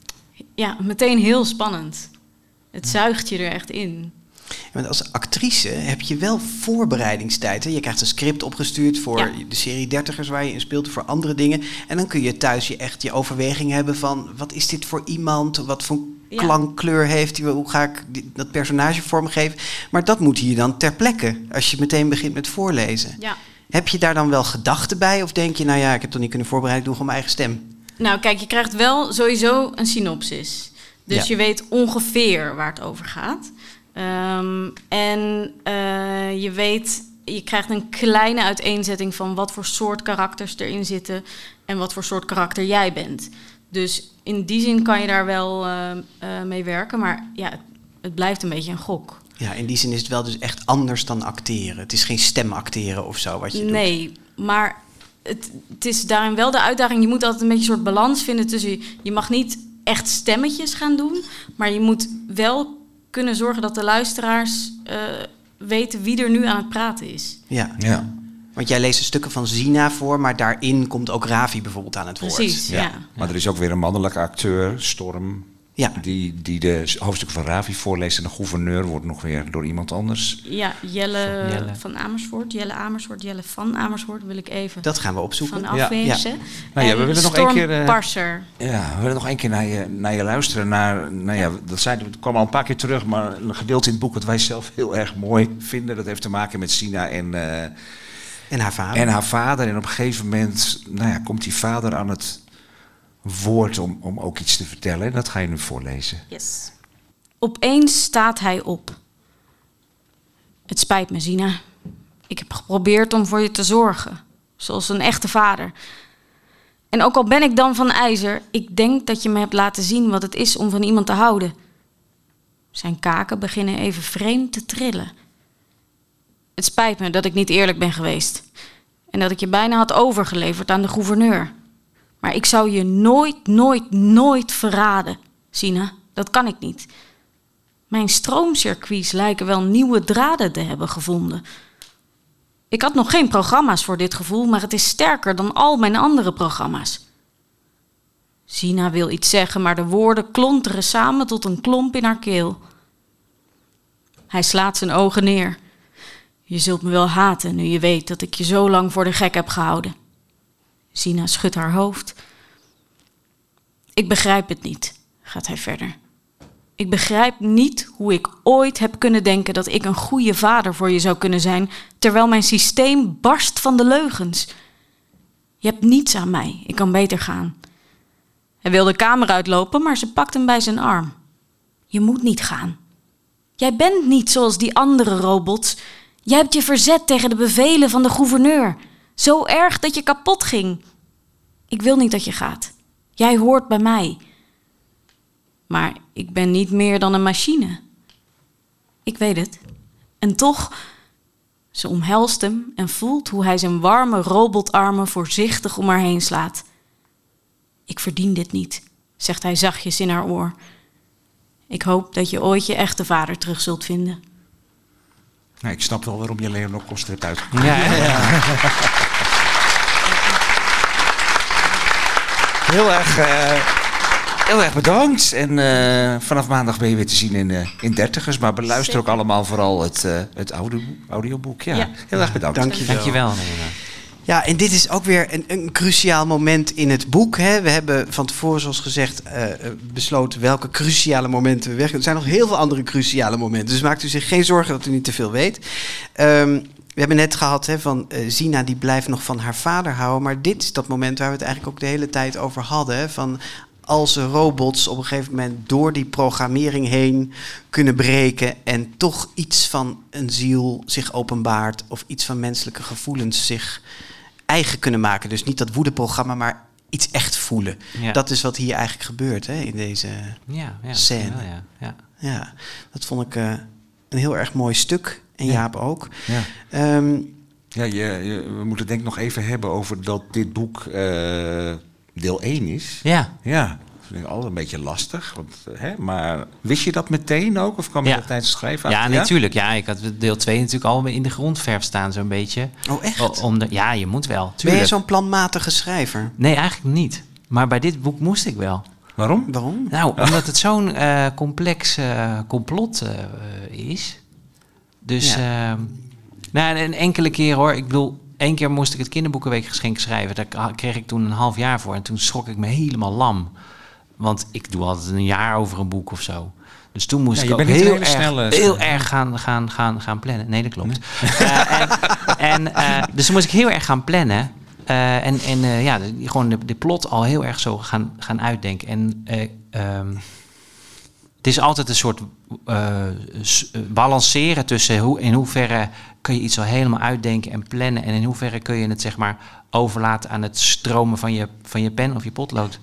[SPEAKER 7] ja, meteen heel spannend. Het zuigt je er echt in.
[SPEAKER 2] Want als actrice heb je wel voorbereidingstijd. Hè? Je krijgt een script opgestuurd voor
[SPEAKER 7] Ja.
[SPEAKER 2] de serie dertigers waar je in speelt, voor andere dingen. En dan kun je thuis je echt je overweging hebben van, wat is dit voor iemand? Wat voor
[SPEAKER 7] Ja.
[SPEAKER 2] klankkleur heeft hij? Hoe ga ik die, dat personage vormgeven? Maar dat moet hier dan ter plekke, als je meteen begint met voorlezen.
[SPEAKER 7] Ja.
[SPEAKER 2] Heb je daar dan wel gedachten bij? Of denk je, nou ja, ik heb toch niet kunnen voorbereiden, ik doe gewoon mijn eigen stem?
[SPEAKER 7] Nou, kijk, je krijgt wel sowieso een synopsis. Dus
[SPEAKER 2] Ja.
[SPEAKER 7] je weet ongeveer waar het over gaat. Um, en uh, je weet, je krijgt een kleine uiteenzetting van wat voor soort karakters erin zitten en wat voor soort karakter jij bent. Dus in die zin kan je daar wel uh, uh, mee werken, maar ja, het, het blijft een beetje een gok.
[SPEAKER 2] Ja, in die zin is het wel dus echt anders dan acteren. Het is geen stemacteren of zo wat je doet.
[SPEAKER 7] Nee, maar het, het is daarin wel de uitdaging. Je moet altijd een beetje een soort balans vinden tussen... Je mag niet echt stemmetjes gaan doen, maar je moet wel kunnen zorgen dat de luisteraars uh, weten wie er nu aan het praten is.
[SPEAKER 2] Ja.
[SPEAKER 3] Ja.
[SPEAKER 2] Want jij leest de stukken van Sina voor, maar daarin komt ook Ravi bijvoorbeeld aan het woord.
[SPEAKER 7] Precies, ja. ja.
[SPEAKER 3] Maar er is ook weer een mannelijke acteur, Storm,
[SPEAKER 2] Ja.
[SPEAKER 3] die, die de hoofdstukken van Ravi voorleest. En de gouverneur wordt nog weer door iemand anders.
[SPEAKER 7] Ja, Jelle,
[SPEAKER 5] Jelle.
[SPEAKER 7] van Amersfoort, Jelle Amersfoort, Jelle van Amersfoort wil ik even
[SPEAKER 2] Dat gaan we opzoeken.
[SPEAKER 7] van
[SPEAKER 3] Ja.
[SPEAKER 7] afwezen.
[SPEAKER 2] Ja.
[SPEAKER 3] Nou ja,
[SPEAKER 7] En
[SPEAKER 3] we willen nog
[SPEAKER 7] Storm
[SPEAKER 3] één keer, uh,
[SPEAKER 7] Parser.
[SPEAKER 3] Ja, we willen nog één keer naar je, naar je luisteren. Naar, nou ja, dat zeiden we, het kwam al een paar keer terug, maar een gedeelte in het boek wat wij zelf heel erg mooi vinden. Dat heeft te maken met Sina en, uh,
[SPEAKER 2] En haar vader.
[SPEAKER 3] en haar vader. En op een gegeven moment nou ja, komt die vader aan het woord om, om ook iets te vertellen. En dat ga je nu voorlezen.
[SPEAKER 7] Yes. Opeens staat hij op. Het spijt me, Sina. Ik heb geprobeerd om voor je te zorgen. Zoals een echte vader. En ook al ben ik dan van ijzer, ik denk dat je me hebt laten zien wat het is om van iemand te houden. Zijn kaken beginnen even vreemd te trillen. Het spijt me dat ik niet eerlijk ben geweest. En dat ik je bijna had overgeleverd aan de gouverneur. Maar ik zou je nooit, nooit, nooit verraden, Sina. Dat kan ik niet. Mijn stroomcircuits lijken wel nieuwe draden te hebben gevonden. Ik had nog geen programma's voor dit gevoel, maar het is sterker dan al mijn andere programma's. Sina wil iets zeggen, maar de woorden klonteren samen tot een klomp in haar keel. Hij slaat zijn ogen neer. Je zult me wel haten nu je weet dat ik je zo lang voor de gek heb gehouden. Zina schudt haar hoofd. Ik begrijp het niet, gaat hij verder. Ik begrijp niet hoe ik ooit heb kunnen denken dat ik een goede vader voor je zou kunnen zijn, terwijl mijn systeem barst van de leugens. Je hebt niets aan mij, ik kan beter gaan. Hij wilde de kamer uitlopen, maar ze pakt hem bij zijn arm. Je moet niet gaan. Jij bent niet zoals die andere robots. Jij hebt je verzet tegen de bevelen van de gouverneur. Zo erg dat je kapot ging. Ik wil niet dat je gaat. Jij hoort bij mij. Maar ik ben niet meer dan een machine. Ik weet het. En toch, ze omhelst hem en voelt hoe hij zijn warme robotarmen voorzichtig om haar heen slaat. Ik verdien dit niet, zegt hij zachtjes in haar oor. Ik hoop dat je ooit je echte vader terug zult vinden.
[SPEAKER 3] Nou, ik snap wel waarom je Leonor Koster hebt uitgekozen.
[SPEAKER 5] Ja, ja, ja.
[SPEAKER 3] Heel erg, uh, heel erg bedankt. En uh, vanaf maandag ben je weer te zien in, uh, in Dertigers. Maar beluister
[SPEAKER 7] Zeker.
[SPEAKER 3] ook allemaal vooral het, uh, het audio, audioboek. Ja,
[SPEAKER 7] Ja.
[SPEAKER 3] heel erg bedankt.
[SPEAKER 2] Dank je wel.
[SPEAKER 5] Dankjewel. Nena.
[SPEAKER 2] Ja, en dit is ook weer een, een cruciaal moment in het boek. Hè. We hebben van tevoren, zoals gezegd, uh, besloten welke cruciale momenten we weg. Er zijn nog heel veel andere cruciale momenten. Dus maakt u zich geen zorgen dat u niet te veel weet. Um, we hebben net gehad hè, van uh, Zina, die blijft nog van haar vader houden. Maar dit is dat moment waar we het eigenlijk ook de hele tijd over hadden. Hè, van als de robots op een gegeven moment door die programmering heen kunnen breken en toch iets van een ziel zich openbaart of iets van menselijke gevoelens zich eigen kunnen maken. Dus niet dat woedeprogramma, maar iets echt voelen.
[SPEAKER 5] Ja.
[SPEAKER 2] Dat is wat hier eigenlijk gebeurt hè, in deze
[SPEAKER 5] Ja, ja,
[SPEAKER 2] scène.
[SPEAKER 5] wel, ja, ja.
[SPEAKER 2] Ja, dat vond ik uh, een heel erg mooi stuk. En
[SPEAKER 3] Ja.
[SPEAKER 2] Jaap ook.
[SPEAKER 3] Ja.
[SPEAKER 2] Um,
[SPEAKER 3] Ja, je, je, we moeten denk ik nog even hebben over dat dit boek uh, deel één is.
[SPEAKER 5] Ja.
[SPEAKER 3] Ja, dat vind ik altijd een beetje lastig. Want, uh, hè, maar wist je dat meteen ook? Of kwam je
[SPEAKER 5] Ja.
[SPEAKER 3] dat tijdens het schrijven
[SPEAKER 5] Ja,
[SPEAKER 3] achter?
[SPEAKER 5] natuurlijk. Ja, ik had deel twee natuurlijk al in de grondverf staan, zo'n beetje.
[SPEAKER 2] oh, echt?
[SPEAKER 5] O- Om de, ja, je moet wel.
[SPEAKER 2] Ben
[SPEAKER 5] Tuurlijk.
[SPEAKER 2] jij zo'n planmatige schrijver?
[SPEAKER 5] Nee, eigenlijk niet. Maar bij dit boek moest ik wel.
[SPEAKER 3] Waarom?
[SPEAKER 2] Waarom?
[SPEAKER 5] Nou, omdat het zo'n uh, complex uh, complot uh, is. Dus,
[SPEAKER 2] Ja.
[SPEAKER 5] uh, nou, een enkele keer hoor. Ik bedoel, één keer moest ik het kinderboekenweekgeschenk schrijven. Daar kreeg ik toen een half jaar voor. En toen schrok ik me helemaal lam. Want ik doe altijd een jaar over een boek of zo. Dus toen moest
[SPEAKER 3] Ja,
[SPEAKER 5] ik
[SPEAKER 3] je
[SPEAKER 5] ook
[SPEAKER 3] bent niet
[SPEAKER 5] heel,
[SPEAKER 3] een hele
[SPEAKER 5] erg,
[SPEAKER 3] snelle
[SPEAKER 5] heel
[SPEAKER 3] schrijver.
[SPEAKER 5] erg gaan, gaan, gaan, gaan plannen. Nee, dat klopt. Uh, en, en, uh, dus toen moest ik heel erg gaan plannen. Uh, en en uh, ja, de, gewoon de, de plot al heel erg zo gaan, gaan uitdenken. En uh, um, het is altijd een soort uh, s- uh, balanceren tussen hoe, in hoeverre kun je iets al helemaal uitdenken en plannen. En in hoeverre kun je het zeg maar overlaten aan het stromen van je, van je pen of je potlood.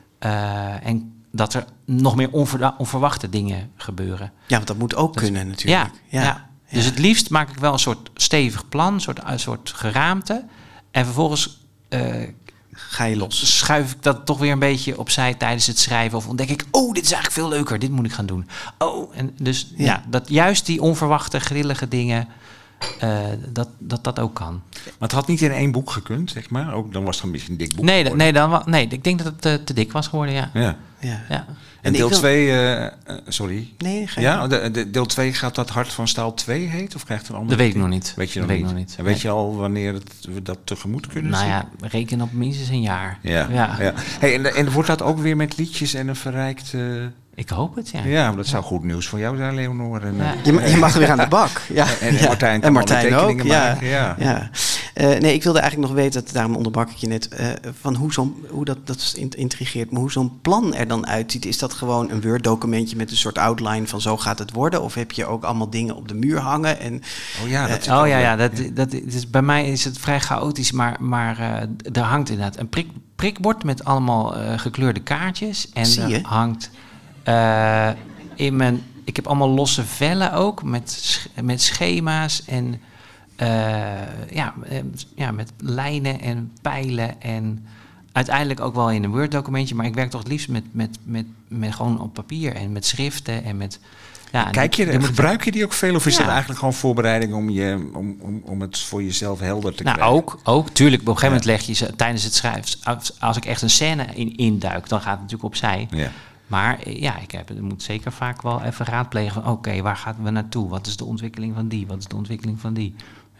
[SPEAKER 5] Uh, en dat er nog meer onver, onverwachte dingen gebeuren.
[SPEAKER 2] Ja, want dat moet ook
[SPEAKER 5] Dat-
[SPEAKER 2] kunnen natuurlijk.
[SPEAKER 5] Ja, ja. Dus het liefst maak ik wel een soort stevig plan, een soort, een soort geraamte. En vervolgens uh,
[SPEAKER 2] Ga je los.
[SPEAKER 5] schuif ik dat toch weer een beetje opzij tijdens het schrijven. Of ontdek ik, oh, dit is eigenlijk veel leuker, dit moet ik gaan doen. Oh, en dus ja,
[SPEAKER 2] Ja.
[SPEAKER 5] dat juist die onverwachte, grillige dingen, uh, dat, dat dat ook kan.
[SPEAKER 3] Maar het had niet in één boek gekund, zeg maar. Ook, dan was het een beetje een dik boek
[SPEAKER 5] Nee, d-
[SPEAKER 3] geworden.
[SPEAKER 5] nee, dan, wa- nee, ik denk dat het uh, te dik was geworden, ja.
[SPEAKER 3] Ja.
[SPEAKER 2] Ja.
[SPEAKER 5] ja.
[SPEAKER 3] En
[SPEAKER 2] En ik
[SPEAKER 3] deel
[SPEAKER 2] wil-
[SPEAKER 3] twee, uh, uh, sorry.
[SPEAKER 2] Nee, ga je
[SPEAKER 3] Ja, de, de, deel twee gaat dat Hart van Staal twee heet? Of krijgt het een andere
[SPEAKER 5] Dat weet ik
[SPEAKER 3] titel?
[SPEAKER 5] nog niet.
[SPEAKER 3] Weet je
[SPEAKER 5] Dat
[SPEAKER 3] nog
[SPEAKER 5] weet ik
[SPEAKER 3] niet?
[SPEAKER 5] nog niet.
[SPEAKER 3] En weet
[SPEAKER 5] Nee.
[SPEAKER 3] je al wanneer het, we dat tegemoet kunnen
[SPEAKER 5] Nou
[SPEAKER 3] zien?
[SPEAKER 5] ja, reken op minstens een jaar.
[SPEAKER 3] Ja, ja.
[SPEAKER 5] Ja.
[SPEAKER 3] Hey, en, en wordt dat ook weer met liedjes en een verrijkt... Uh,
[SPEAKER 5] Ik hoop het, ja.
[SPEAKER 3] ja, maar dat zou goed nieuws voor jou zijn, Leonor. En,
[SPEAKER 5] Ja.
[SPEAKER 3] uh,
[SPEAKER 2] Je, ma- je mag weer aan de bak. Ja.
[SPEAKER 3] En, en
[SPEAKER 2] Ja.
[SPEAKER 3] Martijn kan
[SPEAKER 2] en Martijn
[SPEAKER 3] alle
[SPEAKER 2] ook.
[SPEAKER 3] tekeningen
[SPEAKER 2] Ja.
[SPEAKER 3] maken, ja.
[SPEAKER 2] Ja. Uh, nee, ik wilde eigenlijk nog weten, dat, daarom onderbak ik je net, uh, van hoe, zo'n, hoe dat, dat int- intrigeert me, hoe zo'n plan er dan uitziet. Is dat gewoon een Word-documentje met een soort outline van zo gaat het worden? Of heb je ook allemaal dingen op de muur hangen? En,
[SPEAKER 3] Oh ja, dat
[SPEAKER 5] Oh ja, ja, dat, dat is, bij mij is het vrij chaotisch, maar, maar uh, er hangt inderdaad een prik, prikbord met allemaal uh, gekleurde kaartjes. En
[SPEAKER 2] Zie je?
[SPEAKER 5] er hangt uh, in mijn... Ik heb allemaal losse vellen ook, met, sch- met schema's en uh, ja, eh, ja, met lijnen en pijlen en uiteindelijk ook wel in een Word-documentje. Maar ik werk toch het liefst met, met, met, met gewoon op papier en met schriften en met... Ja, en
[SPEAKER 3] Kijk je,
[SPEAKER 5] er moet-
[SPEAKER 3] gebruik je die ook veel? Of is
[SPEAKER 5] Ja.
[SPEAKER 3] dat eigenlijk gewoon voorbereiding om, je, om, om, om het voor jezelf helder te
[SPEAKER 5] Nou,
[SPEAKER 3] krijgen?
[SPEAKER 5] ook, ook. Tuurlijk, op een gegeven moment leg je ze tijdens het schrijven... Als, als ik echt een scène in, induik, dan gaat het natuurlijk opzij.
[SPEAKER 3] Ja.
[SPEAKER 5] Maar eh, ja, ik heb, ik moet zeker vaak wel even raadplegen van... oké, waar gaan we naartoe? Wat is de ontwikkeling van die? Wat is de ontwikkeling van die?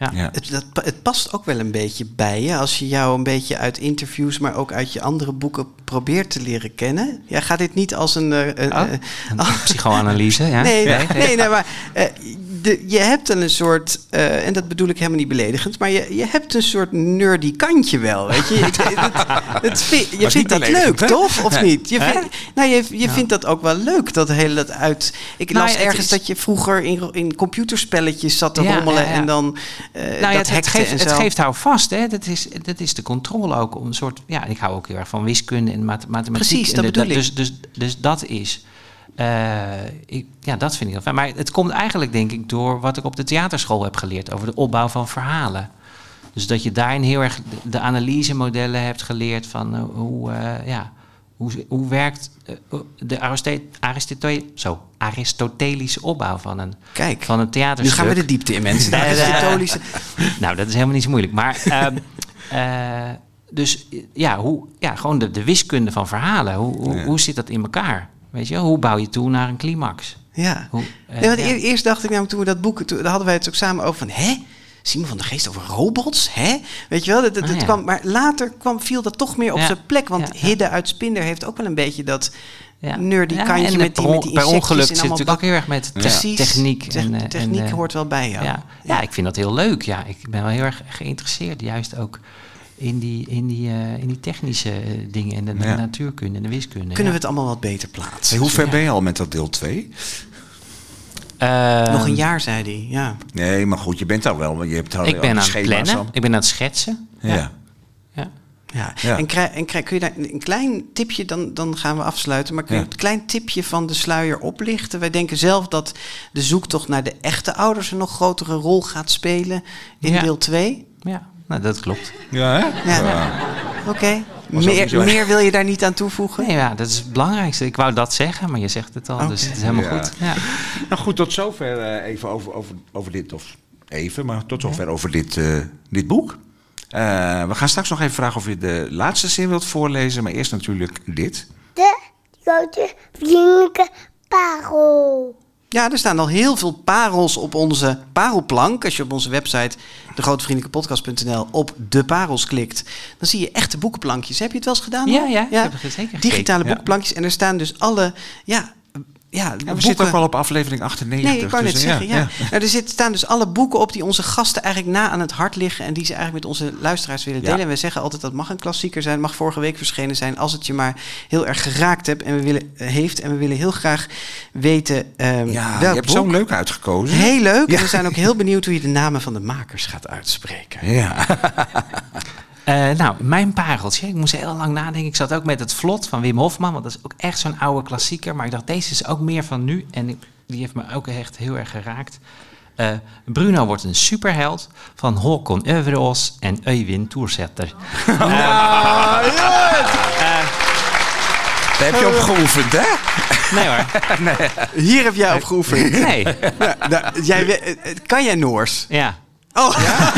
[SPEAKER 5] Ja.
[SPEAKER 3] Ja.
[SPEAKER 2] Het, dat, het past ook wel een beetje bij je. Als je jou een beetje uit interviews, maar ook uit je andere boeken probeert te leren kennen. Ja, gaat dit niet als een... Uh,
[SPEAKER 5] Oh,
[SPEAKER 2] uh,
[SPEAKER 5] een psychoanalyse, ja?
[SPEAKER 2] Nee, nee,
[SPEAKER 5] nee,
[SPEAKER 2] nee, nee, maar uh, de, je hebt dan een soort, uh, en dat bedoel ik helemaal niet beledigend, maar je, je hebt een soort nerdy kantje wel, weet je. Het, het, het vind, je
[SPEAKER 3] niet
[SPEAKER 2] vindt dat
[SPEAKER 3] beledigend,
[SPEAKER 2] leuk,
[SPEAKER 3] hè?
[SPEAKER 2] toch? Of
[SPEAKER 3] Nee.
[SPEAKER 2] niet? Je,
[SPEAKER 5] Hè?
[SPEAKER 2] vind, nou, je, je vindt dat ook wel leuk, dat hele dat uit... Ik
[SPEAKER 5] Nou
[SPEAKER 2] las
[SPEAKER 5] ja, het
[SPEAKER 2] ergens
[SPEAKER 5] is-
[SPEAKER 2] dat je vroeger in, in computerspelletjes zat te
[SPEAKER 5] Ja,
[SPEAKER 2] rommelen
[SPEAKER 5] ja, ja.
[SPEAKER 2] en dan uh,
[SPEAKER 5] Nou ja,
[SPEAKER 2] dat
[SPEAKER 5] het, het,
[SPEAKER 2] hackte
[SPEAKER 5] geeft,
[SPEAKER 2] en
[SPEAKER 5] het
[SPEAKER 2] zo.
[SPEAKER 5] geeft hou vast, hè. Dat is, dat is de controle ook. Om een soort, ja, ik hou ook heel erg van wiskunde en math- mathematiek.
[SPEAKER 2] Precies,
[SPEAKER 5] en
[SPEAKER 2] dat
[SPEAKER 5] de-
[SPEAKER 2] bedoel ik.
[SPEAKER 5] Dus, dus, dus dat is... Uh, ik, ja, dat vind ik heel fijn. Maar het komt eigenlijk, denk ik, door wat ik op de theaterschool heb geleerd over de opbouw van verhalen. Dus dat je daarin heel erg de, de analysemodellen hebt geleerd van uh, hoe, uh, ja, hoe, hoe werkt uh, de Aristote- Aristote- zo, Aristotelische opbouw van een,
[SPEAKER 2] Kijk,
[SPEAKER 5] van een
[SPEAKER 2] nu
[SPEAKER 5] theaterstuk.
[SPEAKER 2] gaan we de diepte in, mensen. Dat is de Aristotelische...
[SPEAKER 5] Nou, dat is helemaal niet zo moeilijk. Maar ehm, uh, dus ja, hoe, ja, gewoon de, de wiskunde van verhalen. Hoe, hoe,
[SPEAKER 3] Ja.
[SPEAKER 5] hoe zit dat in elkaar? Weet je, hoe bouw je toe naar een climax?
[SPEAKER 2] Ja.
[SPEAKER 5] Hoe, uh,
[SPEAKER 2] Nee, want
[SPEAKER 5] ja.
[SPEAKER 2] e- eerst dacht ik namelijk toen we dat boek, toen, daar hadden wij het ook samen over van, hè? Simon van der Geest over robots, hè? Weet je wel, dat, dat,
[SPEAKER 5] Ah,
[SPEAKER 2] dat
[SPEAKER 5] ja.
[SPEAKER 2] kwam, maar later kwam, viel dat toch meer op
[SPEAKER 5] Ja.
[SPEAKER 2] zijn plek, want
[SPEAKER 5] Ja, ja.
[SPEAKER 2] Hidde uit Spinder heeft ook wel een beetje dat
[SPEAKER 5] Ja.
[SPEAKER 2] nerdy
[SPEAKER 5] Ja,
[SPEAKER 2] kantje
[SPEAKER 5] en
[SPEAKER 2] met die,
[SPEAKER 5] per,
[SPEAKER 2] met die
[SPEAKER 5] per
[SPEAKER 2] insectjes
[SPEAKER 5] ongeluk
[SPEAKER 2] en
[SPEAKER 5] zit
[SPEAKER 2] allemaal
[SPEAKER 5] natuurlijk ook
[SPEAKER 2] bak-
[SPEAKER 5] heel erg met te-
[SPEAKER 2] Precies.
[SPEAKER 5] techniek.
[SPEAKER 2] Te-
[SPEAKER 5] en, eh,
[SPEAKER 2] techniek
[SPEAKER 5] en, uh,
[SPEAKER 2] hoort wel bij jou.
[SPEAKER 5] Ja. Ja, ik vind dat heel leuk. Ja, ik ben wel heel erg geïnteresseerd, juist ook in die, in die, uh, in die technische uh, dingen en de, de
[SPEAKER 3] Ja.
[SPEAKER 5] natuurkunde en de wiskunde.
[SPEAKER 2] Kunnen
[SPEAKER 5] ja.
[SPEAKER 2] we het allemaal wat beter plaatsen?
[SPEAKER 3] Hey, hoe ver ben je al met dat deel twee?
[SPEAKER 5] Uh,
[SPEAKER 2] Nog een jaar, zei hij, ja.
[SPEAKER 3] Nee, maar goed, je bent al wel. Je hebt al
[SPEAKER 5] Ik ben aan het
[SPEAKER 3] schema's
[SPEAKER 5] plannen.
[SPEAKER 3] al.
[SPEAKER 5] Ik ben aan het schetsen.
[SPEAKER 3] Ja.
[SPEAKER 5] Ja. Ja.
[SPEAKER 2] Ja.
[SPEAKER 3] Ja.
[SPEAKER 2] En, krijg, en krijg, kun je daar een klein tipje, dan, dan gaan we afsluiten, maar kun je
[SPEAKER 3] Ja.
[SPEAKER 2] een klein tipje van de sluier oplichten? Wij denken zelf dat de zoektocht naar de echte ouders een nog grotere rol gaat spelen in
[SPEAKER 5] Ja.
[SPEAKER 2] deel twee.
[SPEAKER 5] Ja, nou, dat klopt.
[SPEAKER 3] Ja, hè?
[SPEAKER 2] Ja. Oké.
[SPEAKER 3] Was ook niet
[SPEAKER 2] Meer,
[SPEAKER 3] zo-
[SPEAKER 2] meer wil je daar niet aan toevoegen?
[SPEAKER 5] Nee, ja, dat is het belangrijkste. Ik wou dat zeggen, maar je zegt het al,
[SPEAKER 2] Oké.
[SPEAKER 5] dus het is helemaal
[SPEAKER 3] Ja.
[SPEAKER 5] goed. Ja.
[SPEAKER 3] Nou goed, tot zover eh, even over, over, over dit, of even, maar tot zover over dit, eh, dit boek. Eh, we gaan straks nog even vragen of je de laatste zin wilt voorlezen, maar eerst natuurlijk dit.
[SPEAKER 9] De grote vriendelijke parel.
[SPEAKER 2] Ja, er staan al heel veel parels op onze parelplank. Als je op onze website de grote vriendelijke podcast punt n l op de parels klikt, dan zie je echte boekenplankjes. Heb je het wel eens gedaan?
[SPEAKER 5] Ja,
[SPEAKER 2] hoor?
[SPEAKER 5] ja, ik heb het zeker gekeken.
[SPEAKER 2] Digitale
[SPEAKER 5] Ja.
[SPEAKER 2] boekenplankjes. En er staan dus alle, ja, ja,
[SPEAKER 3] Ja, we
[SPEAKER 2] boeken.
[SPEAKER 3] zitten ook al op aflevering achtennegentig.
[SPEAKER 2] Nee, ik wou net
[SPEAKER 3] dus, eh,
[SPEAKER 2] zeggen, ja. Nou, er zit, staan dus alle boeken op die onze gasten eigenlijk na aan het hart liggen en die ze eigenlijk met onze luisteraars willen delen.
[SPEAKER 3] Ja.
[SPEAKER 2] En we zeggen altijd dat mag een klassieker zijn, mag vorige week verschenen zijn, als het je maar heel erg geraakt hebt en we willen, heeft. En we willen heel graag weten ehm
[SPEAKER 3] Ja,
[SPEAKER 2] welk
[SPEAKER 3] je hebt
[SPEAKER 2] boek.
[SPEAKER 3] zo'n leuk uitgekozen.
[SPEAKER 2] Heel leuk.
[SPEAKER 3] Ja.
[SPEAKER 2] En we zijn ook heel benieuwd hoe je de namen van de makers gaat uitspreken.
[SPEAKER 3] Ja.
[SPEAKER 5] Uh, nou, mijn pareltje. Ik moest heel lang nadenken. Ik zat ook met het Vlot van Wim Hofman, want dat is ook echt zo'n oude klassieker. Maar ik dacht, deze is ook meer van nu. En ik- die heeft me ook echt heel erg geraakt. Uh, Bruno wordt een superheld van Håkon Øvreås en Øyvind Toersetter. Uh,
[SPEAKER 3] Daar heb je op geoefend, hè?
[SPEAKER 5] nee hoor.
[SPEAKER 2] Hier heb jij op geoefend.
[SPEAKER 5] Nee.
[SPEAKER 2] Nou, nou, jij, we- eh, kan jij Noors?
[SPEAKER 5] Ja.
[SPEAKER 2] Oh.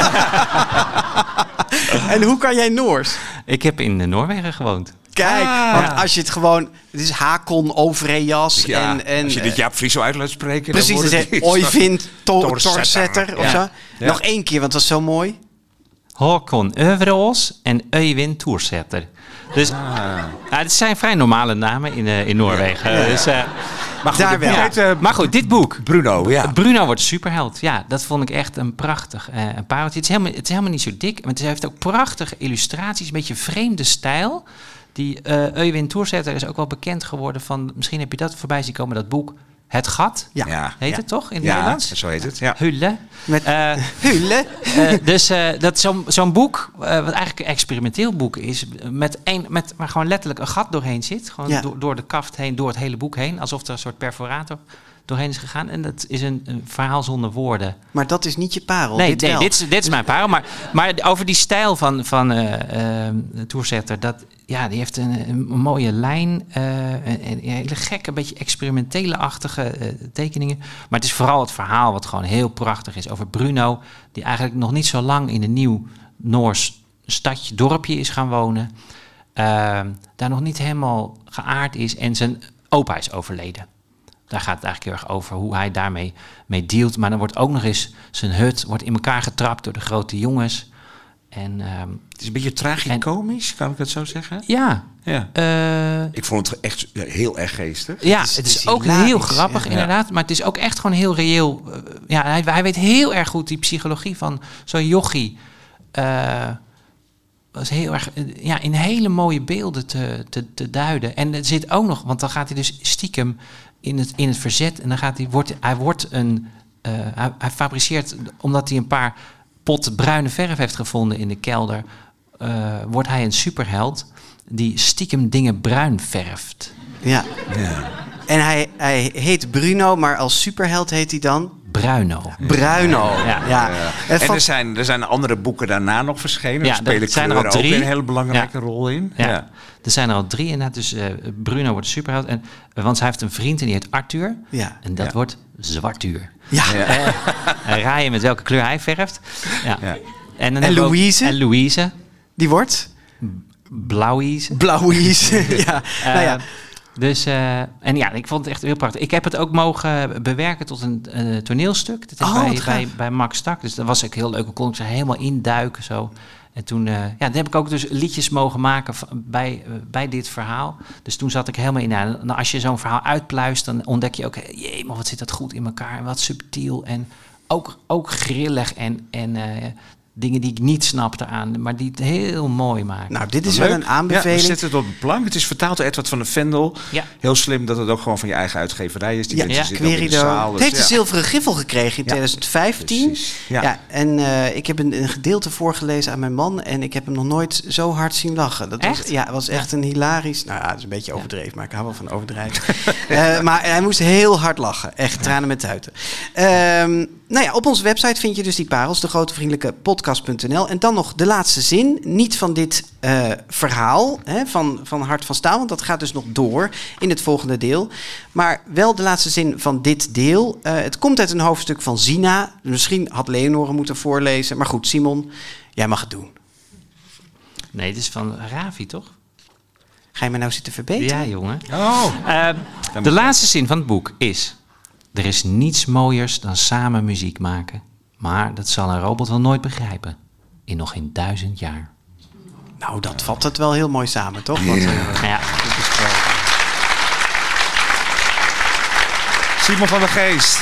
[SPEAKER 2] En hoe kan jij Noors?
[SPEAKER 5] Ik heb in uh, Noorwegen gewoond.
[SPEAKER 2] Kijk,
[SPEAKER 3] Ah.
[SPEAKER 2] want als je het gewoon... Het is Hakon Overejas
[SPEAKER 3] Ja,
[SPEAKER 2] en... en
[SPEAKER 3] als je dit
[SPEAKER 2] eh,
[SPEAKER 3] Jaap Friso uit laat spreken...
[SPEAKER 2] precies, dan
[SPEAKER 3] dan
[SPEAKER 2] zeg
[SPEAKER 3] wordt
[SPEAKER 2] je
[SPEAKER 3] het iets-
[SPEAKER 2] Øyvind To-
[SPEAKER 3] Toorsetter.
[SPEAKER 2] Toorsetter of
[SPEAKER 3] Ja.
[SPEAKER 2] zo.
[SPEAKER 3] Ja.
[SPEAKER 2] Nog één keer, want het was zo mooi.
[SPEAKER 5] Håkon Øvreås en Øyvind Toersetter. Dus ja, het zijn vrij normale namen in, uh, in Noorwegen. Dus, uh,
[SPEAKER 3] Maar goed,
[SPEAKER 2] Daar
[SPEAKER 3] het
[SPEAKER 2] wel.
[SPEAKER 3] boek heet, eh,
[SPEAKER 5] maar goed, dit boek.
[SPEAKER 3] Bruno, ja.
[SPEAKER 5] Bruno wordt superheld. Ja, dat vond ik echt een prachtig uh, een pareltje. Het is, helemaal, het is helemaal niet zo dik, maar het heeft ook prachtige illustraties. Een beetje vreemde stijl. Die uh, Øyvind Toersetter is ook wel bekend geworden van... Misschien heb je dat voorbij zien komen, dat boek Het Gat.
[SPEAKER 2] Ja.
[SPEAKER 3] Ja.
[SPEAKER 5] Heet
[SPEAKER 2] Ja.
[SPEAKER 5] het toch in het
[SPEAKER 3] Ja,
[SPEAKER 5] Nederlands?
[SPEAKER 3] zo heet het, ja.
[SPEAKER 5] Hulle.
[SPEAKER 2] Met
[SPEAKER 5] Uh,
[SPEAKER 2] Hule.
[SPEAKER 5] Uh, dus uh, dat zo'n zo'n boek, uh, wat eigenlijk een experimenteel boek is, met een, met waar gewoon letterlijk een gat doorheen zit, gewoon
[SPEAKER 2] Ja.
[SPEAKER 5] door, door de kaft heen, door het hele boek heen, alsof er een soort perforator doorheen is gegaan. En dat is een, een verhaal zonder woorden.
[SPEAKER 2] Maar dat is niet je parel.
[SPEAKER 5] Nee,
[SPEAKER 2] dit
[SPEAKER 5] nee
[SPEAKER 2] wel.
[SPEAKER 5] dit, is, dit is mijn parel. Maar, maar over die stijl van, van uh, uh, Toersetter, dat, ja, die heeft een, een mooie lijn. Uh, een, een hele gekke, een beetje experimentele-achtige uh, tekeningen. Maar het is vooral het verhaal wat gewoon heel prachtig is over Bruno, die eigenlijk nog niet zo lang in een nieuw Noors stadje, dorpje is gaan wonen. Uh, daar nog niet helemaal geaard is en zijn opa is overleden. Daar gaat het eigenlijk heel erg over hoe hij daarmee mee dealt. Maar dan wordt ook nog eens zijn hut wordt in elkaar getrapt door de grote jongens. En, um,
[SPEAKER 3] het is een beetje tragicomisch, kan ik het zo zeggen?
[SPEAKER 5] Ja.
[SPEAKER 3] ja.
[SPEAKER 5] Uh,
[SPEAKER 3] ik vond het echt heel erg geestig.
[SPEAKER 5] Ja,
[SPEAKER 3] het is,
[SPEAKER 5] het is,
[SPEAKER 3] het is
[SPEAKER 5] ook
[SPEAKER 3] hilarisch.
[SPEAKER 5] heel grappig
[SPEAKER 3] ja.
[SPEAKER 5] inderdaad. Maar het is ook echt gewoon heel reëel. Uh, ja, hij, hij weet heel erg goed die psychologie van zo'n jochie. Uh, was heel erg uh, ja, in hele mooie beelden te, te, te duiden. En er zit ook nog, want dan gaat hij dus stiekem in het, in het verzet. En dan gaat hij, wordt, hij wordt een... Uh, hij, hij fabriceert, omdat hij een paar pot bruine verf heeft gevonden in de kelder, uh, wordt hij een superheld die stiekem dingen bruin verft.
[SPEAKER 2] Ja. ja. En hij, hij heet Bruno, maar als superheld heet hij dan?
[SPEAKER 5] Bruino.
[SPEAKER 2] Bruino, ja. ja. ja.
[SPEAKER 3] ja. En, en er, zijn, er zijn andere boeken daarna nog verschenen.
[SPEAKER 5] Ja,
[SPEAKER 3] er spelen
[SPEAKER 5] zijn er al drie.
[SPEAKER 3] ook een hele belangrijke ja. rol in.
[SPEAKER 5] Ja.
[SPEAKER 3] Ja.
[SPEAKER 5] Er zijn er al drie inderdaad. Dus uh, Bruno wordt superheld. En, uh, want hij heeft een vriend en die heet Arthur.
[SPEAKER 2] Ja.
[SPEAKER 5] En dat
[SPEAKER 3] ja.
[SPEAKER 5] wordt Zwartuur.
[SPEAKER 2] Ja.
[SPEAKER 5] ja. Uh, en raaien met welke kleur hij verft. Ja. ja.
[SPEAKER 2] En, dan en Louise?
[SPEAKER 5] Ook, en Louise.
[SPEAKER 2] Die wordt?
[SPEAKER 5] Blauwies.
[SPEAKER 2] Blauwies, ja.
[SPEAKER 5] Uh,
[SPEAKER 2] nou ja.
[SPEAKER 5] Dus, uh, en ja, ik vond het echt heel prachtig. Ik heb het ook mogen bewerken tot een uh, toneelstuk. Dat is
[SPEAKER 2] oh,
[SPEAKER 5] bij, bij, bij Max Tak. Dus dat was ook heel leuk. Ik kon ik er helemaal induiken zo. En toen uh, ja, dan heb ik ook dus liedjes mogen maken bij, uh, bij dit verhaal. Dus toen zat ik helemaal in. Nou, als je zo'n verhaal uitpluist, dan ontdek je ook, jee, maar wat zit dat goed in elkaar. En wat subtiel en ook, ook grillig en... en uh, dingen die ik niet snapte aan, maar die het heel mooi maken.
[SPEAKER 2] Nou, dit is wel een aanbeveling.
[SPEAKER 3] Ja, we zetten het op de plank. Het is vertaald door Edward van der Vendel.
[SPEAKER 5] Ja.
[SPEAKER 3] Heel slim dat het ook gewoon van je eigen uitgeverij is. Die
[SPEAKER 2] ja,
[SPEAKER 3] mensen
[SPEAKER 2] ja.
[SPEAKER 3] zitten ook in de zaal.
[SPEAKER 2] Het heeft
[SPEAKER 3] dus,
[SPEAKER 2] de
[SPEAKER 3] ja.
[SPEAKER 2] zilveren griffel gekregen in ja. twintig vijftien.
[SPEAKER 3] Ja.
[SPEAKER 2] Ja, en uh, ik heb een, een gedeelte voorgelezen aan mijn man en ik heb hem nog nooit zo hard zien lachen. Dat
[SPEAKER 5] echt?
[SPEAKER 2] Was, ja, het was echt ja. een hilarisch... Nou ja, dat is een beetje overdreven, ja. maar ik hou wel van overdrijven. uh, maar hij moest heel hard lachen. Echt tranen met tuiten. Um, Nou ja, op onze website vind je dus die parels, de grote vriendelijke podcast punt n l. En dan nog de laatste zin, niet van dit uh, verhaal hè, van, van Hart van Staal, want dat gaat dus nog door in het volgende deel. Maar wel de laatste zin van dit deel. Uh, het komt uit een hoofdstuk van Zina. Misschien had Leonore moeten voorlezen. Maar goed, Simon, jij mag het doen.
[SPEAKER 5] Nee, het is van Ravi, toch?
[SPEAKER 2] Ga je me nou zitten verbeteren?
[SPEAKER 5] Ja, jongen.
[SPEAKER 3] Oh.
[SPEAKER 5] Uh, de laatste zin van het boek is... Er is niets mooiers dan samen muziek maken. Maar dat zal een robot wel nooit begrijpen. In nog geen duizend jaar.
[SPEAKER 2] Nou, dat vat het wel heel mooi samen, toch? Want,
[SPEAKER 5] ja. Uh, ja.
[SPEAKER 3] Simon van der Geest.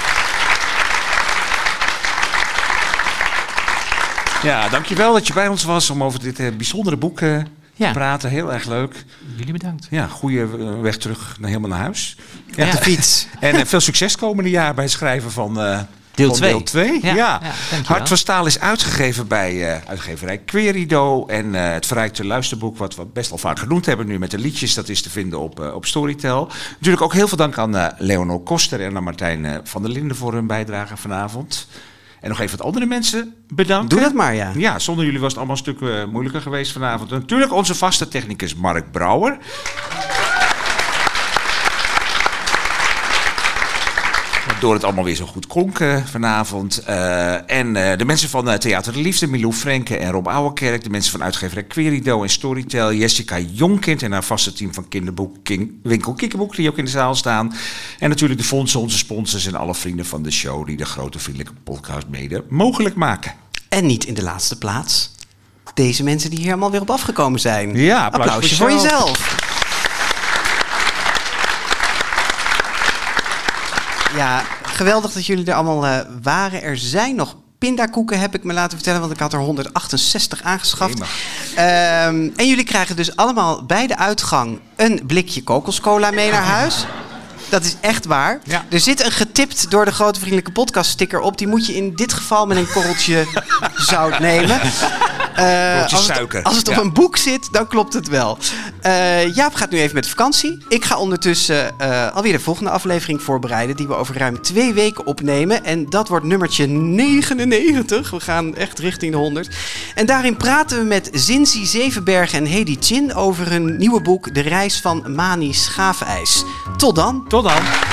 [SPEAKER 3] Ja, dankjewel dat je bij ons was om over dit uh, bijzondere boek uh, ja. te praten. Heel erg leuk.
[SPEAKER 5] Jullie bedankt.
[SPEAKER 3] Ja, goede weg terug naar helemaal naar huis.
[SPEAKER 2] Ja, de fiets.
[SPEAKER 3] En uh, veel succes komende jaar bij het schrijven van... Uh,
[SPEAKER 5] Deel twee.
[SPEAKER 3] Ja, ja.
[SPEAKER 5] ja
[SPEAKER 3] Hart van Staal is uitgegeven bij uh, uitgeverij Querido. En uh, het verrijkte luisterboek, wat we best al vaak genoemd hebben nu met de liedjes, dat is te vinden op, uh, op Storytel. Natuurlijk ook heel veel dank aan uh, Leonor Koster en aan Martijn uh, van der Linden voor hun bijdrage vanavond. En nog even wat andere mensen bedanken.
[SPEAKER 2] Doe dat maar, ja.
[SPEAKER 3] Ja, zonder jullie was het allemaal een stuk uh, moeilijker geweest vanavond. En natuurlijk onze vaste technicus Mark Brouwer. Door het allemaal weer zo goed klonk uh, vanavond. Uh, en uh, de mensen van uh, Theater de Liefde, Milou Frenke en Rob Ouwerkerk. De mensen van uitgeverij Querido en Storytel. Jessica Jonkind en haar vaste team van kinderboek King, Winkel Kiekeboek, die ook in de zaal staan. En natuurlijk de fondsen, onze sponsors en alle vrienden van de show die de grote vriendelijke podcast mede mogelijk maken.
[SPEAKER 2] En niet in de laatste plaats, deze mensen die hier allemaal weer op afgekomen zijn.
[SPEAKER 3] Ja,
[SPEAKER 2] applausje, applausje voor jezelf. Ja, geweldig dat jullie er allemaal uh, waren. Er zijn nog pindakoeken, heb ik me laten vertellen, want ik had er honderdachtenzestig aangeschaft. Hey, um, en jullie krijgen dus allemaal bij de uitgang een blikje kokoscola mee naar huis. Dat is echt waar. Ja. Er zit een getipt door de grote vriendelijke podcast sticker op. Die moet je in dit geval met een korreltje zout nemen. Uh, als het, als het op ja. een boek zit, dan klopt het wel. Uh, Jaap gaat nu even met vakantie. Ik ga ondertussen uh, alweer de volgende aflevering voorbereiden, die we over ruim twee weken opnemen. En dat wordt nummertje negenennegentig. We gaan echt richting de honderd. En daarin praten we met Zinzi Zevenbergen en Hedy Chin over hun nieuwe boek De Reis van Mani Schaafijs. Tot dan.
[SPEAKER 3] Tot dan.